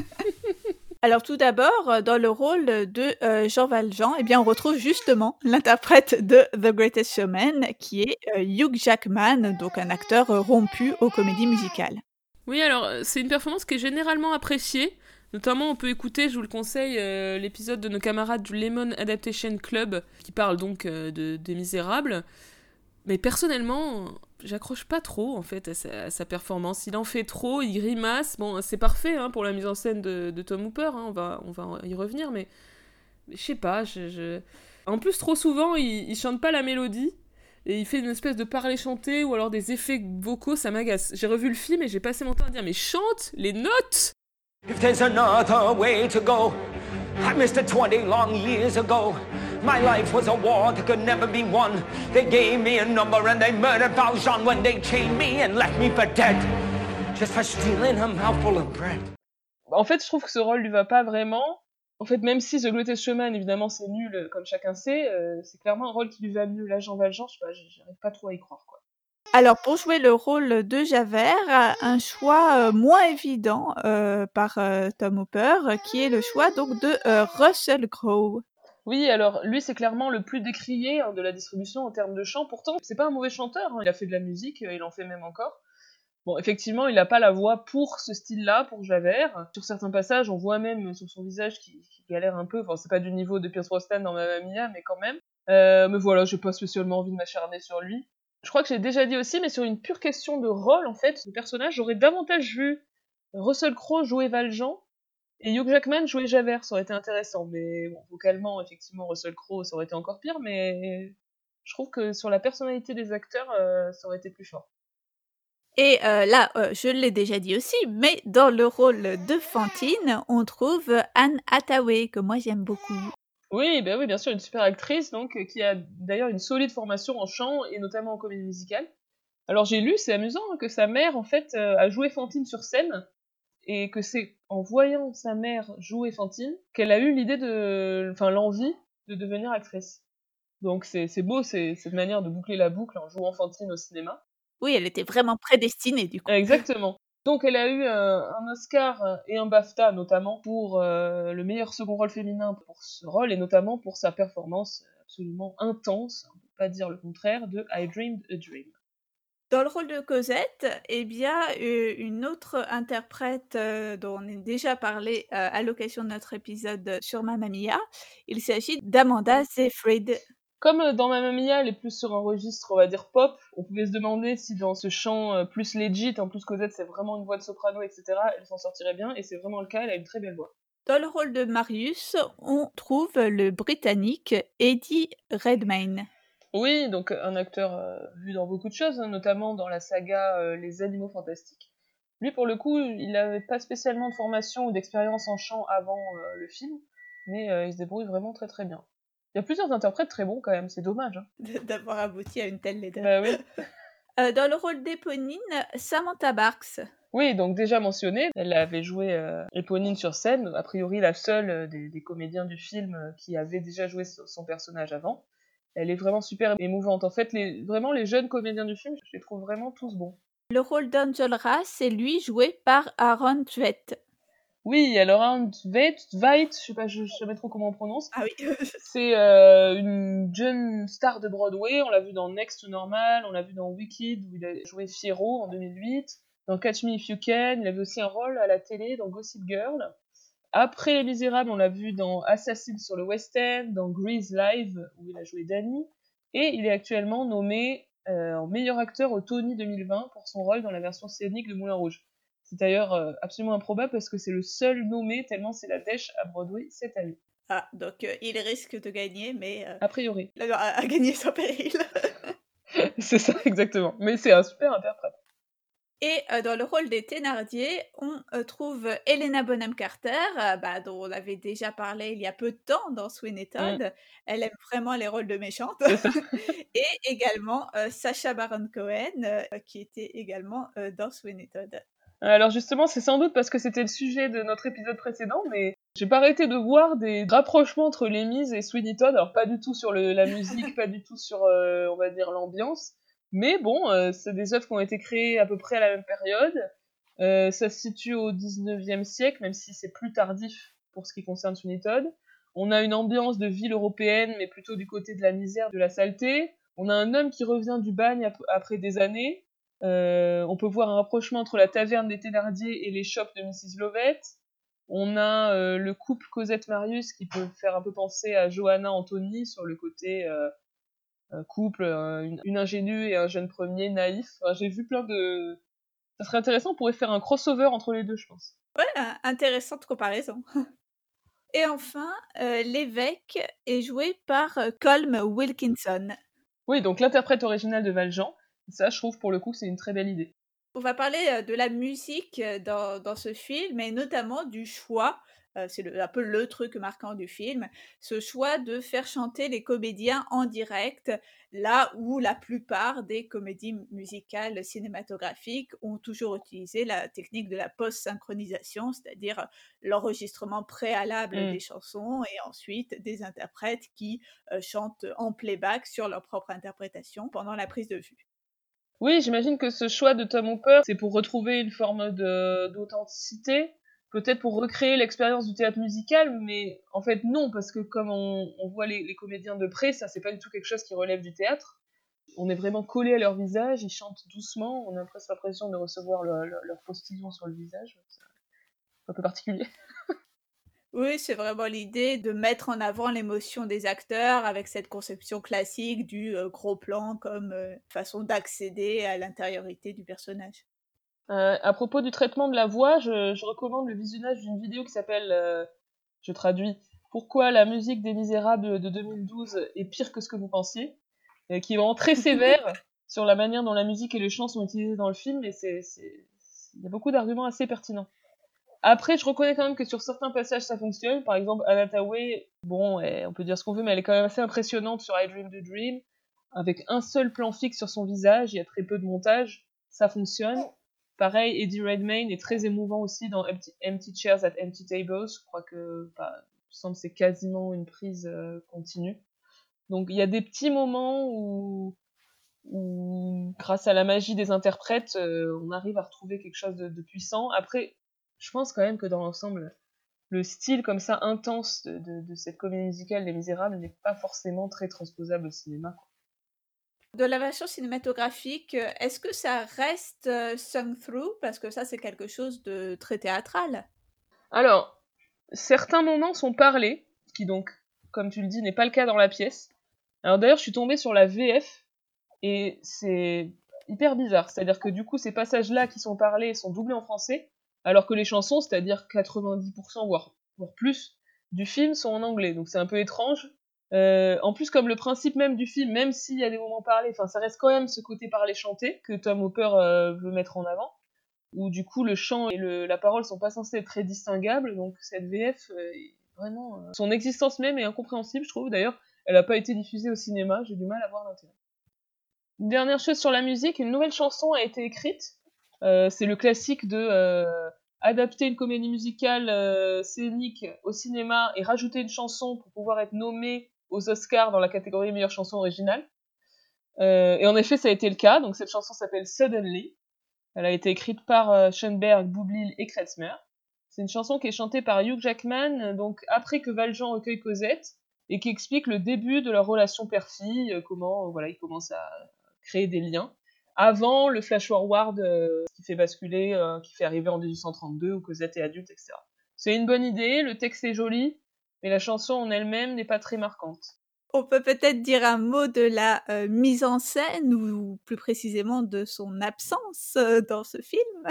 Alors tout d'abord, dans le rôle de Jean Valjean, eh bien, on retrouve justement l'interprète de The Greatest Showman, qui est Hugh Jackman, donc un acteur rompu aux comédies musicales. Oui, alors, c'est une performance qui est généralement appréciée. Notamment, on peut écouter, je vous le conseille, l'épisode de nos camarades du Lemon Adaptation Club, qui parle donc des Misérables. Mais personnellement, j'accroche pas trop, en fait, à sa performance. Il en fait trop, il grimace. Bon, c'est parfait hein, pour la mise en scène de Tom Hooper, hein, on va y revenir, mais je sais pas, En plus, trop souvent, il chante pas la mélodie, et il fait une espèce de parler-chanter, ou alors des effets vocaux, ça m'agace. J'ai revu le film et j'ai passé mon temps à dire, mais chante les notes! If there's another way to go, I missed it 20 long years ago. My life was a war that could never be won. They gave me a number and they murdered Valjean when they chained me and left me for dead, just for stealing a mouthful of bread. En fait, je trouve que ce rôle lui va pas vraiment. En fait, même si The Greatest Showman, évidemment, c'est nul, comme chacun sait, c'est clairement un rôle qui lui va mieux. Là, Jean Valjean, je sais pas, j'arrive pas trop à y croire, quoi. Alors, pour jouer le rôle de Javert, un choix moins évident par Tom Hooper, qui est le choix donc de Russell Crowe. Oui, alors lui c'est clairement le plus décrié hein, de la distribution en termes de chant. Pourtant, c'est pas un mauvais chanteur, hein. Il a fait de la musique, il en fait même encore. Bon, effectivement, il a pas la voix pour ce style-là, pour Javert. Sur certains passages, on voit même sur son visage qu'il galère un peu. Enfin, c'est pas du niveau de Pierce Brosnan dans Mamma Mia, mais quand même. Mais voilà, j'ai pas spécialement envie de m'acharner sur lui. Je crois que j'ai déjà dit aussi, mais sur une pure question de rôle, en fait, ce personnage, j'aurais davantage vu Russell Crowe jouer Valjean et Hugh Jackman jouer Javert, ça aurait été intéressant. Mais bon, vocalement, effectivement, Russell Crowe, ça aurait été encore pire, mais je trouve que sur la personnalité des acteurs, ça aurait été plus fort. Et là, je l'ai déjà dit aussi, mais dans le rôle de Fantine, on trouve Anne Hathaway, que moi j'aime beaucoup. Oui, bah oui, bien sûr, une super actrice, donc, qui a d'ailleurs une solide formation en chant, et notamment en comédie musicale. Alors j'ai lu, c'est amusant, hein, que sa mère, en fait, a joué Fantine sur scène, et que c'est en voyant sa mère jouer Fantine qu'elle a eu l'envie de devenir actrice. Donc c'est beau, c'est cette manière de boucler la boucle en jouant Fantine au cinéma. Oui, elle était vraiment prédestinée, du coup. Exactement. Donc elle a eu un Oscar et un BAFTA notamment pour le meilleur second rôle féminin pour ce rôle et notamment pour sa performance absolument intense, on ne peut pas dire le contraire, de I Dreamed a Dream. Dans le rôle de Cosette, eh bien, une autre interprète dont on a déjà parlé à l'occasion de notre épisode sur Mamma Mia, il s'agit d'Amanda Seyfried. Comme dans Mamma Mia, elle est plus sur un registre, on va dire pop, on pouvait se demander si dans ce chant plus legit, en plus Cosette c'est vraiment une voix de soprano, etc., elle s'en sortirait bien, et c'est vraiment le cas, elle a une très belle voix. Dans le rôle de Marius, on trouve le Britannique Eddie Redmayne. Oui, donc un acteur vu dans beaucoup de choses, hein, notamment dans la saga Les Animaux Fantastiques. Lui, pour le coup, il n'avait pas spécialement de formation ou d'expérience en chant avant le film, mais il se débrouille vraiment très très bien. Il y a plusieurs interprètes très bons quand même, c'est dommage. Hein. D'avoir abouti à une telle laideur. Bah oui. Dans le rôle d'Éponine, Samantha Barks. Oui, donc déjà mentionnée, elle avait joué Éponine sur scène, a priori la seule des comédiens du film qui avait déjà joué son personnage avant. Elle est vraiment super émouvante. En fait, vraiment les jeunes comédiens du film, je les trouve vraiment tous bons. Le rôle d'Enjolras, c'est lui joué par Aaron Tveit. Oui, alors Aaron Tveit, je sais pas jamais trop comment on prononce. Ah oui. C'est une jeune star de Broadway, on l'a vu dans Next to Normal, on l'a vu dans Wicked, où il a joué Fiyero en 2008, dans Catch Me If You Can, il avait aussi un rôle à la télé dans Gossip Girl. Après Les Misérables, on l'a vu dans Assassin sur le West End, dans Grease Live, où il a joué Danny, et il est actuellement nommé en meilleur acteur au Tony 2020 pour son rôle dans la version scénique de Moulin Rouge. C'est d'ailleurs absolument improbable parce que c'est le seul nommé tellement c'est la dèche à Broadway cette année. Ah, donc il risque de gagner, mais... A priori. À gagner sans péril. C'est ça, exactement. Mais c'est un super interprète. Et dans le rôle des Thénardier, on trouve Helena Bonham Carter, dont on avait déjà parlé il y a peu de temps dans Sweeney Todd. Elle aime vraiment les rôles de méchante. C'est ça. Et également Sacha Baron Cohen, qui était également dans Sweeney Todd. Alors justement, c'est sans doute parce que c'était le sujet de notre épisode précédent, mais j'ai pas arrêté de voir des rapprochements entre Les Mises et Sweeney Todd. Alors pas du tout sur la musique, pas du tout sur, on va dire, l'ambiance. Mais bon, c'est des œuvres qui ont été créées à peu près à la même période. Ça se situe au 19e siècle, même si c'est plus tardif pour ce qui concerne Sweeney Todd. On a une ambiance de ville européenne, mais plutôt du côté de la misère, de la saleté. On a un homme qui revient du bagne après des années. On peut voir un rapprochement entre la taverne des Thénardier et les shops de Mrs. Lovett. On a le couple Cosette-Marius qui peut faire un peu penser à Johanna-Anthony sur le côté couple, une ingénue et un jeune premier naïf. Enfin, j'ai vu plein de... Ça serait intéressant, on pourrait faire un crossover entre les deux, je pense. Ouais, intéressante comparaison. Et enfin, l'évêque est joué par Colm Wilkinson. Oui, donc l'interprète original de Valjean. Ça, je trouve, pour le coup, c'est une très belle idée. On va parler de la musique dans ce film, et notamment du choix, c'est un peu le truc marquant du film, ce choix de faire chanter les comédiens en direct, là où la plupart des comédies musicales cinématographiques ont toujours utilisé la technique de la post-synchronisation, c'est-à-dire l'enregistrement préalable des chansons et ensuite des interprètes qui chantent en playback sur leur propre interprétation pendant la prise de vue. Oui, j'imagine que ce choix de Tom Hooper, c'est pour retrouver une forme d'authenticité, peut-être pour recréer l'expérience du théâtre musical, mais en fait non, parce que comme on voit les comédiens de près, ça c'est pas du tout quelque chose qui relève du théâtre. On est vraiment collé à leur visage, ils chantent doucement, on a presque l'impression de recevoir leur postillon sur le visage. C'est un peu particulier. Oui, c'est vraiment l'idée de mettre en avant l'émotion des acteurs avec cette conception classique du gros plan comme façon d'accéder à l'intériorité du personnage. À propos du traitement de la voix, je recommande le visionnage d'une vidéo qui s'appelle, je traduis, Pourquoi la musique des Misérables de 2012 est pire que ce que vous pensiez, qui est vraiment très sévère sur la manière dont la musique et les chants sont utilisés dans le film, et il y a beaucoup d'arguments assez pertinents. Après, je reconnais quand même que sur certains passages ça fonctionne. Par exemple, Anna Thaoué, bon, on peut dire ce qu'on veut, mais elle est quand même assez impressionnante sur I Dream the Dream. Avec un seul plan fixe sur son visage, il y a très peu de montage, ça fonctionne. Pareil, Eddie Redmayne est très émouvant aussi dans Empty Chairs at Empty Tables. Je crois que, il me semble que c'est quasiment une prise continue. Donc il y a des petits moments où grâce à la magie des interprètes, on arrive à retrouver quelque chose de puissant. Après, je pense quand même que dans l'ensemble, le style comme ça intense de cette comédie musicale Les Misérables n'est pas forcément très transposable au cinéma, quoi. De la version cinématographique, est-ce que ça reste sung through? Parce que ça, c'est quelque chose de très théâtral. Alors, certains moments sont parlés, ce qui donc, comme tu le dis, n'est pas le cas dans la pièce. Alors d'ailleurs, je suis tombée sur la VF, et c'est hyper bizarre. C'est-à-dire que du coup, ces passages-là qui sont parlés sont doublés en français, alors que les chansons, c'est-à-dire 90%, voire plus, du film sont en anglais. Donc c'est un peu étrange. En plus, comme le principe même du film, même s'il y a des moments parlés, ça reste quand même ce côté parlé-chanté que Tom Hooper veut mettre en avant, où du coup le chant et la parole sont pas censés être très distinguables, donc cette VF vraiment... son existence même est incompréhensible, je trouve. D'ailleurs, elle a pas été diffusée au cinéma, j'ai du mal à voir l'intérêt. Une dernière chose sur la musique, une nouvelle chanson a été écrite. C'est le classique de adapter une comédie musicale scénique au cinéma et rajouter une chanson pour pouvoir être nommé aux Oscars dans la catégorie meilleure chanson originale. Et en effet, ça a été le cas. Donc cette chanson s'appelle Suddenly. Elle a été écrite par Schoenberg, Boublil et Kretzmer. C'est une chanson qui est chantée par Hugh Jackman, donc après que Valjean recueille Cosette, et qui explique le début de leur relation père-fille, comment ils commencent à créer des liens, avant le flash-forward qui fait basculer, qui fait arriver en 1832, où Cosette est adulte, etc. C'est une bonne idée, le texte est joli, mais la chanson en elle-même n'est pas très marquante. On peut peut-être dire un mot de la mise en scène, ou plus précisément de son absence dans ce film.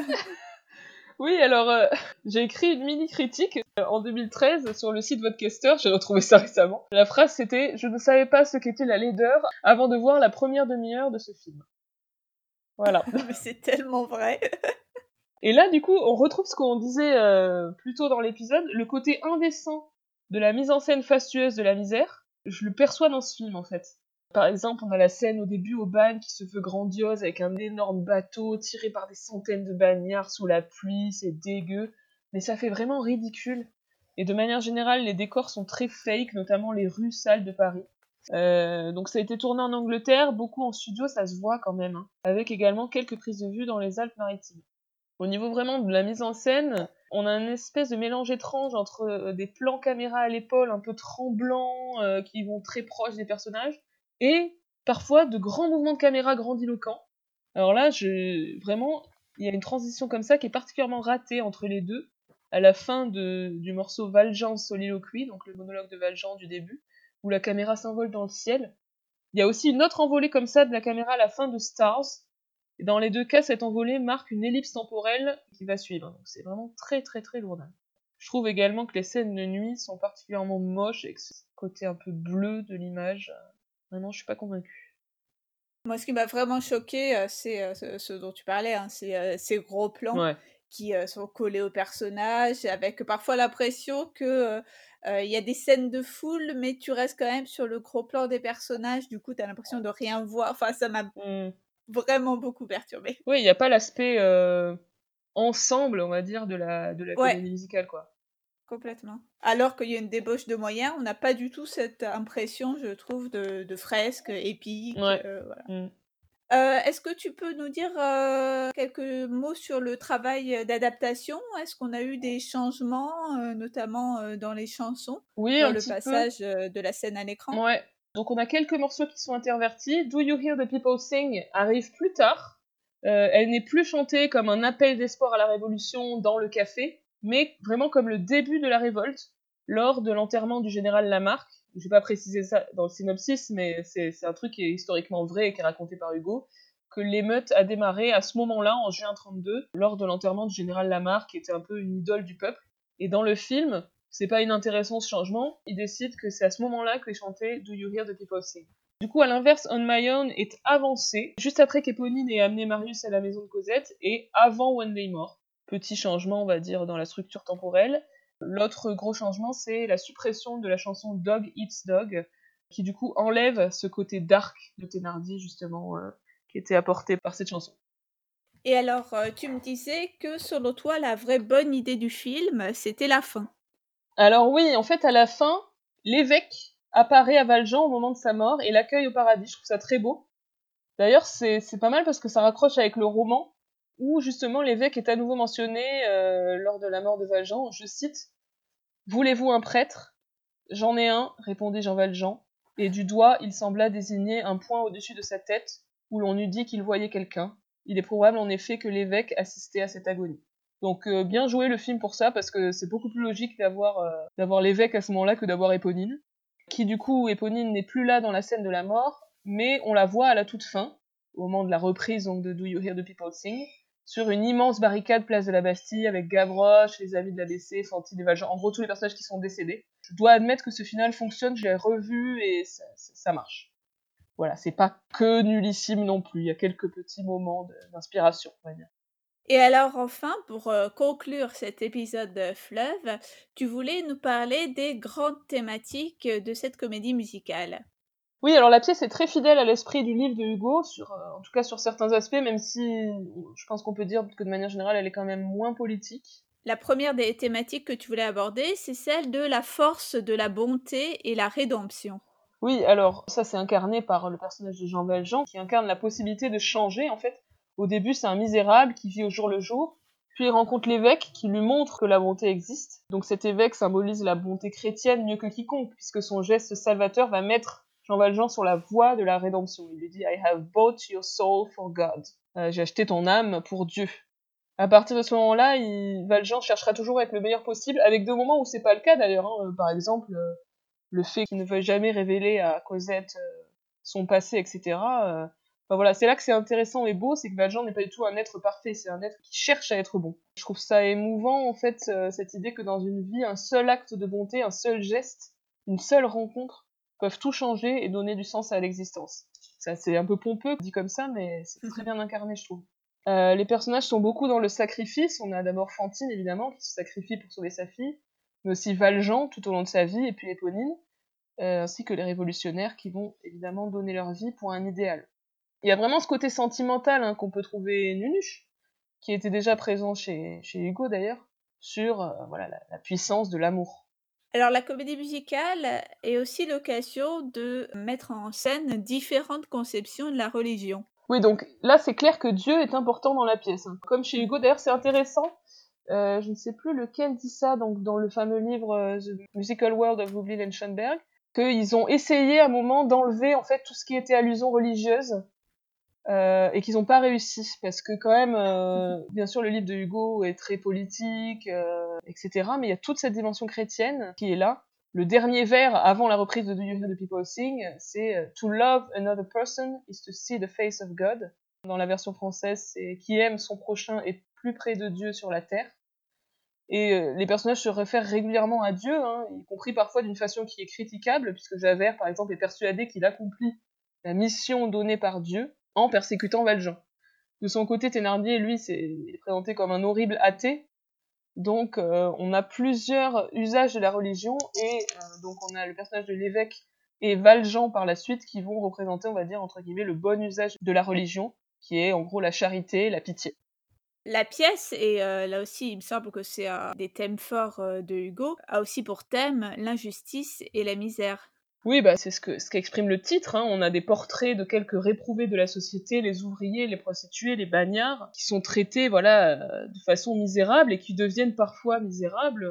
Oui, alors j'ai écrit une mini-critique en 2013 sur le site Vodcaster, j'ai retrouvé ça récemment. La phrase c'était « Je ne savais pas ce qu'était la laideur avant de voir la première demi-heure de ce film ». Voilà. Mais c'est tellement vrai. Et là, du coup, on retrouve ce qu'on disait plus tôt dans l'épisode, le côté indécent de la mise en scène fastueuse de la misère. Je le perçois dans ce film, en fait. Par exemple, on a la scène au début au bagne qui se veut grandiose avec un énorme bateau tiré par des centaines de bagnards sous la pluie, c'est dégueu, mais ça fait vraiment ridicule. Et de manière générale, les décors sont très fake, notamment les rues sales de Paris. Donc ça a été tourné en Angleterre, beaucoup en studio, ça se voit quand même, hein, avec également quelques prises de vue dans les Alpes-Maritimes. Au niveau vraiment de la mise en scène, on a une espèce de mélange étrange entre des plans caméra à l'épaule un peu tremblants, qui vont très proches des personnages, et parfois de grands mouvements de caméra grandiloquents. Alors là, vraiment, il y a une transition comme ça qui est particulièrement ratée entre les deux, à la fin du morceau Valjean soliloquie, donc le monologue de Valjean du début, où la caméra s'envole dans le ciel. Il y a aussi une autre envolée comme ça de la caméra à la fin de Stars. Et dans les deux cas, cette envolée marque une ellipse temporelle qui va suivre. Donc c'est vraiment très très très lourdingue. Je trouve également que les scènes de nuit sont particulièrement moches avec ce côté un peu bleu de l'image. Vraiment, je suis pas convaincue. Moi, ce qui m'a vraiment choqué, c'est ce dont tu parlais, hein, c'est ces gros plans Ouais. qui sont collés aux personnages, avec parfois l'impression que il y a des scènes de foule, mais tu restes quand même sur le gros plan des personnages. Du coup, tu as l'impression de rien voir. Enfin, ça m'a vraiment beaucoup perturbée. Oui, il n'y a pas l'aspect ensemble, on va dire, de la Ouais. comédie musicale, quoi. Complètement. Alors qu'il y a une débauche de moyens, on n'a pas du tout cette impression, je trouve, de fresque épique. Ouais. Voilà. Est-ce que tu peux nous dire quelques mots sur le travail d'adaptation? Est-ce qu'on a eu des changements, notamment dans les chansons, Oui, dans un le petit peu. passage de la scène à l'écran? Ouais. Donc on a quelques morceaux qui sont intervertis. Do You Hear the People Sing arrive plus tard. Elle n'est plus chantée comme un appel d'espoir à la révolution dans le café, mais vraiment comme le début de la révolte, lors de l'enterrement du général Lamarck. Je vais pas préciser ça dans le synopsis, mais c'est un truc qui est historiquement vrai et qui est raconté par Hugo, que l'émeute a démarré à ce moment-là, en juin 32, lors de l'enterrement du général Lamarck, qui était un peu une idole du peuple. Et dans le film, c'est pas inintéressant ce changement, il décide que c'est à ce moment-là qu'est chanté Do You Hear the People Sing. Du coup, à l'inverse, On My Own est avancé, juste après qu'Éponine ait amené Marius à la maison de Cosette, et avant One Day More. Petit changement, on va dire, dans la structure temporelle. L'autre gros changement, c'est la suppression de la chanson Dog Eats Dog, qui du coup enlève ce côté dark de Thénardier, justement, qui était apporté par cette chanson. Et alors, tu me disais que selon toi, la vraie bonne idée du film, c'était la fin. Alors oui, en fait, à la fin, l'évêque apparaît à Valjean au moment de sa mort et l'accueille au paradis. Je trouve ça très beau. D'ailleurs, c'est pas mal parce que ça raccroche avec le roman où justement l'évêque est à nouveau mentionné lors de la mort de Valjean. Je cite « Voulez-vous un prêtre ? J'en ai un, répondit Jean Valjean, et du doigt il sembla désigner un point au-dessus de sa tête où l'on eût dit qu'il voyait quelqu'un. Il est probable en effet que l'évêque assistait à cette agonie. » Donc bien joué le film pour ça, parce que c'est beaucoup plus logique d'avoir l'évêque à ce moment-là que d'avoir Éponine. Qui du coup, Éponine n'est plus là dans la scène de la mort, mais on la voit à la toute fin, au moment de la reprise donc, de Do You Hear the People Sing, sur une immense barricade place de la Bastille, avec Gavroche, les amis de l'ABC, Fantine et Valjean, en gros tous les personnages qui sont décédés. Je dois admettre que ce final fonctionne, je l'ai revu et ça marche. Voilà, c'est pas que nullissime non plus, il y a quelques petits moments d'inspiration, on va dire. Et alors enfin, pour conclure cet épisode de Fleuve, tu voulais nous parler des grandes thématiques de cette comédie musicale. Oui, alors la pièce est très fidèle à l'esprit du livre de Hugo, en tout cas sur certains aspects, même si je pense qu'on peut dire que de manière générale, elle est quand même moins politique. La première des thématiques que tu voulais aborder, c'est celle de la force de la bonté et la rédemption. Oui, alors ça c'est incarné par le personnage de Jean Valjean, qui incarne la possibilité de changer en fait. Au début, c'est un misérable qui vit au jour le jour, puis il rencontre l'évêque qui lui montre que la bonté existe. Donc cet évêque symbolise la bonté chrétienne mieux que quiconque, puisque son geste salvateur va mettre Jean Valjean sur la voie de la rédemption. Il lui dit « I have bought your soul for God ». J'ai acheté ton âme pour Dieu. À partir de ce moment-là, Valjean cherchera toujours à être le meilleur possible, avec des moments où c'est pas le cas d'ailleurs. Par exemple, le fait qu'il ne veuille jamais révéler à Cosette son passé, etc. Enfin voilà, c'est là que c'est intéressant et beau, c'est que Valjean n'est pas du tout un être parfait, c'est un être qui cherche à être bon. Je trouve ça émouvant, en fait, cette idée que dans une vie, un seul acte de bonté, un seul geste, une seule rencontre, peuvent tout changer et donner du sens à l'existence. Ça, c'est un peu pompeux dit comme ça, mais c'est très bien incarné, je trouve. Les personnages sont beaucoup dans le sacrifice. On a d'abord Fantine, évidemment, qui se sacrifie pour sauver sa fille, mais aussi Valjean tout au long de sa vie, et puis Éponine, ainsi que les révolutionnaires qui vont évidemment donner leur vie pour un idéal. Il y a vraiment ce côté sentimental qu'on peut trouver Nunuche, qui était déjà présent chez Hugo d'ailleurs, sur voilà, la puissance de l'amour. Alors la comédie musicale est aussi l'occasion de mettre en scène différentes conceptions de la religion. Oui, donc là c'est clair que Dieu est important dans la pièce. Comme chez Hugo, d'ailleurs c'est intéressant, je ne sais plus lequel dit ça, donc dans le fameux livre The Musical World of Roublin and Schoenberg, qu'ils ont essayé à un moment d'enlever en fait tout ce qui était allusion religieuse, et qu'ils n'ont pas réussi, parce que quand même, bien sûr le livre de Hugo est très politique, etc., mais il y a toute cette dimension chrétienne qui est là. Le dernier vers avant la reprise de Do You Hear the People Sing, c'est To love another person is to see the face of God. Dans la version française, c'est Qui aime son prochain est plus près de Dieu sur la terre. Et les personnages se réfèrent régulièrement à Dieu, y compris parfois d'une façon qui est critiquable, puisque Javert, par exemple, est persuadé qu'il accomplit la mission donnée par Dieu en persécutant Valjean. De son côté, Thénardier, lui, est présenté comme un horrible athée. Donc, on a plusieurs usages de la religion, et donc on a le personnage de l'évêque et Valjean par la suite qui vont représenter, on va dire, entre guillemets, le bon usage de la religion, qui est en gros la charité, la pitié. La pièce, et là aussi il me semble que c'est un des thèmes forts de Hugo, a aussi pour thème l'injustice et la misère. Oui, c'est ce qu'exprime le titre. On a des portraits de quelques réprouvés de la société, les ouvriers, les prostituées, les bagnards, qui sont traités de façon misérable et qui deviennent parfois misérables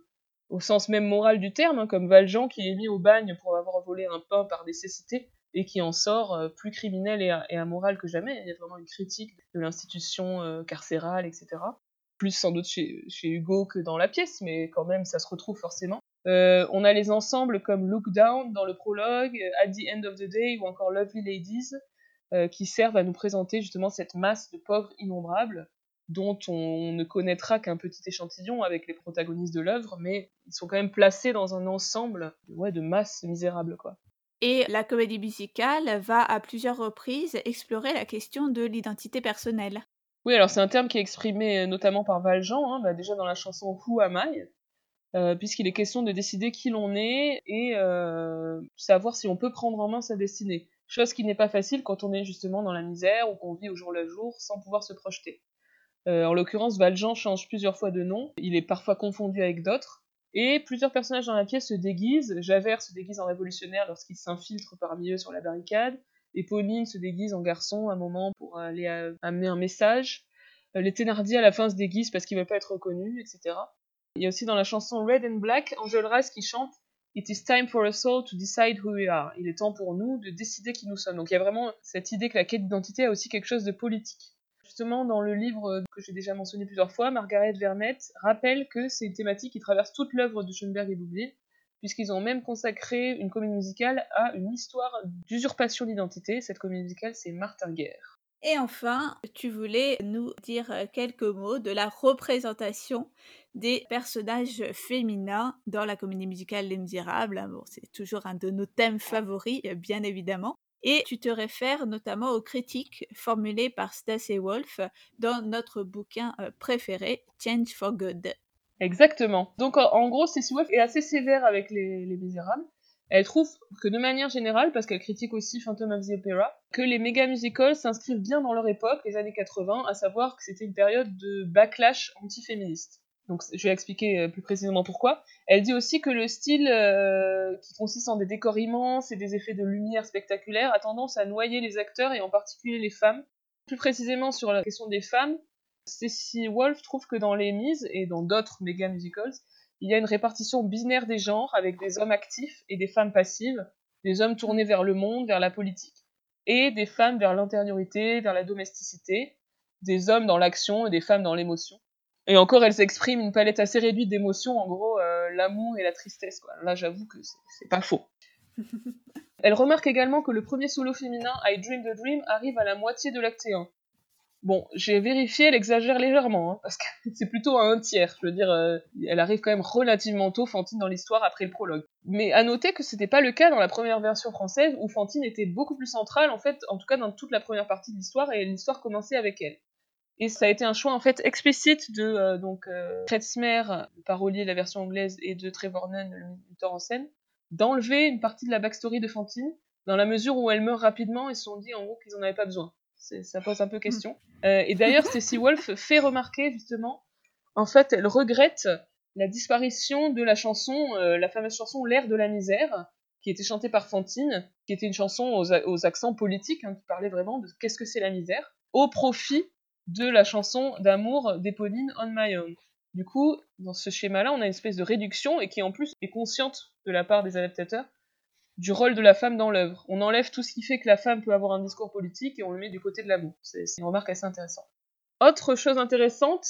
au sens même moral du terme, comme Valjean qui est mis au bagne pour avoir volé un pain par nécessité et qui en sort plus criminel et amoral que jamais. Il y a vraiment une critique de l'institution carcérale, etc. Plus sans doute chez Hugo que dans la pièce, mais quand même ça se retrouve forcément. On a les ensembles comme Look Down dans le prologue, At the End of the Day ou encore Lovely Ladies, qui servent à nous présenter justement cette masse de pauvres innombrables dont on ne connaîtra qu'un petit échantillon avec les protagonistes de l'œuvre, mais ils sont quand même placés dans un ensemble de masses misérables, quoi. Et la comédie musicale va à plusieurs reprises explorer la question de l'identité personnelle. Oui, alors c'est un terme qui est exprimé notamment par Valjean, déjà dans la chanson Who Am I, puisqu'il est question de décider qui l'on est et savoir si on peut prendre en main sa destinée. Chose qui n'est pas facile quand on est justement dans la misère ou qu'on vit au jour le jour sans pouvoir se projeter. En l'occurrence, Valjean change plusieurs fois de nom, il est parfois confondu avec d'autres, et plusieurs personnages dans la pièce se déguisent. Javert se déguise en révolutionnaire lorsqu'il s'infiltre parmi eux sur la barricade, Éponine se déguise en garçon à un moment pour aller amener un message, les Thénardier à la fin se déguisent parce qu'ils ne veulent pas être reconnus, etc. Il y a aussi dans la chanson Red and Black, Enjolras qui chante « It is time for us all to decide who we are ». Il est temps pour nous de décider qui nous sommes. Donc il y a vraiment cette idée que la quête d'identité a aussi quelque chose de politique. Justement, dans le livre que j'ai déjà mentionné plusieurs fois, Margaret Vermette rappelle que c'est une thématique qui traverse toute l'œuvre de Schoenberg et Boublil, puisqu'ils ont même consacré une comédie musicale à une histoire d'usurpation d'identité. Cette comédie musicale, c'est Martyr. Et enfin, tu voulais nous dire quelques mots de la représentation des personnages féminins dans la comédie musicale Les Misérables. Bon, c'est toujours un de nos thèmes favoris, bien évidemment. Et tu te réfères notamment aux critiques formulées par Stacey Wolf dans notre bouquin préféré, Change for Good. Exactement. Donc en gros, Stacey Wolf est assez sévère avec les Misérables. Elle trouve que de manière générale, parce qu'elle critique aussi Phantom of the Opera, que les méga musicals s'inscrivent bien dans leur époque, les années 80, à savoir que c'était une période de backlash anti-féministe. Donc je vais expliquer plus précisément pourquoi. Elle dit aussi que le style qui consiste en des décors immenses et des effets de lumière spectaculaires a tendance à noyer les acteurs et en particulier les femmes. Plus précisément sur la question des femmes, Stacey Wolf trouve que dans Les Mises et dans d'autres méga musicals, il y a une répartition binaire des genres avec des hommes actifs et des femmes passives, des hommes tournés vers le monde, vers la politique, et des femmes vers l'intériorité, vers la domesticité, des hommes dans l'action et des femmes dans l'émotion. Et encore, elles expriment une palette assez réduite d'émotions, en gros, l'amour et la tristesse, quoi. Là, j'avoue que c'est pas faux. Elle remarque également que le premier solo féminin, I Dream the Dream, arrive à la moitié de l'acte 1. Bon, j'ai vérifié, elle exagère légèrement, hein, parce que c'est plutôt à 1/3. Je veux dire, elle arrive quand même relativement tôt, Fantine, dans l'histoire, après le prologue. Mais à noter que c'était pas le cas dans la première version française, où Fantine était beaucoup plus centrale, en fait, en tout cas dans toute la première partie de l'histoire, et l'histoire commençait avec elle. Et ça a été un choix, en fait, explicite de Kretzmer, le parolier de la version anglaise, et de Trevor Nunn, le metteur en scène, d'enlever une partie de la backstory de Fantine, dans la mesure où elle meurt rapidement, et se sont dit, en gros, qu'ils en avaient pas besoin. Ça pose un peu question. Et d'ailleurs, Stacey Wolf fait remarquer, justement, en fait, elle regrette la disparition de la chanson, la fameuse chanson L'air de la misère, qui était chantée par Fantine, qui était une chanson aux accents politiques, hein, qui parlait vraiment de qu'est-ce que c'est la misère, au profit de la chanson d'amour d'Éponine On My Own. Du coup, dans ce schéma-là, on a une espèce de réduction, et qui en plus est consciente de la part des adaptateurs, du rôle de la femme dans l'œuvre. On enlève tout ce qui fait que la femme peut avoir un discours politique et on le met du côté de l'amour. C'est une remarque assez intéressante. Autre chose intéressante,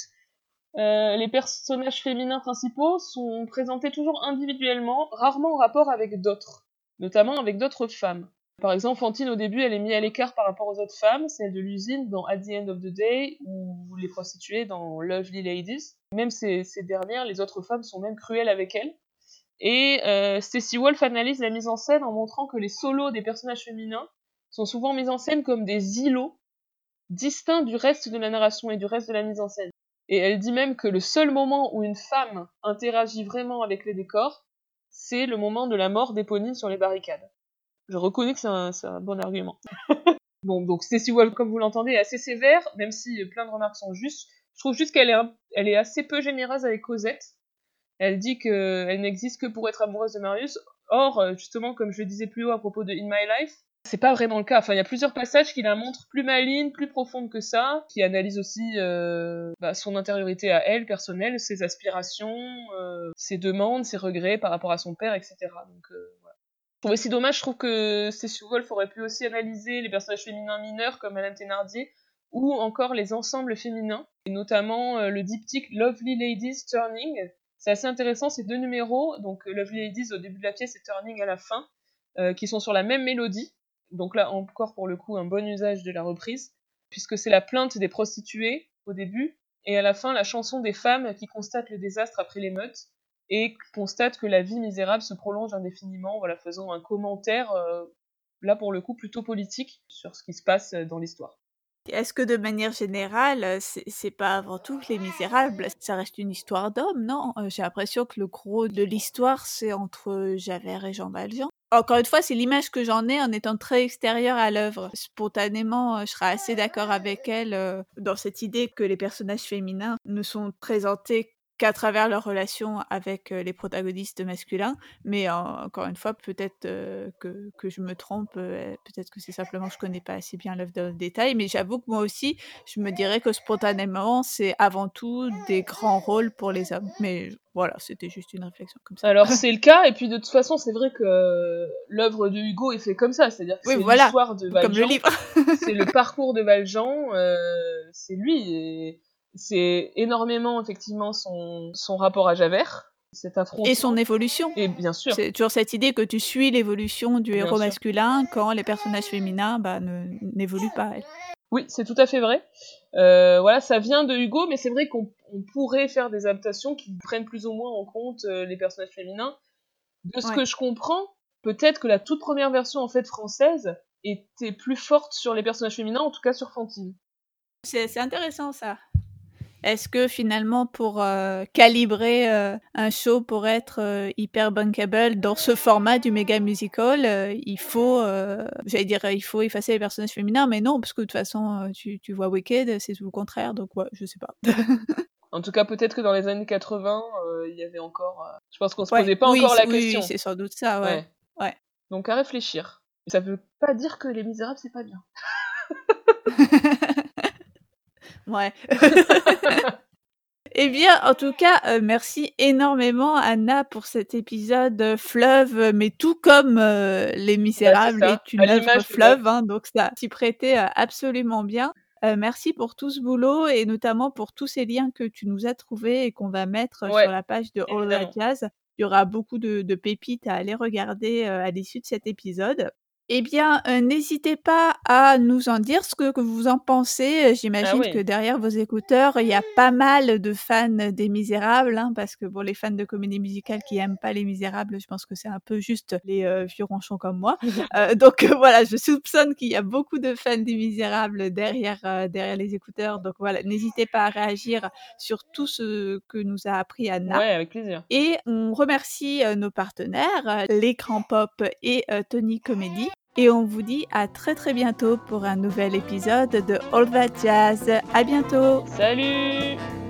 les personnages féminins principaux sont présentés toujours individuellement, rarement en rapport avec d'autres, notamment avec d'autres femmes. Par exemple, Fantine, au début, elle est mise à l'écart par rapport aux autres femmes, celle de l'usine dans At the End of the Day, ou les prostituées dans Lovely Ladies. Même ces dernières, les autres femmes sont même cruelles avec elles. Et Stacey Wolf analyse la mise en scène en montrant que les solos des personnages féminins sont souvent mis en scène comme des îlots distincts du reste de la narration et du reste de la mise en scène. Et elle dit même que le seul moment où une femme interagit vraiment avec les décors, c'est le moment de la mort d'Éponine sur les barricades. Je reconnais que c'est un bon argument. Bon, donc Stacey Wolf, comme vous l'entendez, est assez sévère, même si plein de remarques sont justes. Je trouve juste qu'elle est assez peu généreuse avec Cosette. Elle dit qu'elle n'existe que pour être amoureuse de Marius. Or, justement, comme je le disais plus haut à propos de In My Life, c'est pas vraiment le cas. Enfin, il y a plusieurs passages qui la montrent plus maligne, plus profonde que ça, qui analysent aussi son intériorité à elle, personnelle, ses aspirations, ses demandes, ses regrets par rapport à son père, etc. Donc, voilà. Je trouve aussi dommage, je trouve que Stacey Wolf aurait pu aussi analyser les personnages féminins mineurs comme Madame Thénardier, ou encore les ensembles féminins, et notamment le diptyque Lovely Ladies Turning. C'est assez intéressant, ces 2 numéros, donc Lovely Ladies au début de la pièce et Turning à la fin, qui sont sur la même mélodie. Donc là, encore pour le coup, un bon usage de la reprise, puisque c'est la plainte des prostituées au début, et à la fin, la chanson des femmes qui constatent le désastre après l'émeute, et constatent que la vie misérable se prolonge indéfiniment, voilà, faisant un commentaire, là pour le coup, plutôt politique, sur ce qui se passe dans l'histoire. Est-ce que de manière générale, c'est pas avant tout que Les Misérables, ça reste une histoire d'hommes, non? J'ai l'impression que le gros de l'histoire, c'est entre Javert et Jean Valjean. Encore une fois, c'est l'image que j'en ai en étant très extérieure à l'œuvre. Spontanément, je serais assez d'accord avec elle dans cette idée que les personnages féminins ne sont présentés qu'à travers leur relation avec les protagonistes masculins. Mais encore une fois, peut-être que je me trompe, peut-être que c'est simplement que je connais pas assez bien l'œuvre dans le détail, mais j'avoue que moi aussi, je me dirais que spontanément, c'est avant tout des grands rôles pour les hommes. Mais voilà, c'était juste une réflexion comme ça. Alors c'est le cas, et puis de toute façon, c'est vrai que l'œuvre de Hugo est fait comme ça, c'est-à-dire que Oui, c'est voilà, l'histoire de Valjean, comme le livre. c'est le parcours de Valjean, c'est lui, et c'est énormément effectivement son rapport à Javert, cet affrontement. Et son évolution. Et bien sûr. C'est toujours cette idée que tu suis l'évolution du Bien héros sûr. masculin quand les personnages féminins n'évoluent pas. Oui, c'est tout à fait vrai. Voilà, ça vient de Hugo, mais c'est vrai qu'on pourrait faire des adaptations qui prennent plus ou moins en compte les personnages féminins. De ce que je comprends, peut-être que la toute première version en fait française était plus forte sur les personnages féminins, en tout cas sur Fantine. C'est intéressant ça. Est-ce que finalement pour calibrer un show pour être hyper bankable dans ce format du méga musical, il faut, il faut effacer les personnages féminins, mais non, parce que de toute façon, tu vois Wicked, c'est tout le contraire, donc ouais, je sais pas. En tout cas, peut-être que dans les années 80, il y avait encore... je pense qu'on se posait pas encore la question. Oui, c'est sans doute ça, ouais. Donc à réfléchir. Ça veut pas dire que Les Misérables, c'est pas bien. Ouais. Eh bien, en tout cas, merci énormément Anna pour cet épisode fleuve, mais tout comme Les Misérables est une œuvre fleuve, hein, donc ça s'y prêtait absolument bien. Merci pour tout ce boulot et notamment pour tous ces liens que tu nous as trouvés et qu'on va mettre sur la page de All That Jazz. Il y aura beaucoup de pépites à aller regarder à l'issue de cet épisode. Eh bien, n'hésitez pas à nous en dire ce que vous en pensez. J'imagine oui. que derrière vos écouteurs, il y a pas mal de fans des Misérables, hein, parce que bon, les fans de comédie musicale qui aiment pas les Misérables, je pense que c'est un peu juste les vieux ronchons comme moi. Donc voilà, je soupçonne qu'il y a beaucoup de fans des Misérables derrière les écouteurs. Donc voilà, n'hésitez pas à réagir sur tout ce que nous a appris Anna. Ouais, avec plaisir. Et on remercie nos partenaires, l'Écran Pop et Tony Comedy. Et on vous dit à très très bientôt pour un nouvel épisode de All That Jazz. À bientôt! Salut!